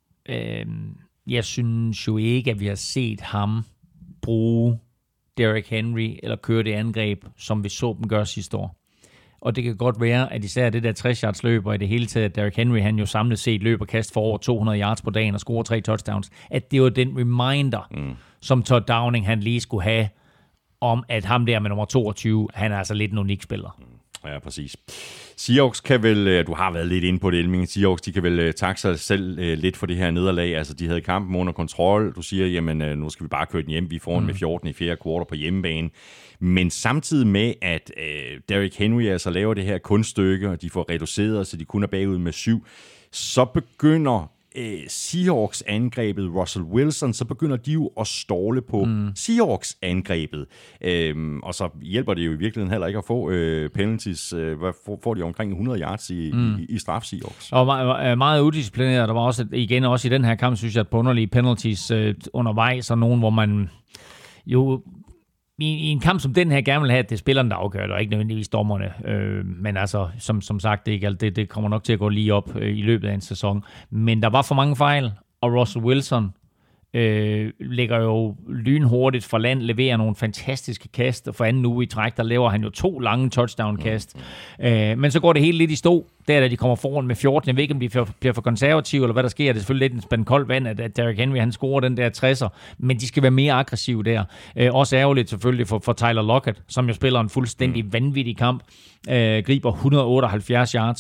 jeg synes jo ikke, at vi har set ham bruge Derrick Henry eller køre det angreb, som vi så dem gøre sidste år. Og det kan godt være, at især det der 60-yards løb, og i det hele taget, Derrick Henry, han jo samlet set løb og kast for over 200 yards på dagen og scorer 3 touchdowns, at det var den reminder, som Todd Downing han lige skulle have, om at ham der med nummer 22, han er altså lidt en unik spiller. Ja, præcis. Seahawks kan vel, du har været lidt inde på det, Elming, Seahawks, de kan vel takke sig selv lidt for det her nederlag. Altså, de havde kampen under kontrol. Du siger, jamen, nu skal vi bare køre den hjem. Vi er foran med 14 i 4. kvartal på hjemmebane. Men samtidig med, at Derrick Henry altså laver det her kunststykke, og de får reduceret, så de kun er bagud med 7, så begynder Seahawks angrebet, Russell Wilson, så begynder de jo at ståle på Seahawks angrebet. Og så hjælper det jo i virkeligheden heller ikke at få penalties. Får de omkring 100 yards i straf Seahawks. Og meget udisciplineret. Der var også i den her kamp, synes jeg, at på underlige penalties undervejs, og nogen, hvor man jo i en kamp som den her gerne vil have, at det er spillerne, der afgør det, og ikke nødvendigvis dommerne. Men altså, som sagt, det kommer nok til at gå lige op i løbet af en sæson. Men der var for mange fejl, og Russell Wilson ligger jo lynhurtigt for land, leverer nogle fantastiske kast, og for anden uge i træk, der laver han jo 2 lange touchdown-kast. Men så går det helt lidt i stå, da de kommer foran med 14. Jeg ved ikke, om de bliver for konservative, eller hvad der sker. Det er selvfølgelig lidt en spand koldt vand, at Derrick Henry, han scorer den der 60'er, men de skal være mere aggressive der. Også ærgerligt selvfølgelig for Tyler Lockett, som jo spiller en fuldstændig vanvittig kamp, griber 178 yards,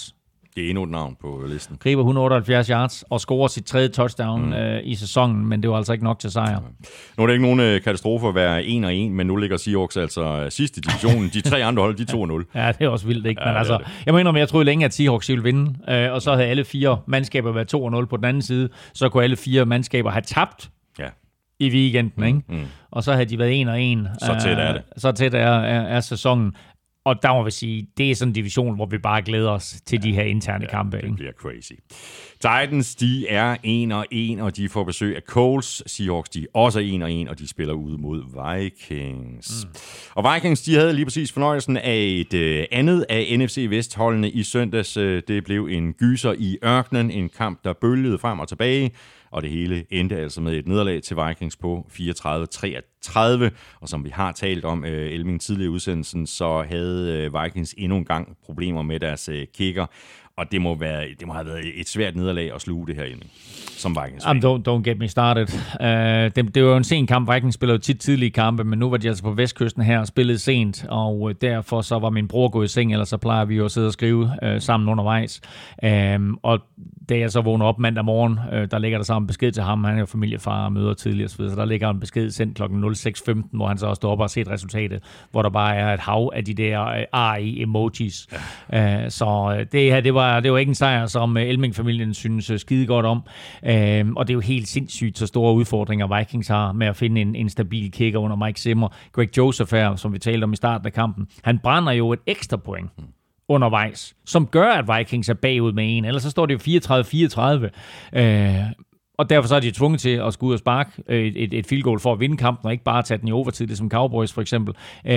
Det er endnu et navn på listen. Griber 178 yards og scorer sit 3. touchdown i sæsonen, men det var altså ikke nok til sejr. Nu er det ikke nogen katastrofe at være 1-1, men nu ligger Seahawks altså sidst i divisionen. De 3 andre hold, de 2-0. Ja, det er også vildt, ikke? Men altså, jeg må indrømme, jeg troede længe, at Seahawks ville vinde, og så havde alle 4 mandskaber været 2-0 på den anden side, så kunne alle 4 mandskaber have tabt i weekenden, ikke? Og så havde de været 1-1. Så tæt er det. Så tæt er sæsonen. Og der må vi sige, det er sådan en division, hvor vi bare glæder os til de her interne kampe. Det bliver crazy. Titans, de er 1-1, og de får besøg af Colts. Seahawks, de er også 1-1, og de spiller ude mod Vikings. Og Vikings, de havde lige præcis fornøjelsen af et andet af NFC Vest-holdene i søndags. Det blev en gyser i ørkenen, en kamp, der bølgede frem og tilbage. Og det hele endte altså med et nederlag til Vikings på 34-33. Og som vi har talt om, Elming, tidligere i udsendelsen, så havde Vikings endnu en gang problemer med deres kicker. Og det må have været et svært nederlag at sluge det her, Elming, som Vikings. Don't get me started. Det var jo en sen kamp. Vikings spiller jo tit tidlige kampe, men nu var de altså på vestkysten her og spillede sent, og derfor så var min bror gået i seng, ellers så plejer vi jo at sidde og skrive sammen undervejs. Og da jeg så vågner op mandag morgen, der ligger der så en besked til ham. Han er jo familiefar og møder tidligere, så der ligger en besked sendt kl. 06.15, hvor han så også står op og har set resultatet, hvor der bare er et hav af de der AI-emojis. Ja. Så det her, det var ikke en sejr, som Elming-familien synes skide godt om. Og det er jo helt sindssygt, så store udfordringer Vikings har med at finde en stabil kicker under Mike Zimmer. Greg Joseph her, som vi talte om i starten af kampen, han brænder jo et ekstra point undervejs, som gør, at Vikings er bagud med en. Ellers så står det jo 34-34. Og derfor så er de tvunget til at skulle ud og sparke et field goal for at vinde kampen, og ikke bare tage den i overtid, ligesom Cowboys for eksempel.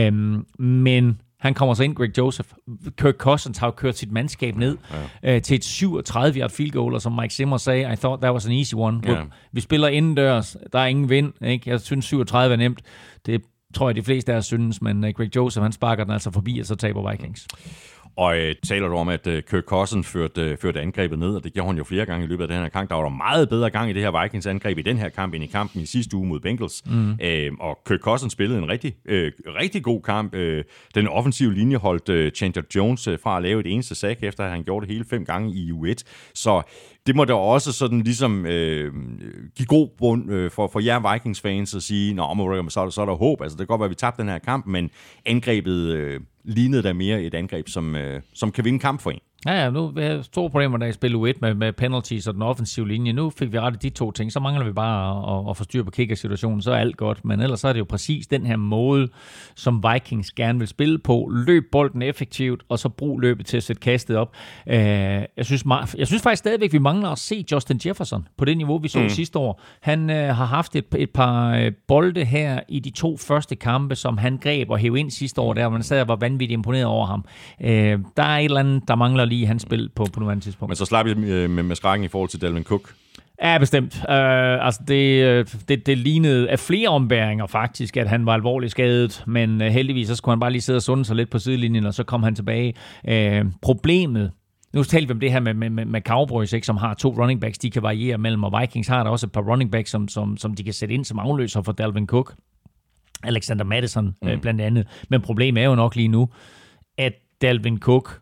Men han kommer så ind, Greg Joseph. Kirk Cousins har kørt sit mandskab ned til et 37-yard field goal, og som Mike Zimmer sagde, I thought that was an easy one. Yeah. Vi spiller indendørs, der er ingen vind. Ikke? Jeg synes 37 er nemt. Det tror jeg, de fleste af os synes, men Greg Joseph, han sparker den altså forbi, og så taber Vikings. Og taler du om, at Kirk Cousins førte angrebet ned, og det gjorde han jo flere gange i løbet af den her kamp. Der var der meget bedre gang i det her Vikings angreb i den her kamp, end i kampen i sidste uge mod Bengals. Og Kirk Cousins spillede en rigtig god kamp. Den offensive linje holdt Chandler Jones fra at lave et eneste sack, efter at han gjorde det hele 5 gange i U1. Så det må da også sådan ligesom give god bund for jer Vikings-fans at sige, så er der håb. Altså, det kan godt være, at vi tabte den her kamp, men angrebet lignede der mere et angreb, som kan vinde kamp for en. Ja, nu har jeg store problemer, da jeg spiller U1 med penalties og den offensive linje. Nu fik vi rettet de 2 ting. Så mangler vi bare at få styr på kicker-situationen, så er alt godt. Men ellers så er det jo præcis den her måde, som Vikings gerne vil spille på. Løb bolden effektivt, og så brug løbet til at sætte kastet op. Jeg synes faktisk stadigvæk, vi mangler at se Justin Jefferson på det niveau, vi så sidste år. Han har haft et par bolde her i de 2 første kampe, som han greb og hævde ind sidste år, der man stadig var vanvittigt imponeret over ham. Der er et eller andet, der mangler lige hans spil på nuværende tidspunkt. Men så slap vi med skrækken i forhold til Dalvin Cook. Ja, bestemt. Altså det lignede af flere ombæringer faktisk, at han var alvorligt skadet, men heldigvis så skulle han bare lige sidde og sunde sig lidt på sidelinjen, og så kom han tilbage. Problemet, nu talte vi om det her med Cowboys, ikke, som har 2 running backs, de kan variere mellem, og Vikings har der også et par running backs, som de kan sætte ind som afløser for Dalvin Cook. Alexander Mattison blandt andet. Men problemet er jo nok lige nu, at Dalvin Cook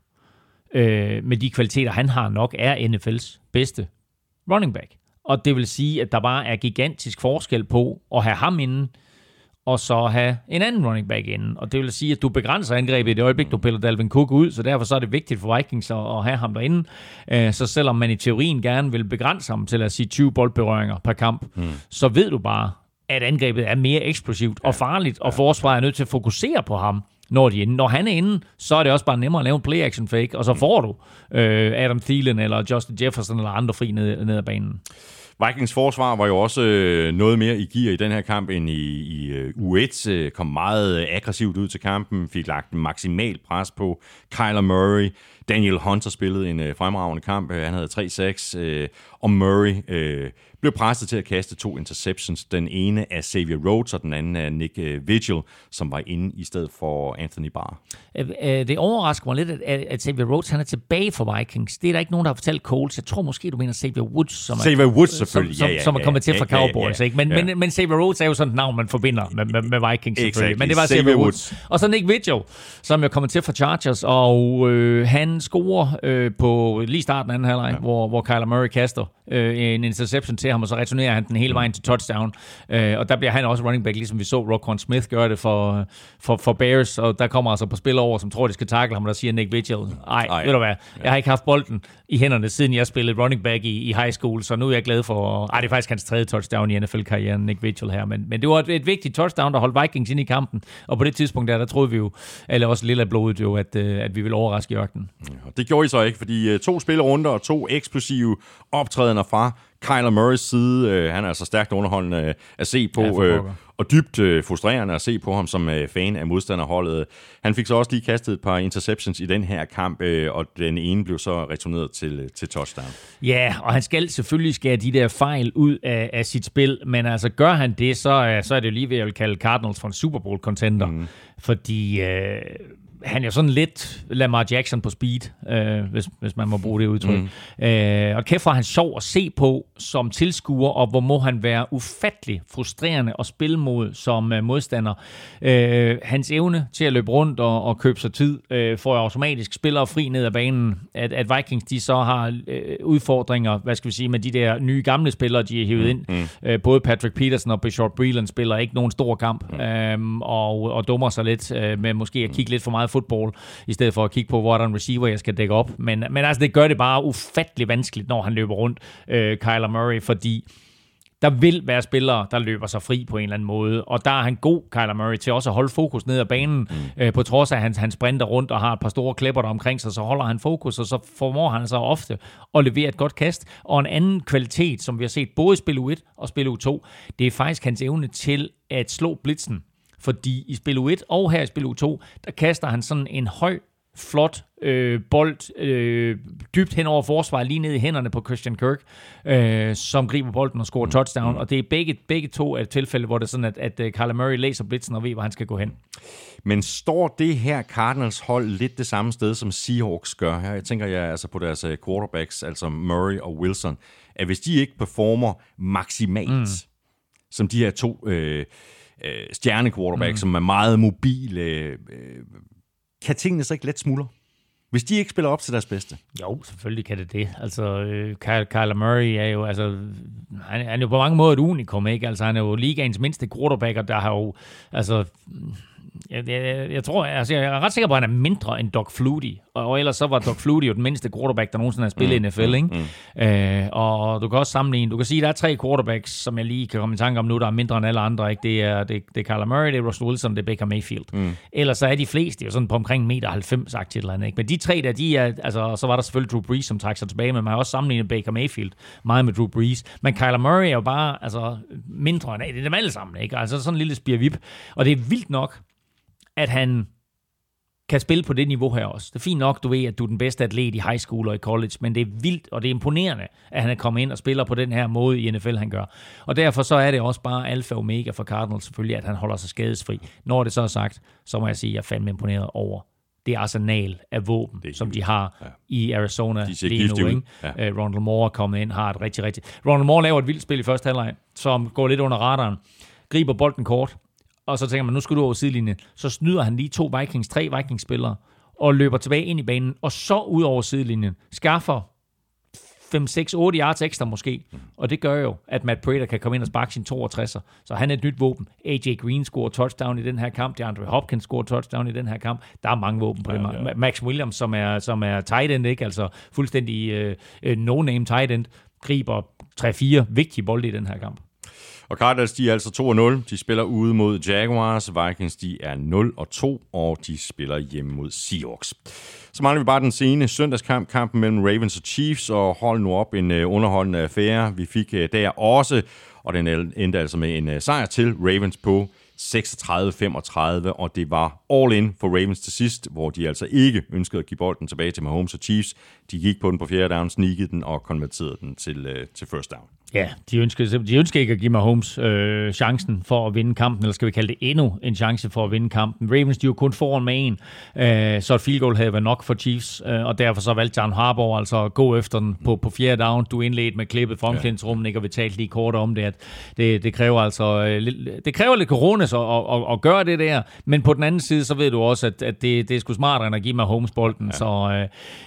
med de kvaliteter, han har nok, er NFL's bedste running back. Og det vil sige, at der bare er gigantisk forskel på at have ham inde, og så have en anden running back inde. Og det vil sige, at du begrænser angrebet i det øjeblik, du piller Dalvin Cook ud, så derfor så er det vigtigt for Vikings at have ham derinde. Så selvom man i teorien gerne vil begrænse ham til at sige 20 boldberøringer per kamp, så ved du bare, at angrebet er mere eksplosivt og farligt, og forsvaret er nødt til at fokusere på ham, når han er inde, så er det også bare nemmere at lave en play-action fake, og så får du Adam Thielen eller Justin Jefferson eller andre fri ned ad banen. Vikings forsvar var jo også noget mere i gear i den her kamp end i U1. Kom meget aggressivt ud til kampen, fik lagt maksimalt pres på Kyler Murray. Daniel Hunter spillede en fremragende kamp. Han havde 3 sacks, og Murray blev presset til at kaste 2 interceptions. Den ene af Xavier Rhodes, og den anden af Nick Vigil, som var inde i stedet for Anthony Barr. Det overrasker mig lidt, at Xavier Rhodes han er tilbage for Vikings. Det er der ikke nogen, der har fortalt Colts. Jeg tror måske, du mener Xavier Woods, som er kommet til fra Cowboys. Ikke? Men Xavier Rhodes er jo sådan et navn, man forbinder med Vikings selvfølgelig. Men det var Xavier Woods. Og så Nick Vigil, som jo kommer til fra Chargers, og han scorer på lige starten af anden halvleg, hvor Kyler Murray kaster en interception til ham, og så returnerer han den hele vejen til touchdown. Og der bliver han også running back, ligesom vi så Roquan Smith gøre det for Bears, og der kommer altså på spil over, som tror, de skal tackle ham, og der siger Nick Vigil, ved du hvad, jeg har ikke haft bolden i hænderne, siden jeg spillede running back i high school, så nu er jeg glad for, det er faktisk hans 3. touchdown i NFL-karrieren, Nick Vigil her, men det var et vigtigt touchdown, der holdt Vikings ind i kampen, og på det tidspunkt der troede vi jo, eller også lidt af blodet jo, at vi ville overraske Jørgen. Det gjorde I så ikke, fordi 2 spillerunder og 2 eksplosive optrædener fra Kyler Murrays side. Han er altså stærkt underholdende at se på, og dybt frustrerende at se på ham som fan af modstanderholdet. Han fik så også lige kastet et par interceptions i den her kamp, og den ene blev så returneret til touchdown. Ja, og han skal selvfølgelig skære de der fejl ud af sit spil, men altså gør han det, så er det jo lige ved at kalde Cardinals for en Super Bowl contender, fordi han er sådan lidt Lamar Jackson på speed, hvis man må bruge det udtryk. Og kæft, han sjov at se på som tilskuer, og hvor må han være ufattelig frustrerende at spille mod som modstander. Hans evne til at løbe rundt og købe sig tid, får automatisk spillere fri ned ad banen. At Vikings, de så har udfordringer, hvad skal vi sige, med de der nye gamle spillere, de er hævet ind. Både Patrick Peterson og Bishop Breeland spiller ikke nogen stor kamp, og dummer sig lidt med måske at kigge lidt for meget fodbold, i stedet for at kigge på, hvor der er en receiver, jeg skal dække op. Men altså, det gør det bare ufattelig vanskeligt, når han løber rundt, Kyler Murray, fordi der vil være spillere, der løber sig fri på en eller anden måde, og der er han god, Kyler Murray, til også at holde fokus ned ad banen, på trods af, at han sprinter rundt og har et par store klipper der omkring sig, så holder han fokus, og så formår han så ofte at levere et godt kast. Og en anden kvalitet, som vi har set både i spil U1 og spil U2, det er faktisk hans evne til at slå blitzen. Fordi i spil U1 og her i spil U2, der kaster han sådan en høj, flot bold dybt hen over forsvaret, lige ned i hænderne på Christian Kirk, som griber bolden og scorer touchdown. Og det er begge to et tilfælde, hvor det er sådan, at Kyler Murray læser blitzen og ved, hvor han skal gå hen. Men står det her Cardinals hold lidt det samme sted, som Seahawks gør her? Jeg tænker altså på deres quarterbacks, altså Murray og Wilson, at hvis de ikke performer maksimalt, som de her 2 stjerne-quarterback, som er meget mobile, kan tingene så ikke let smuldre? Hvis de ikke spiller op til deres bedste? Jo, selvfølgelig kan det. Altså, Kyler Murray er jo, altså, han er jo på mange måder et unikum, ikke? Altså, han er jo ligaens mindste quarterback, og der har jo, altså, jeg tror, altså, jeg er ret sikker på, at han er mindre end Doug Flutie, og ellers så var Doug Flutie jo den mindste quarterback, der nogensinde har spillet i NFL, ikke? Og du kan også sammenligne, du kan sige, at der er 3 quarterbacks, som jeg lige kan komme i tanke om nu, der er mindre end alle andre, ikke? Det er Kyler Murray, det er Russell Wilson, det er Baker Mayfield. Ellers så er de fleste jo sådan på omkring 1,90 m, sagt til eller andet, ikke? Men de 3 der, de er, altså, så var der selvfølgelig Drew Brees, som trak sig tilbage, men man har også sammenlignet Baker Mayfield meget med Drew Brees. Men Kyler Murray er jo bare, altså, mindre end det er dem alle sammen, ikke? Altså sådan en lille spirvip. Og det er vildt nok, at han kan spille på det niveau her også. Det er fint nok, du ved, at du er den bedste atlet i high school og i college, men det er vildt, og det er imponerende, at han er kommet ind og spiller på den her måde i NFL, han gør. Og derfor så er det også bare alfa og omega for Cardinals selvfølgelig, at han holder sig skadesfri. Når det så er sagt, så må jeg sige, at jeg er fandme imponeret over det arsenal af våben, som de har i Arizona lige nu. Ikke? Ja. Rondale Moore er kommet ind, har et rigtig... Rondale Moore laver et vildt spil i første halvleg, som går lidt under radaren, griber bolden kort, og så tænker man, nu skal du over sidelinjen. Så snyder han lige 3 Vikings-spillere, og løber tilbage ind i banen, og så ud over sidelinjen, skaffer 5, 6, 8 yards ekstra måske. Og det gør jo, at Matt Prater kan komme ind og sparke sin 62'er. Så han er et nyt våben. AJ Green scorer touchdown i den her kamp. DeAndre Hopkins scorer touchdown i den her kamp. Der er mange våben på det. Max Williams, som er tight end, ikke? Altså fuldstændig no-name tight end, griber 3-4 vigtige bolde i den her kamp. Og Cardinals, de er altså 2-0. De spiller ude mod Jaguars. Vikings, de er 0-2, og de spiller hjemme mod Seahawks. Så mangler vi bare den sene søndagskamp, kampen mellem Ravens og Chiefs, og hold nu op en underholdende affære. Vi fik der også, og den endte altså med en sejr til Ravens på 36-35, og det var all in for Ravens til sidst, hvor de altså ikke ønskede at give bolden tilbage til Mahomes og Chiefs. De gik på den på fjerde down, sneakede den og konverterede den til first down. Ja, de ønsker ikke at give Mahomes chancen for at vinde kampen, eller skal vi kalde det endnu en chance for at vinde kampen. Ravens, de er jo kun foran med en, så et field goal havde været nok for Chiefs, og derfor så valgte John Harbaugh altså at gå efter den på fjerde down. Du indledte med klippet fra omklædningsrummet, ikke, og vi talte lige kort om det, at det kræver altså det kræver lidt coronas at gøre det der, men på den anden side, så ved du også, at det er sgu smartere end at give Mahomes bolden, så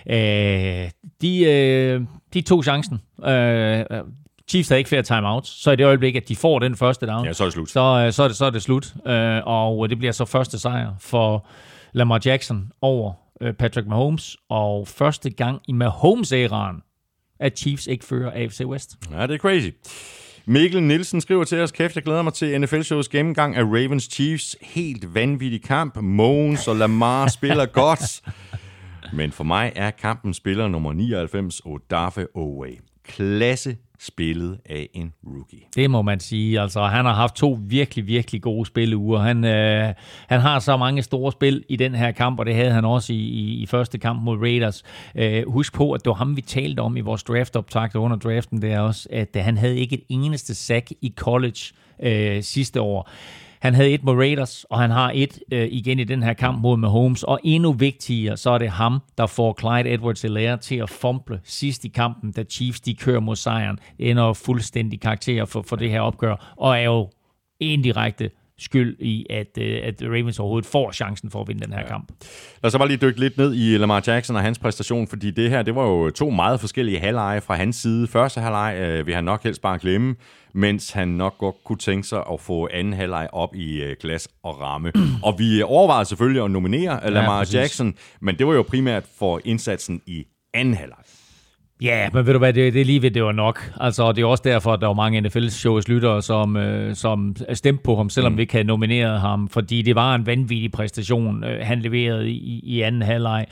de tog chancen. Chiefs havde ikke flere timeouts, så i det øjeblik, at de får den første down, så er det slut. Så er det slut. Og det bliver så første sejr for Lamar Jackson over Patrick Mahomes, og første gang i Mahomes-æraen, at Chiefs ikke fører AFC West. Ja, det er crazy. Mikkel Nielsen skriver til os, kæft, jeg glæder mig til NFL-shows gennemgang af Ravens Chiefs. Helt vanvittig kamp. Mahomes og Lamar spiller godt. Men for mig er kampen spiller nummer 99, Odafe Oweh. Klasse spillet af en rookie. Det må man sige. Altså, han har haft 2 virkelig, virkelig gode spilleuger. Han har så mange store spil i den her kamp, og det havde han også i første kamp mod Raiders. Husk på, at det var ham, vi talte om i vores draft-optakt under draften der også, at han havde ikke et eneste sack i college sidste år. Han havde 1 mod Raiders, og han har 1 igen i den her kamp mod Mahomes. Og endnu vigtigere, så er det ham, der får Clyde Edwards-Helaire til at fumble sidst i kampen, da Chiefs de kører mod sejren. Det ender fuldstændig karakter for det her opgør, og er jo indirekte skyld i, at Ravens overhovedet får chancen for at vinde den her kamp. Lad os så bare lige dykke lidt ned i Lamar Jackson og hans præstation, fordi det her, det var jo 2 meget forskellige halvleje fra hans side. Første halvleg vil han nok helst bare glemme, mens han nok godt kunne tænke sig at få anden halvleg op i glas og ramme. Og vi overvejede selvfølgelig at nominere Lamar Jackson, men det var jo primært for indsatsen i anden halvleg. Ja, men ved du hvad, det er lige ved, det var nok. Altså, det er også derfor, at der var mange NFL-shows lyttere, som stemte på ham, selvom vi ikke havde nomineret ham, fordi det var en vanvittig præstation, han leverede i anden halvleg.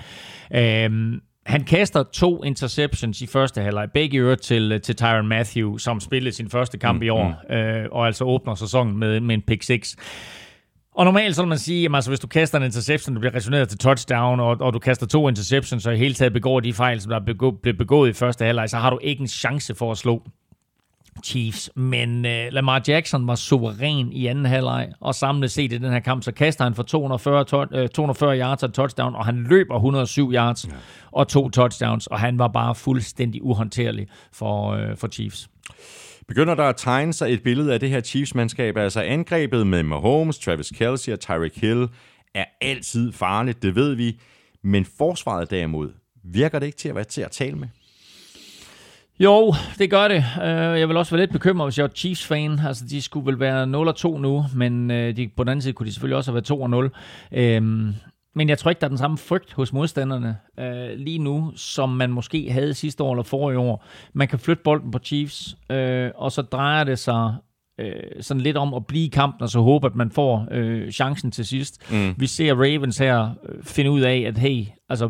Han kaster 2 interceptions i første halvleg, begge øvrigt til Tyrann Mathieu, som spillede sin første kamp i år, og altså åbner sæsonen med en pick 6. Og normalt så vil man sige, at altså, hvis du kaster en interception, du bliver returneret til touchdown, og du kaster 2 interceptions, og i hele taget begår de fejl, som der blev begået i første halvleg, så har du ikke en chance for at slå Chiefs. Men Lamar Jackson var suveræn i anden halvleg, og samlet set i den her kamp, så kaster han for 240 yards og touchdown, og han løber 107 yards og 2 touchdowns, og han var bare fuldstændig uhåndterlig for Chiefs. Begynder der at tegne sig et billede af det her Chiefs-mandskab, altså angrebet med Mahomes, Travis Kelce og Tyreek Hill er altid farligt, det ved vi, men forsvaret derimod, virker det ikke til at være til at tale med? Jo, det gør det. Jeg vil også være lidt bekymret, hvis jeg var Chiefs-fan. Altså, de skulle vel være 0-2 nu, men på den anden side kunne de selvfølgelig også have været 2-0. Men jeg tror ikke, der er den samme frygt hos modstanderne lige nu, som man måske havde sidste år eller forrige år. Man kan flytte bolden på Chiefs, og så drejer det sig sådan lidt om at blive i kampen, og så håbe, at man får chancen til sidst. Vi ser Ravens her finde ud af, at hey, altså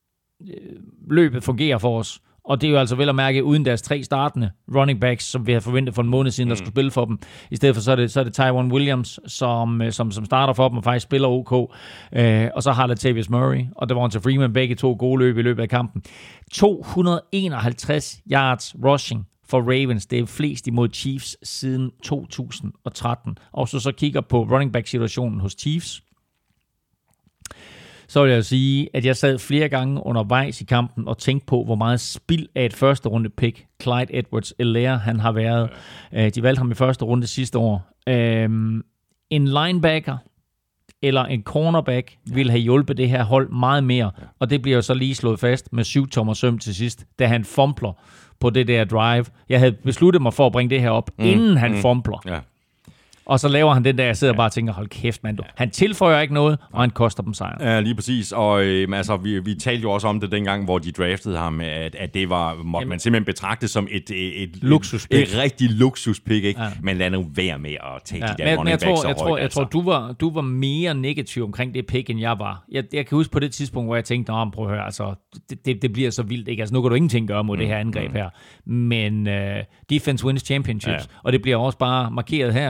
løbet fungerer for os. Og det er jo altså vel at mærke uden deres 3 startende running backs, som vi havde forventet for en måned siden, der skulle spille for dem. I stedet for så er det Tyron Williams, som starter for dem og faktisk spiller OK. Og så har Latavius Murray og Devonta Freeman, begge 2 gode løb i løbet af kampen. 251 yards rushing for Ravens. Det er flest imod Chiefs siden 2013. Og så kigger på running back situationen hos Chiefs, så vil jeg sige, at jeg sad flere gange undervejs i kampen og tænkte på, hvor meget spild af et første runde pick Clyde Edwards-Helaire han har været. De valgte ham i første runde sidste år. En linebacker eller en cornerback ville have hjulpet det her hold meget mere, og det bliver jo så lige slået fast med 7-tommer søm til sidst, da han fumbler på det der drive. Jeg havde besluttet mig for at bringe det her op, inden han fumbler. Ja. Og så laver han den der, jeg sidder bare og tænker, hold kæft, mand. Han tilføjer ikke noget, og han koster dem sejren. Ja, lige præcis. Og altså, vi talte jo også om det dengang, hvor de draftede ham, at det måtte man simpelthen betragte som et luksuspick. Et rigtig luksuspick, ikke? Ja. Men lad nu være med at tage de der running backs så højt. Jeg tror, du var mere negativ omkring det pick, end jeg var. Jeg kan huske på det tidspunkt, hvor jeg tænkte, prøv at høre, altså, det bliver så vildt, ikke? Altså, nu kan du ingenting gøre mod det her angreb her. Men defense wins championships, og det bliver også bare markeret her, fordi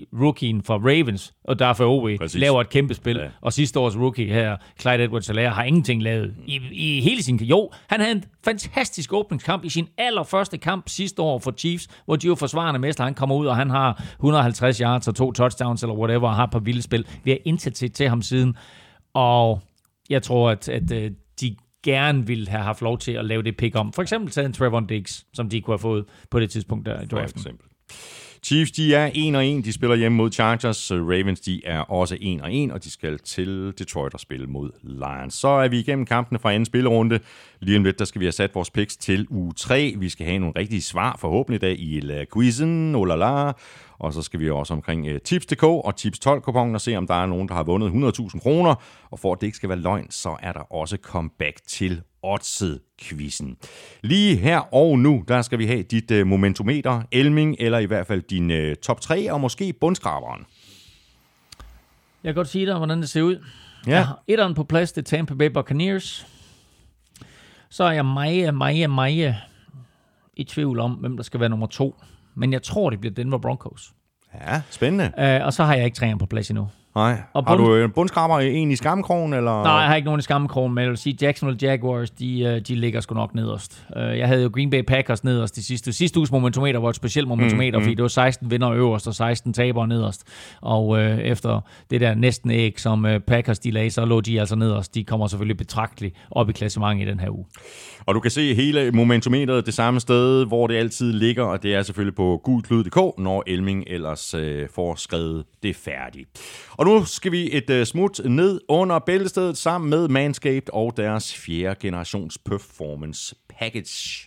fordi rookien for Ravens, og derfor Owe, laver et kæmpe spil, og sidste års rookie her, Clyde Edwards-Helaire, har ingenting lavet i hele sin... Jo, han havde en fantastisk åbningskamp i sin allerførste kamp sidste år for Chiefs, hvor de var forsvarende mester. Han kommer ud, og han har 150 yards og 2 touchdowns, eller whatever, og har et par vilde spil. Vi har intet til ham siden, og jeg tror, at de gerne ville have haft lov til at lave det pick om. For eksempel taget en Trevon Diggs, som de kunne have fået på det tidspunkt der i draften. Chiefs, de er 1-1. De spiller hjemme mod Chargers. Ravens, de er også 1-1, og de skal til Detroit og spille mod Lions. Så er vi igennem kampene fra anden spillerunde. Lige om lidt, der skal vi have sat vores picks til uge 3. Vi skal have nogle rigtige svar forhåbentlig i dag i quizzen. Og så skal vi også omkring Tips.dk og Tips 12-kuponen og se, om der er nogen, der har vundet 100.000 kroner. Og for at det ikke skal være løgn, så er der også comeback til Oddset-quizzen. Lige her og nu, der skal vi have dit momentometer, Elming, eller i hvert fald din top 3, og måske bundskraberen. Jeg kan godt sige dig, hvordan det ser ud. Ja. Jeg har etteren på plads, det er Tampa Bay Buccaneers. Så er jeg meget i tvivl om, hvem der skal være nummer 2. Men jeg tror, det bliver Denver Broncos. Ja, spændende. Og så har jeg ikke træner på plads endnu. Nej. Har du en bundskraber en i skammekrogen? Eller? Nej, jeg har ikke nogen i skammekrogen, men jeg vil sige, Jacksonville Jaguars, de ligger sgu nok nederst. Jeg havde jo Green Bay Packers nederst sidste uges momentometer var et specielt momentometer, fordi det var 16 vinder øverst og 16 tabere nederst. Og efter det der næsten æg, som Packers de lagde, så lå de altså nederst. De kommer selvfølgelig betragteligt op i klassementet i den her uge. Og du kan se hele momentometeret det samme sted, hvor det altid ligger, og det er selvfølgelig på gulklud.dk, når Elming ellers får skrevet det færdigt. Og nu skal vi et smut ned under bæltestedet sammen med Manscaped og deres 4. generations performance package.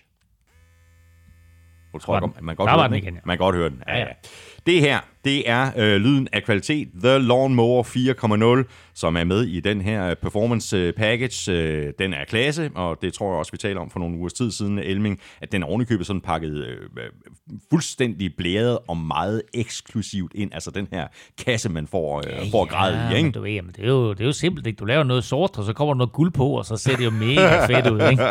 Man kan godt høre den. Ja. Det her, det er lyden af kvalitet. The Lawnmower 4.0, som er med i den her performance package. Den er klasse, og det tror jeg også, vi taler om for nogle ugers tid siden, Elming, at den er ovenikøbet sådan pakket fuldstændig blæret og meget eksklusivt ind. Altså den her kasse, man får græde i, ikke? Du ved, det er jo simpelt, ikke? Du laver noget sort, og så kommer der noget guld på, og så ser det jo mega fedt ud, ikke?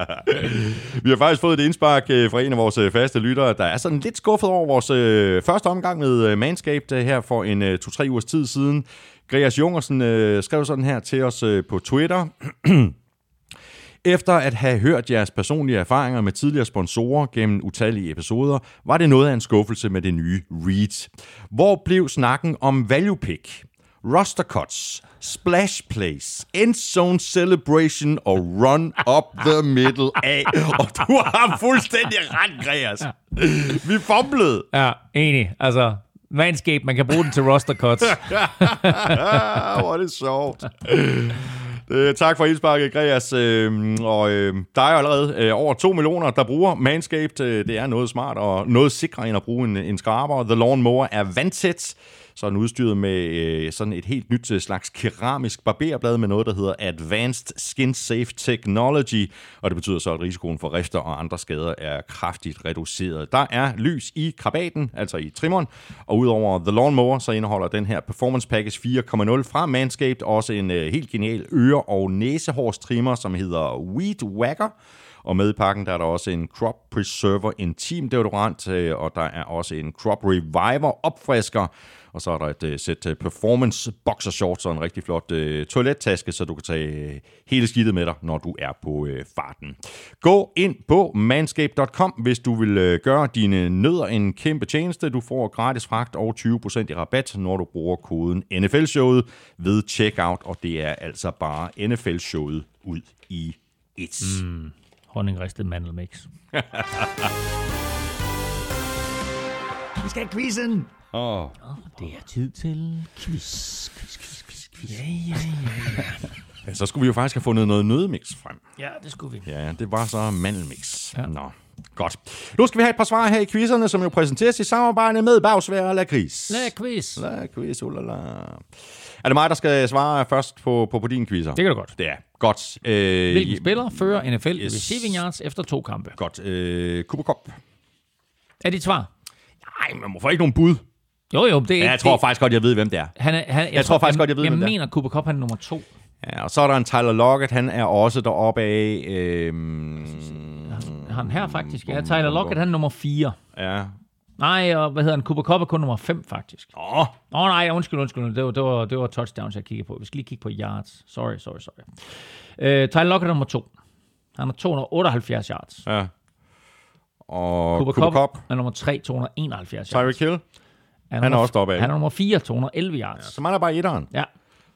Vi har faktisk fået et indspark fra en af vores faste lyttere, der er sådan lidt skuffet over vores første omgang med Manscaped her for en 2-3 ugers tid siden. Greas Jungersen skrev sådan her til os på Twitter. Efter at have hørt jeres personlige erfaringer med tidligere sponsorer gennem utallige episoder, var det noget af en skuffelse med det nye Read. Hvor blev snakken om value pick, roster cuts, splash plays, end zone celebration og run up the middle af? Og du har fuldstændig ret, Greas. Vi fumblede. Ja, enig. Altså, Manscaped, man kan bruge den til roster cuts. Hvor er det sjovt. Tak for indsparket, Greas. Der er jo allerede over 2 millioner, der bruger Manscaped. Det er noget smart og noget sikrere end at bruge en skraber. The Lawnmower er vandtæt, så er den udstyret med sådan et helt nyt slags keramisk barberblad med noget, der hedder Advanced Skin Safe Technology, og det betyder så, at risikoen for rifter og andre skader er kraftigt reduceret. Der er lys i krabaten, altså i trimmeren, og udover The Lawnmower, så indeholder den her Performance Package 4.0 fra Manscaped også en helt genial øre- og næsehårstrimmer, som hedder Weed Whacker. Og med i pakken, der er der også en Crop Preserver Intim deodorant, og der er også en Crop Reviver opfrisker. Og så er der et sæt Performance Boxershorts og en rigtig flot toilettaske, så du kan tage hele skidtet med dig, når du er på farten. Gå ind på manscaped.com, hvis du vil gøre dine nødder en kæmpe tjeneste. Du får gratis fragt og 20% i rabat, når du bruger koden NFL-showet ved checkout, og det er altså bare NFL-showet ud i et. Honningristet mandelmix. Vi skal have quizzen. Det er tid til quiz. Ja. Ja, så skulle vi jo faktisk have fundet noget nødmix frem. Ja, det skulle vi. Ja, det var så mandelmix. Ja. Nå, godt. Nu skal vi have et par svar her i quizzerne, som jo præsenteres i samarbejde med Bagsvær og Lakrids. Lakrids. Lakrids, ulala. Er det mig, der skal svare først på din quizzer? Det kan du godt. Det er godt. Hvilken spiller fører NFL i receiving yards efter 2 kampe? Godt. Cooper Kupp. Er dit svar? Nej, man må få ikke nogen bud. Jo, det er ikke. Jeg tror faktisk godt, jeg ved, hvem det er. Jeg tror faktisk godt, jeg ved, hvem det er. Jeg mener, Cooper Kupp, han er nummer 2. Ja, og så er der en Tyler Lockett, han er også deroppe af. Han her faktisk. Ja, Tyler Lockett, han er nummer 4. Ja. Nej, og hvad hedder han? Cooper Kupp er kun nummer 5, faktisk. Nej, undskyld. Det var touchdowns, jeg kiggede på. Vi skal lige kigge på yards. Sorry. Tyler Lockett er nummer 2. Han har 278 yards. Ja. Og Cooper Kupp er nummer 3, 271 yards. Tyreek Hill? Han er også deroppe af. Han er nummer 4, 211 yards. Ja, så mangler bare etteren. Ja.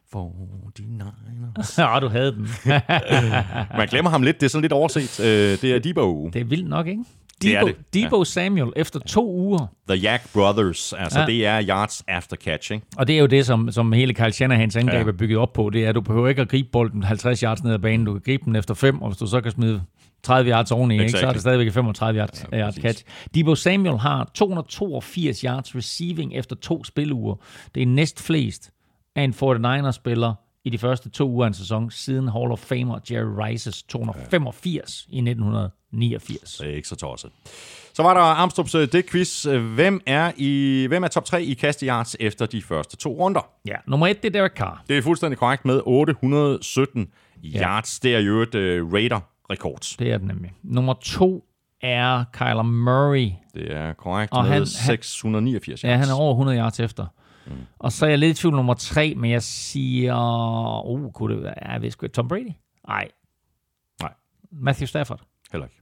49ers. Ja, du havde den. Man glemmer ham lidt. Det er sådan lidt overset. Det er Debo. Det er vildt nok, ikke? Debo Samuel efter 2 uger. The Yak Brothers. Altså, det er yards after catch, ikke? Og det er jo det, som hele Kyle Shanahans angreb er bygget op på. Det er, at du behøver ikke at gribe bolden 50 yards ned ad banen. Du kan gribe den efter 5, og hvis du så kan smide 30 yards oveni, ikke, så er det stadigvæk 35 yards catch. Debo Samuel har 282 yards receiving efter 2 spiluger. Det er næst flest af en 49ers-spiller i de første 2 uger af en sæson, siden Hall of Famer Jerry Rice's 285 i 1989. Det er ikke så tosset. Så var der Armstrongs Dick-quiz. Hvem er top 3 i kasteyards efter de første 2 runder? Ja, nummer 1, det er Derek Carr. Det er fuldstændig korrekt med 817 yards. Det er jo et Raider-rekord. Det er det nemlig. Nummer 2 er Kyler Murray. Det er korrekt og med 689 yards. Ja, han er over 100 yards efter. Og så er jeg lidt i tvivl nummer 3, men jeg siger... kunne det være... Jeg ved sgu ikke. Tom Brady? Nej. Matthew Stafford? Heller ikke.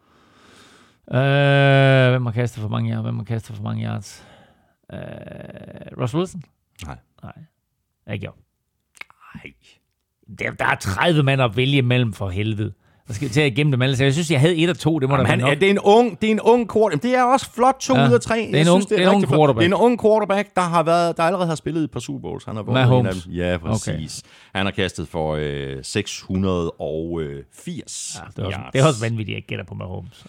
Hvem har kastet for mange yards? Russell Wilson? Nej. Ikke jo. Nej. Der er 30 mand at vælge imellem, for helvede. Jeg skal til at gemme dem alle. Så jeg synes, jeg havde 1 og 2. Det må der være nok. Det er en ung quarterback. Det er også flot 2 ud af 3. Det er en ung quarterback. Det er en ung quarterback, der allerede har spillet et par Super Bowls. Han har vundet en af dem. Ja, præcis. Okay. Han har kastet for 680. Ja, det er også vanvittigt, at jeg ikke gætter på Mahomes.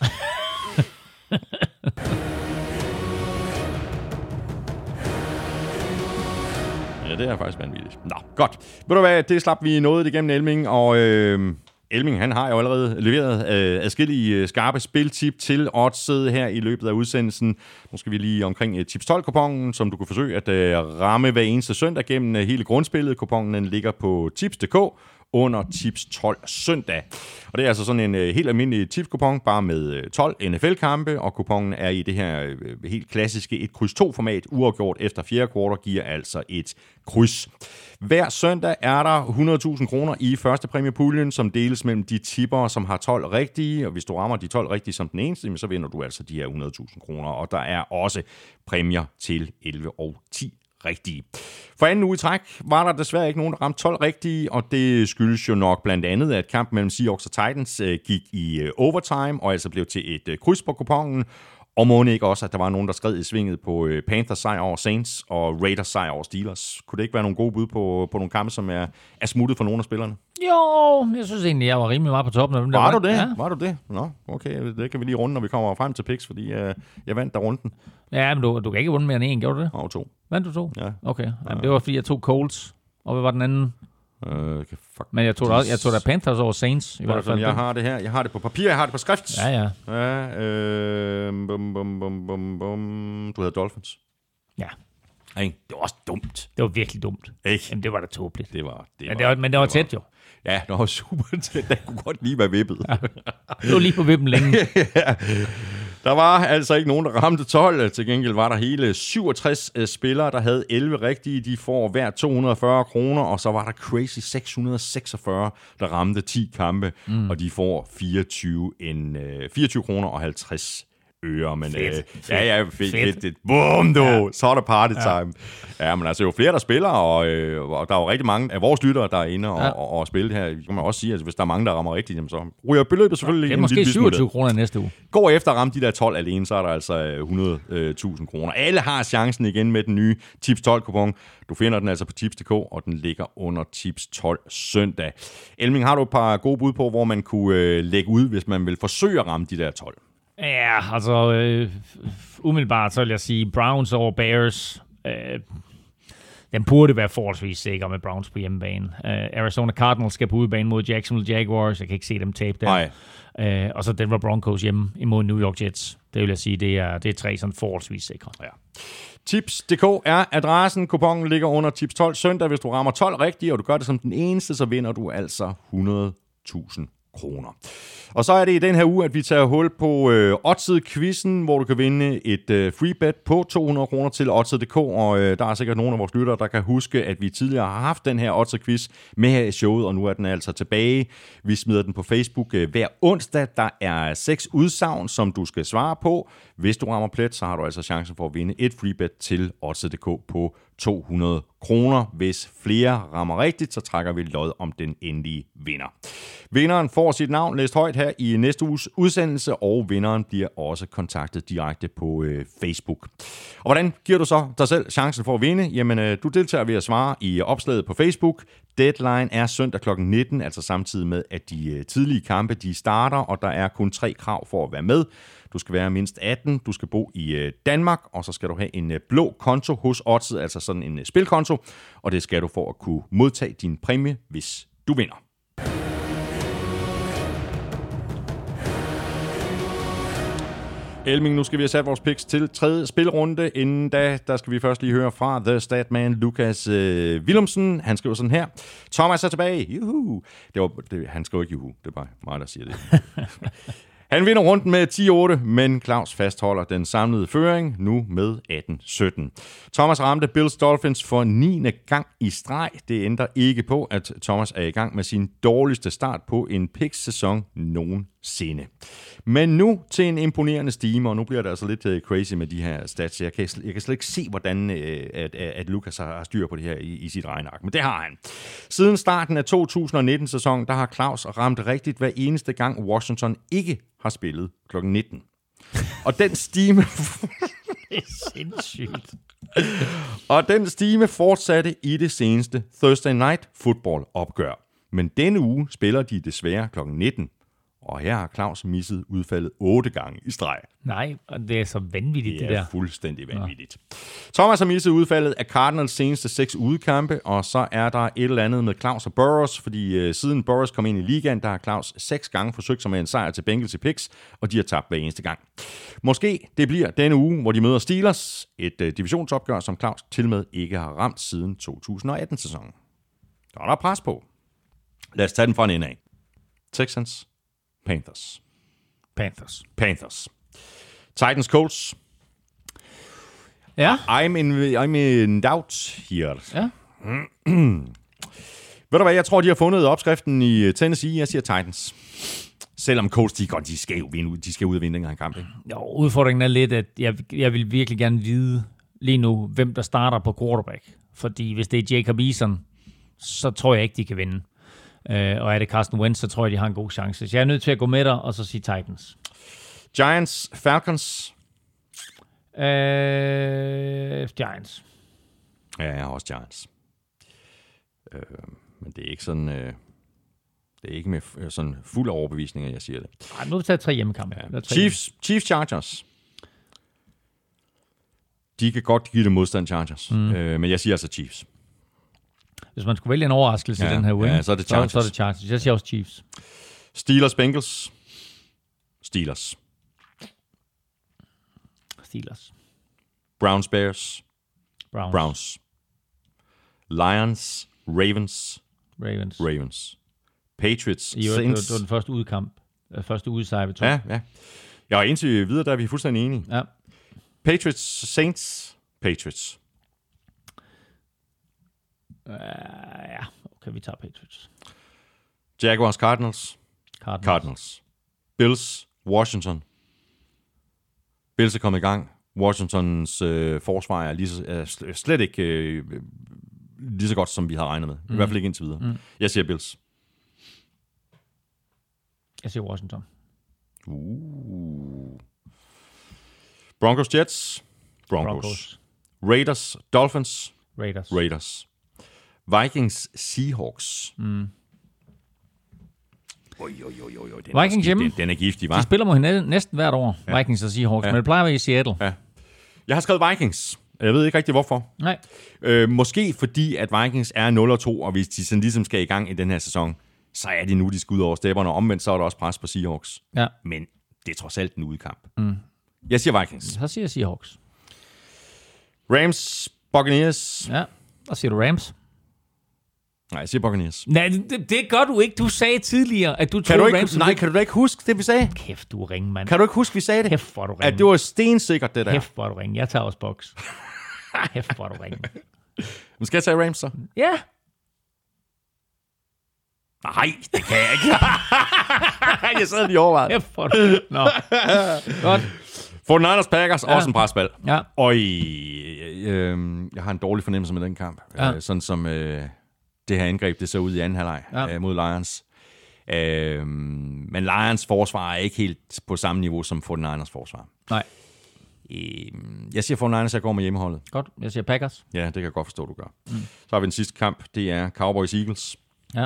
Ja, det er faktisk vanvittigt. Nå, godt. Ved du hvad, det slap vi noget igennem Elming, og Elming, han har jo allerede leveret adskillige skarpe spiltip til oddset her i løbet af udsendelsen. Nu skal vi lige omkring Tips 12-kupongen, som du kan forsøge at ramme hver eneste søndag gennem hele grundspillet. Kupongen ligger på tips.dk under Tips 12 søndag. Og det er altså sådan en helt almindelig tipskupon, bare med 12 NFL-kampe, og kupongen er i det her helt klassiske 1x2-format. Uafgjort efter 4. kvartal giver altså et kryds. Hver søndag er der 100.000 kroner i første præmiepuljen, som deles mellem de tipper, som har 12 rigtige. Og hvis du rammer de 12 rigtige som den eneste, så vinder du altså de her 100.000 kroner. Og der er også præmier til 11 og 10 rigtige. For anden uge i træk var der desværre ikke nogen, der ramte 12 rigtige, og det skyldes jo nok blandt andet, at kampen mellem Seahawks og Titans gik i overtime, og altså blev til et kryds på kupongen. Og må ikke også, at der var nogen, der skred i svinget på Panthers sejr over Saints og Raiders sejr over Steelers. Kunne det ikke være nogle gode bud på nogle kampe, som er smuttet for nogle af spillerne? Jo, jeg synes egentlig, jeg var rimelig meget på toppen af dem. Var du det? Ja. Var du det? Nå, okay. Det kan vi lige runde, når vi kommer frem til picks, fordi jeg vandt der runden. Ja, men du kan ikke vunde mere end 1, gjorde du det? Og 2. Vandt du 2? Ja. Okay. Jamen, det var fordi, jeg tog Colts. Og hvad var den anden? Men jeg tog da Panthers over Saints i hvert fald. Jeg har det her. Jeg har det på papir, jeg har det på skrift. Ja. Du hedder Dolphins. Ja. Ej, det var også dumt. Det var virkelig dumt. Ikke? Jamen, det var da tåbeligt. Men det var tæt jo. Ja, det var super tæt. Den kunne godt lige være vippet. Ja. Det var lige på vippen længe. Ja. Der var altså ikke nogen, der ramte 12. Til gengæld var der hele 67 spillere, der havde 11 rigtige. De får hver 240 kroner, og så var der crazy 646, der ramte 10 kampe, og de får 24 kroner og 50 øre, men fedt. Bum, du! Ja. Så er der party time. Ja, men altså jo flere, der spiller, og der er jo rigtig mange af vores lyttere, der er inde og spille her. Kan man også sige, at hvis der er mange, der rammer rigtigt, jamen, så ryger beløbet selvfølgelig. Det er måske 27 kroner næste uge. Går efter at ramme de der 12 alene, så er der altså 100.000 kroner. Alle har chancen igen med den nye Tips 12-kupon. Du finder den altså på tips.dk, og den ligger under Tips 12 søndag. Elming, har du et par gode bud på, hvor man kunne lægge ud, hvis man vil forsøge at ramme de der 12? Ja, altså umiddelbart så vil jeg sige Browns over Bears. Den burde være forholdsvis sikker med Browns på hjemmebane. Arizona Cardinals skal på udebane mod Jacksonville Jaguars. Jeg kan ikke se dem tabe der. Og så Denver Broncos hjemme imod New York Jets. Det vil jeg sige, det er 3 sådan forholdsvis sikre. Ja. Tips.dk er adressen. Kupongen ligger under Tips 12 søndag. Hvis du rammer 12 rigtigt, og du gør det som den eneste, så vinder du altså 100.000 kroner. Og så er det i den her uge, at vi tager hul på Oddsed-quizzen, hvor du kan vinde et free bet på 200 kroner til Oddsed.dk, og der er sikkert nogle af vores lyttere, der kan huske, at vi tidligere har haft den her Oddsed-quiz med her i showet, og nu er den altså tilbage. Vi smider den på Facebook hver onsdag. Der er 6 udsagn, som du skal svare på. Hvis du rammer plet, så har du altså chancen for at vinde et free bet til Oddsed.dk på 200 kroner. Hvis flere rammer rigtigt, så trækker vi lod om den endelige vinder. Vinderen får sit navn læst højt her i næste uges udsendelse, og vinderen bliver også kontaktet direkte på Facebook. Og hvordan giver du så dig selv chancen for at vinde? Jamen, du deltager ved at svare i opslaget på Facebook. Deadline er søndag kl. 19, altså samtidig med, at de tidlige kampe de starter, og der er kun 3 krav for at være med. Du skal være mindst 18, du skal bo i Danmark, og så skal du have en blå konto hos Oddsed, altså sådan en spilkonto, og det skal du for at kunne modtage din præmie, hvis du vinder. Elming, nu skal vi have sat vores picks til 3. spilrunde. Inden da, der skal vi først lige høre fra The Statman Lukas Willumsen. Han skriver sådan her. Thomas er tilbage. Juhu. Han skriver ikke juhu. Det er bare mig, der siger det. Han vinder runden med 10-8, men Claus fastholder den samlede føring, nu med 18-17. Thomas ramte Bills Dolphins for 9. gang i streg. Det ændrer ikke på, at Thomas er i gang med sin dårligste start på en picks-sæson nogensinde. Men nu til en imponerende stime, og nu bliver det altså lidt crazy med de her stats. Jeg kan slet ikke se, hvordan at Lukas har styr på det her i sit regneark, men det har han. Siden starten af 2019-sæsonen, der har Claus ramt rigtigt hver eneste gang Washington ikke har spillet kl. 19. Og den stime... Det er sindssygt. Og den stime fortsatte i det seneste Thursday Night Football opgør. Men denne uge spiller de desværre kl. 19. Og her har Claus misset udfaldet 8 gange i streg. Nej, og det er så vanvittigt, det der. Det er fuldstændig vanvittigt. Ja. Thomas har misset udfaldet af Cardinals seneste 6 udekampe, og så er der et eller andet med Claus og Burrows, fordi siden Burrows kom ind i ligaen, der har Claus 6 gange forsøgt sig med en sejr til Bengals i picks, og de har tabt hver eneste gang. Måske det bliver denne uge, hvor de møder Steelers, et divisionsopgør, som Claus tilmed ikke har ramt siden 2018-sæsonen. Der er der pres på. Lad os tage den fra en ende af. Texans. Panthers. Titans Colts. Ja. I'm in doubt here. Ja. Ved du hvad, jeg tror, de har fundet opskriften i Tennessee. Jeg siger Titans. Selvom Colts, de skal jo vinde ud. De skal ud og vinde den her kamp, ikke? Jo, udfordringen er lidt, at jeg vil virkelig gerne vide lige nu, hvem der starter på quarterback. Fordi hvis det er Jacob Eason, så tror jeg ikke, de kan vinde. Og er det Carson Wentz, så tror jeg, de har en god chance. Så jeg er nødt til at gå med dig, og så sige Titans. Giants, Falcons. Giants. Ja, jeg har også Giants. Men det er ikke sådan... det er ikke med sådan fuld overbevisning, at jeg siger det. Ej, nu har vi taget 3 hjemmekampe. Ja. Chiefs, Chargers. De kan godt give det modstand, Chargers. Men jeg siger altså Chiefs. Hvis man skulle vælge en overraskelse i den her uge, så er det Chargers. Så er det Chargers. Jeg siger også Chiefs. Steelers, Bengals. Steelers. Browns, Bears. Browns. Lions, Ravens. Patriots, Saints. Det var den første udekamp. Første udesejr ved to. Ja. Ja, og indtil videre, der er vi fuldstændig enige. Ja. Patriots, Saints, Patriots. Ja, okay, vi tager Patriots. Jaguars, Cardinals. Bills, Washington. Bills er kommet i gang. Washingtons forsvar er slet ikke lige så godt, som vi havde regnet med. I hvert fald ikke indtil videre. Jeg siger Bills. Jeg siger Washington. Broncos, Jets. Broncos. Raiders, Dolphins. Raiders. Vikings, Seahawks. Vikings hjemme. Den er giftig, hva'? De spiller mod hinanden næsten hvert år, ja. Vikings og Seahawks, men det plejer at være i Seattle. Ja. Jeg har skrevet Vikings. Jeg ved ikke rigtig, hvorfor. Nej. Måske fordi, at Vikings er 0-2, og hvis de sådan ligesom skal i gang i den her sæson, så er det nu, de skal ud over stepperne, og omvendt så er der også pres på Seahawks. Ja. Men det er trods alt en udekamp. Jeg siger Vikings. Så siger jeg Seahawks. Rams, Buccaneers. Ja, og siger du Rams? Nej, jeg siger Buccaneers. Nej, det gør du ikke. Du sagde tidligere, at du troede Rams... Kan du da ikke huske det, vi sagmen Kæft, du er ringe, mand. Kan du ikke huske, vi sagde det? Kæft, hvor du ringe. At det var stensikkert, det der. Kæft, hvor du ringe. Jeg tager også Bucks. Kæft, hvor du ringe. Men skal jeg tage Rams så? Ja. Nej, det kan jeg ikke. Jeg sad lige overvejet. Kæft, hvor du... Nå. Godt. 49ers Packers, også en presbal. Ja. Og jeg har en dårlig fornemmelse med den kamp. Ja. Sådan som det her angreb, det så ud i anden halvleg mod Lions. Men Lions forsvar er ikke helt på samme niveau som 49ers forsvar. Nej. Jeg siger 49ers, jeg går med hjemmeholdet. Godt. Jeg siger Packers. Ja, det kan jeg godt forstå, du gør. Så har vi den sidste kamp. Det er Cowboys-Eagles. Ja.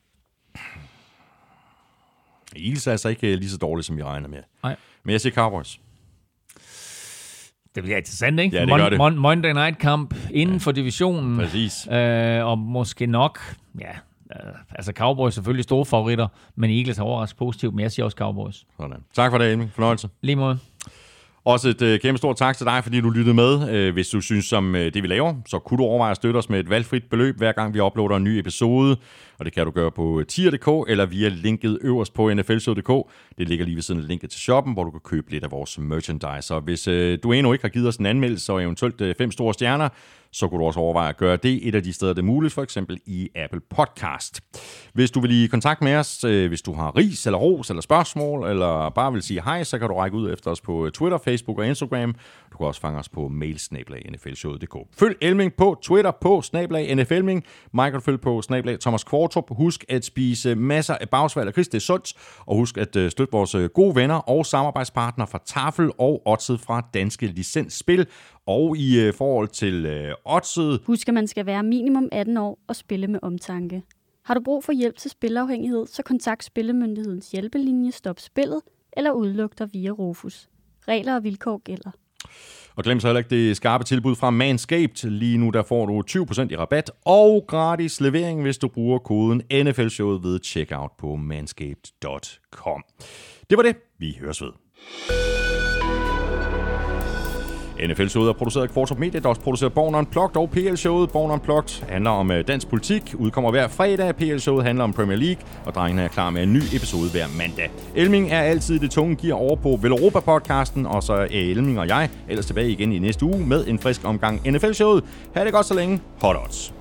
Eagles er altså ikke lige så dårligt, som vi regner med. Nej. Men jeg siger Cowboys. Det bliver interessant, ikke? Ja, det gør det. Monday Night Kamp inden for divisionen. Præcis. Og måske nok... Ja, altså Cowboys selvfølgelig store favoritter, men Eagles har overrasket positivt, men jeg siger også Cowboys. Sådan. Tak for det, Elming. Fornøjelse. Lige måde. Også et kæmpe stort tak til dig, fordi du lyttede med. Hvis du synes om det, vi laver, så kunne du overveje at støtte os med et valgfrit beløb, hver gang vi uploader en ny episode. Og det kan du gøre på tier.dk eller via linket øverst på nflshow.dk. Det ligger lige ved siden af linket til shoppen, hvor du kan købe lidt af vores merchandise. Og hvis du endnu ikke har givet os en anmeldelse og eventuelt 5 store stjerner, så kunne du også overveje at gøre det et af de steder, det er muligt, for eksempel i Apple Podcast. Hvis du vil i kontakt med os, hvis du har ris eller ros eller spørgsmål, eller bare vil sige hej, så kan du række ud efter os på Twitter, Facebook og Instagram. Du kan også fange os på mail@nflshowet.dk. Følg Elming på Twitter på @nflming. Michael følg på @Thomas Kvartrup. Husk at spise masser af bagsvalg og Chris, det er sundt. Og husk at støtte vores gode venner og samarbejdspartnere fra Tafel og Odset fra Danske Licensspil. Og i forhold til Odset... Husk, at man skal være minimum 18 år og spille med omtanke. Har du brug for hjælp til spilafhængighed, så kontakt Spillemyndighedens hjælpelinje Stop Spillet eller udluk dig via Rufus. Regler og vilkår gælder. Og glem så heller ikke det skarpe tilbud fra Manscaped. Lige nu der får du 20% i rabat og gratis levering, hvis du bruger koden NFLshowet ved checkout på manscaped.com. Det var det. Vi høres ved. NFL-showet er produceret af Kvartrup Media, der også producerer Born Unplugged og PL-showet. Born Unplugged handler om dansk politik, udkommer hver fredag. PL-showet handler om Premier League, og drengene er klar med en ny episode hver mandag. Elming er altid det tunge gear over på Velropa-podcasten, og så er Elming og jeg ellers tilbage igen i næste uge med en frisk omgang NFL-showet. Ha' det godt så længe. Hot odds.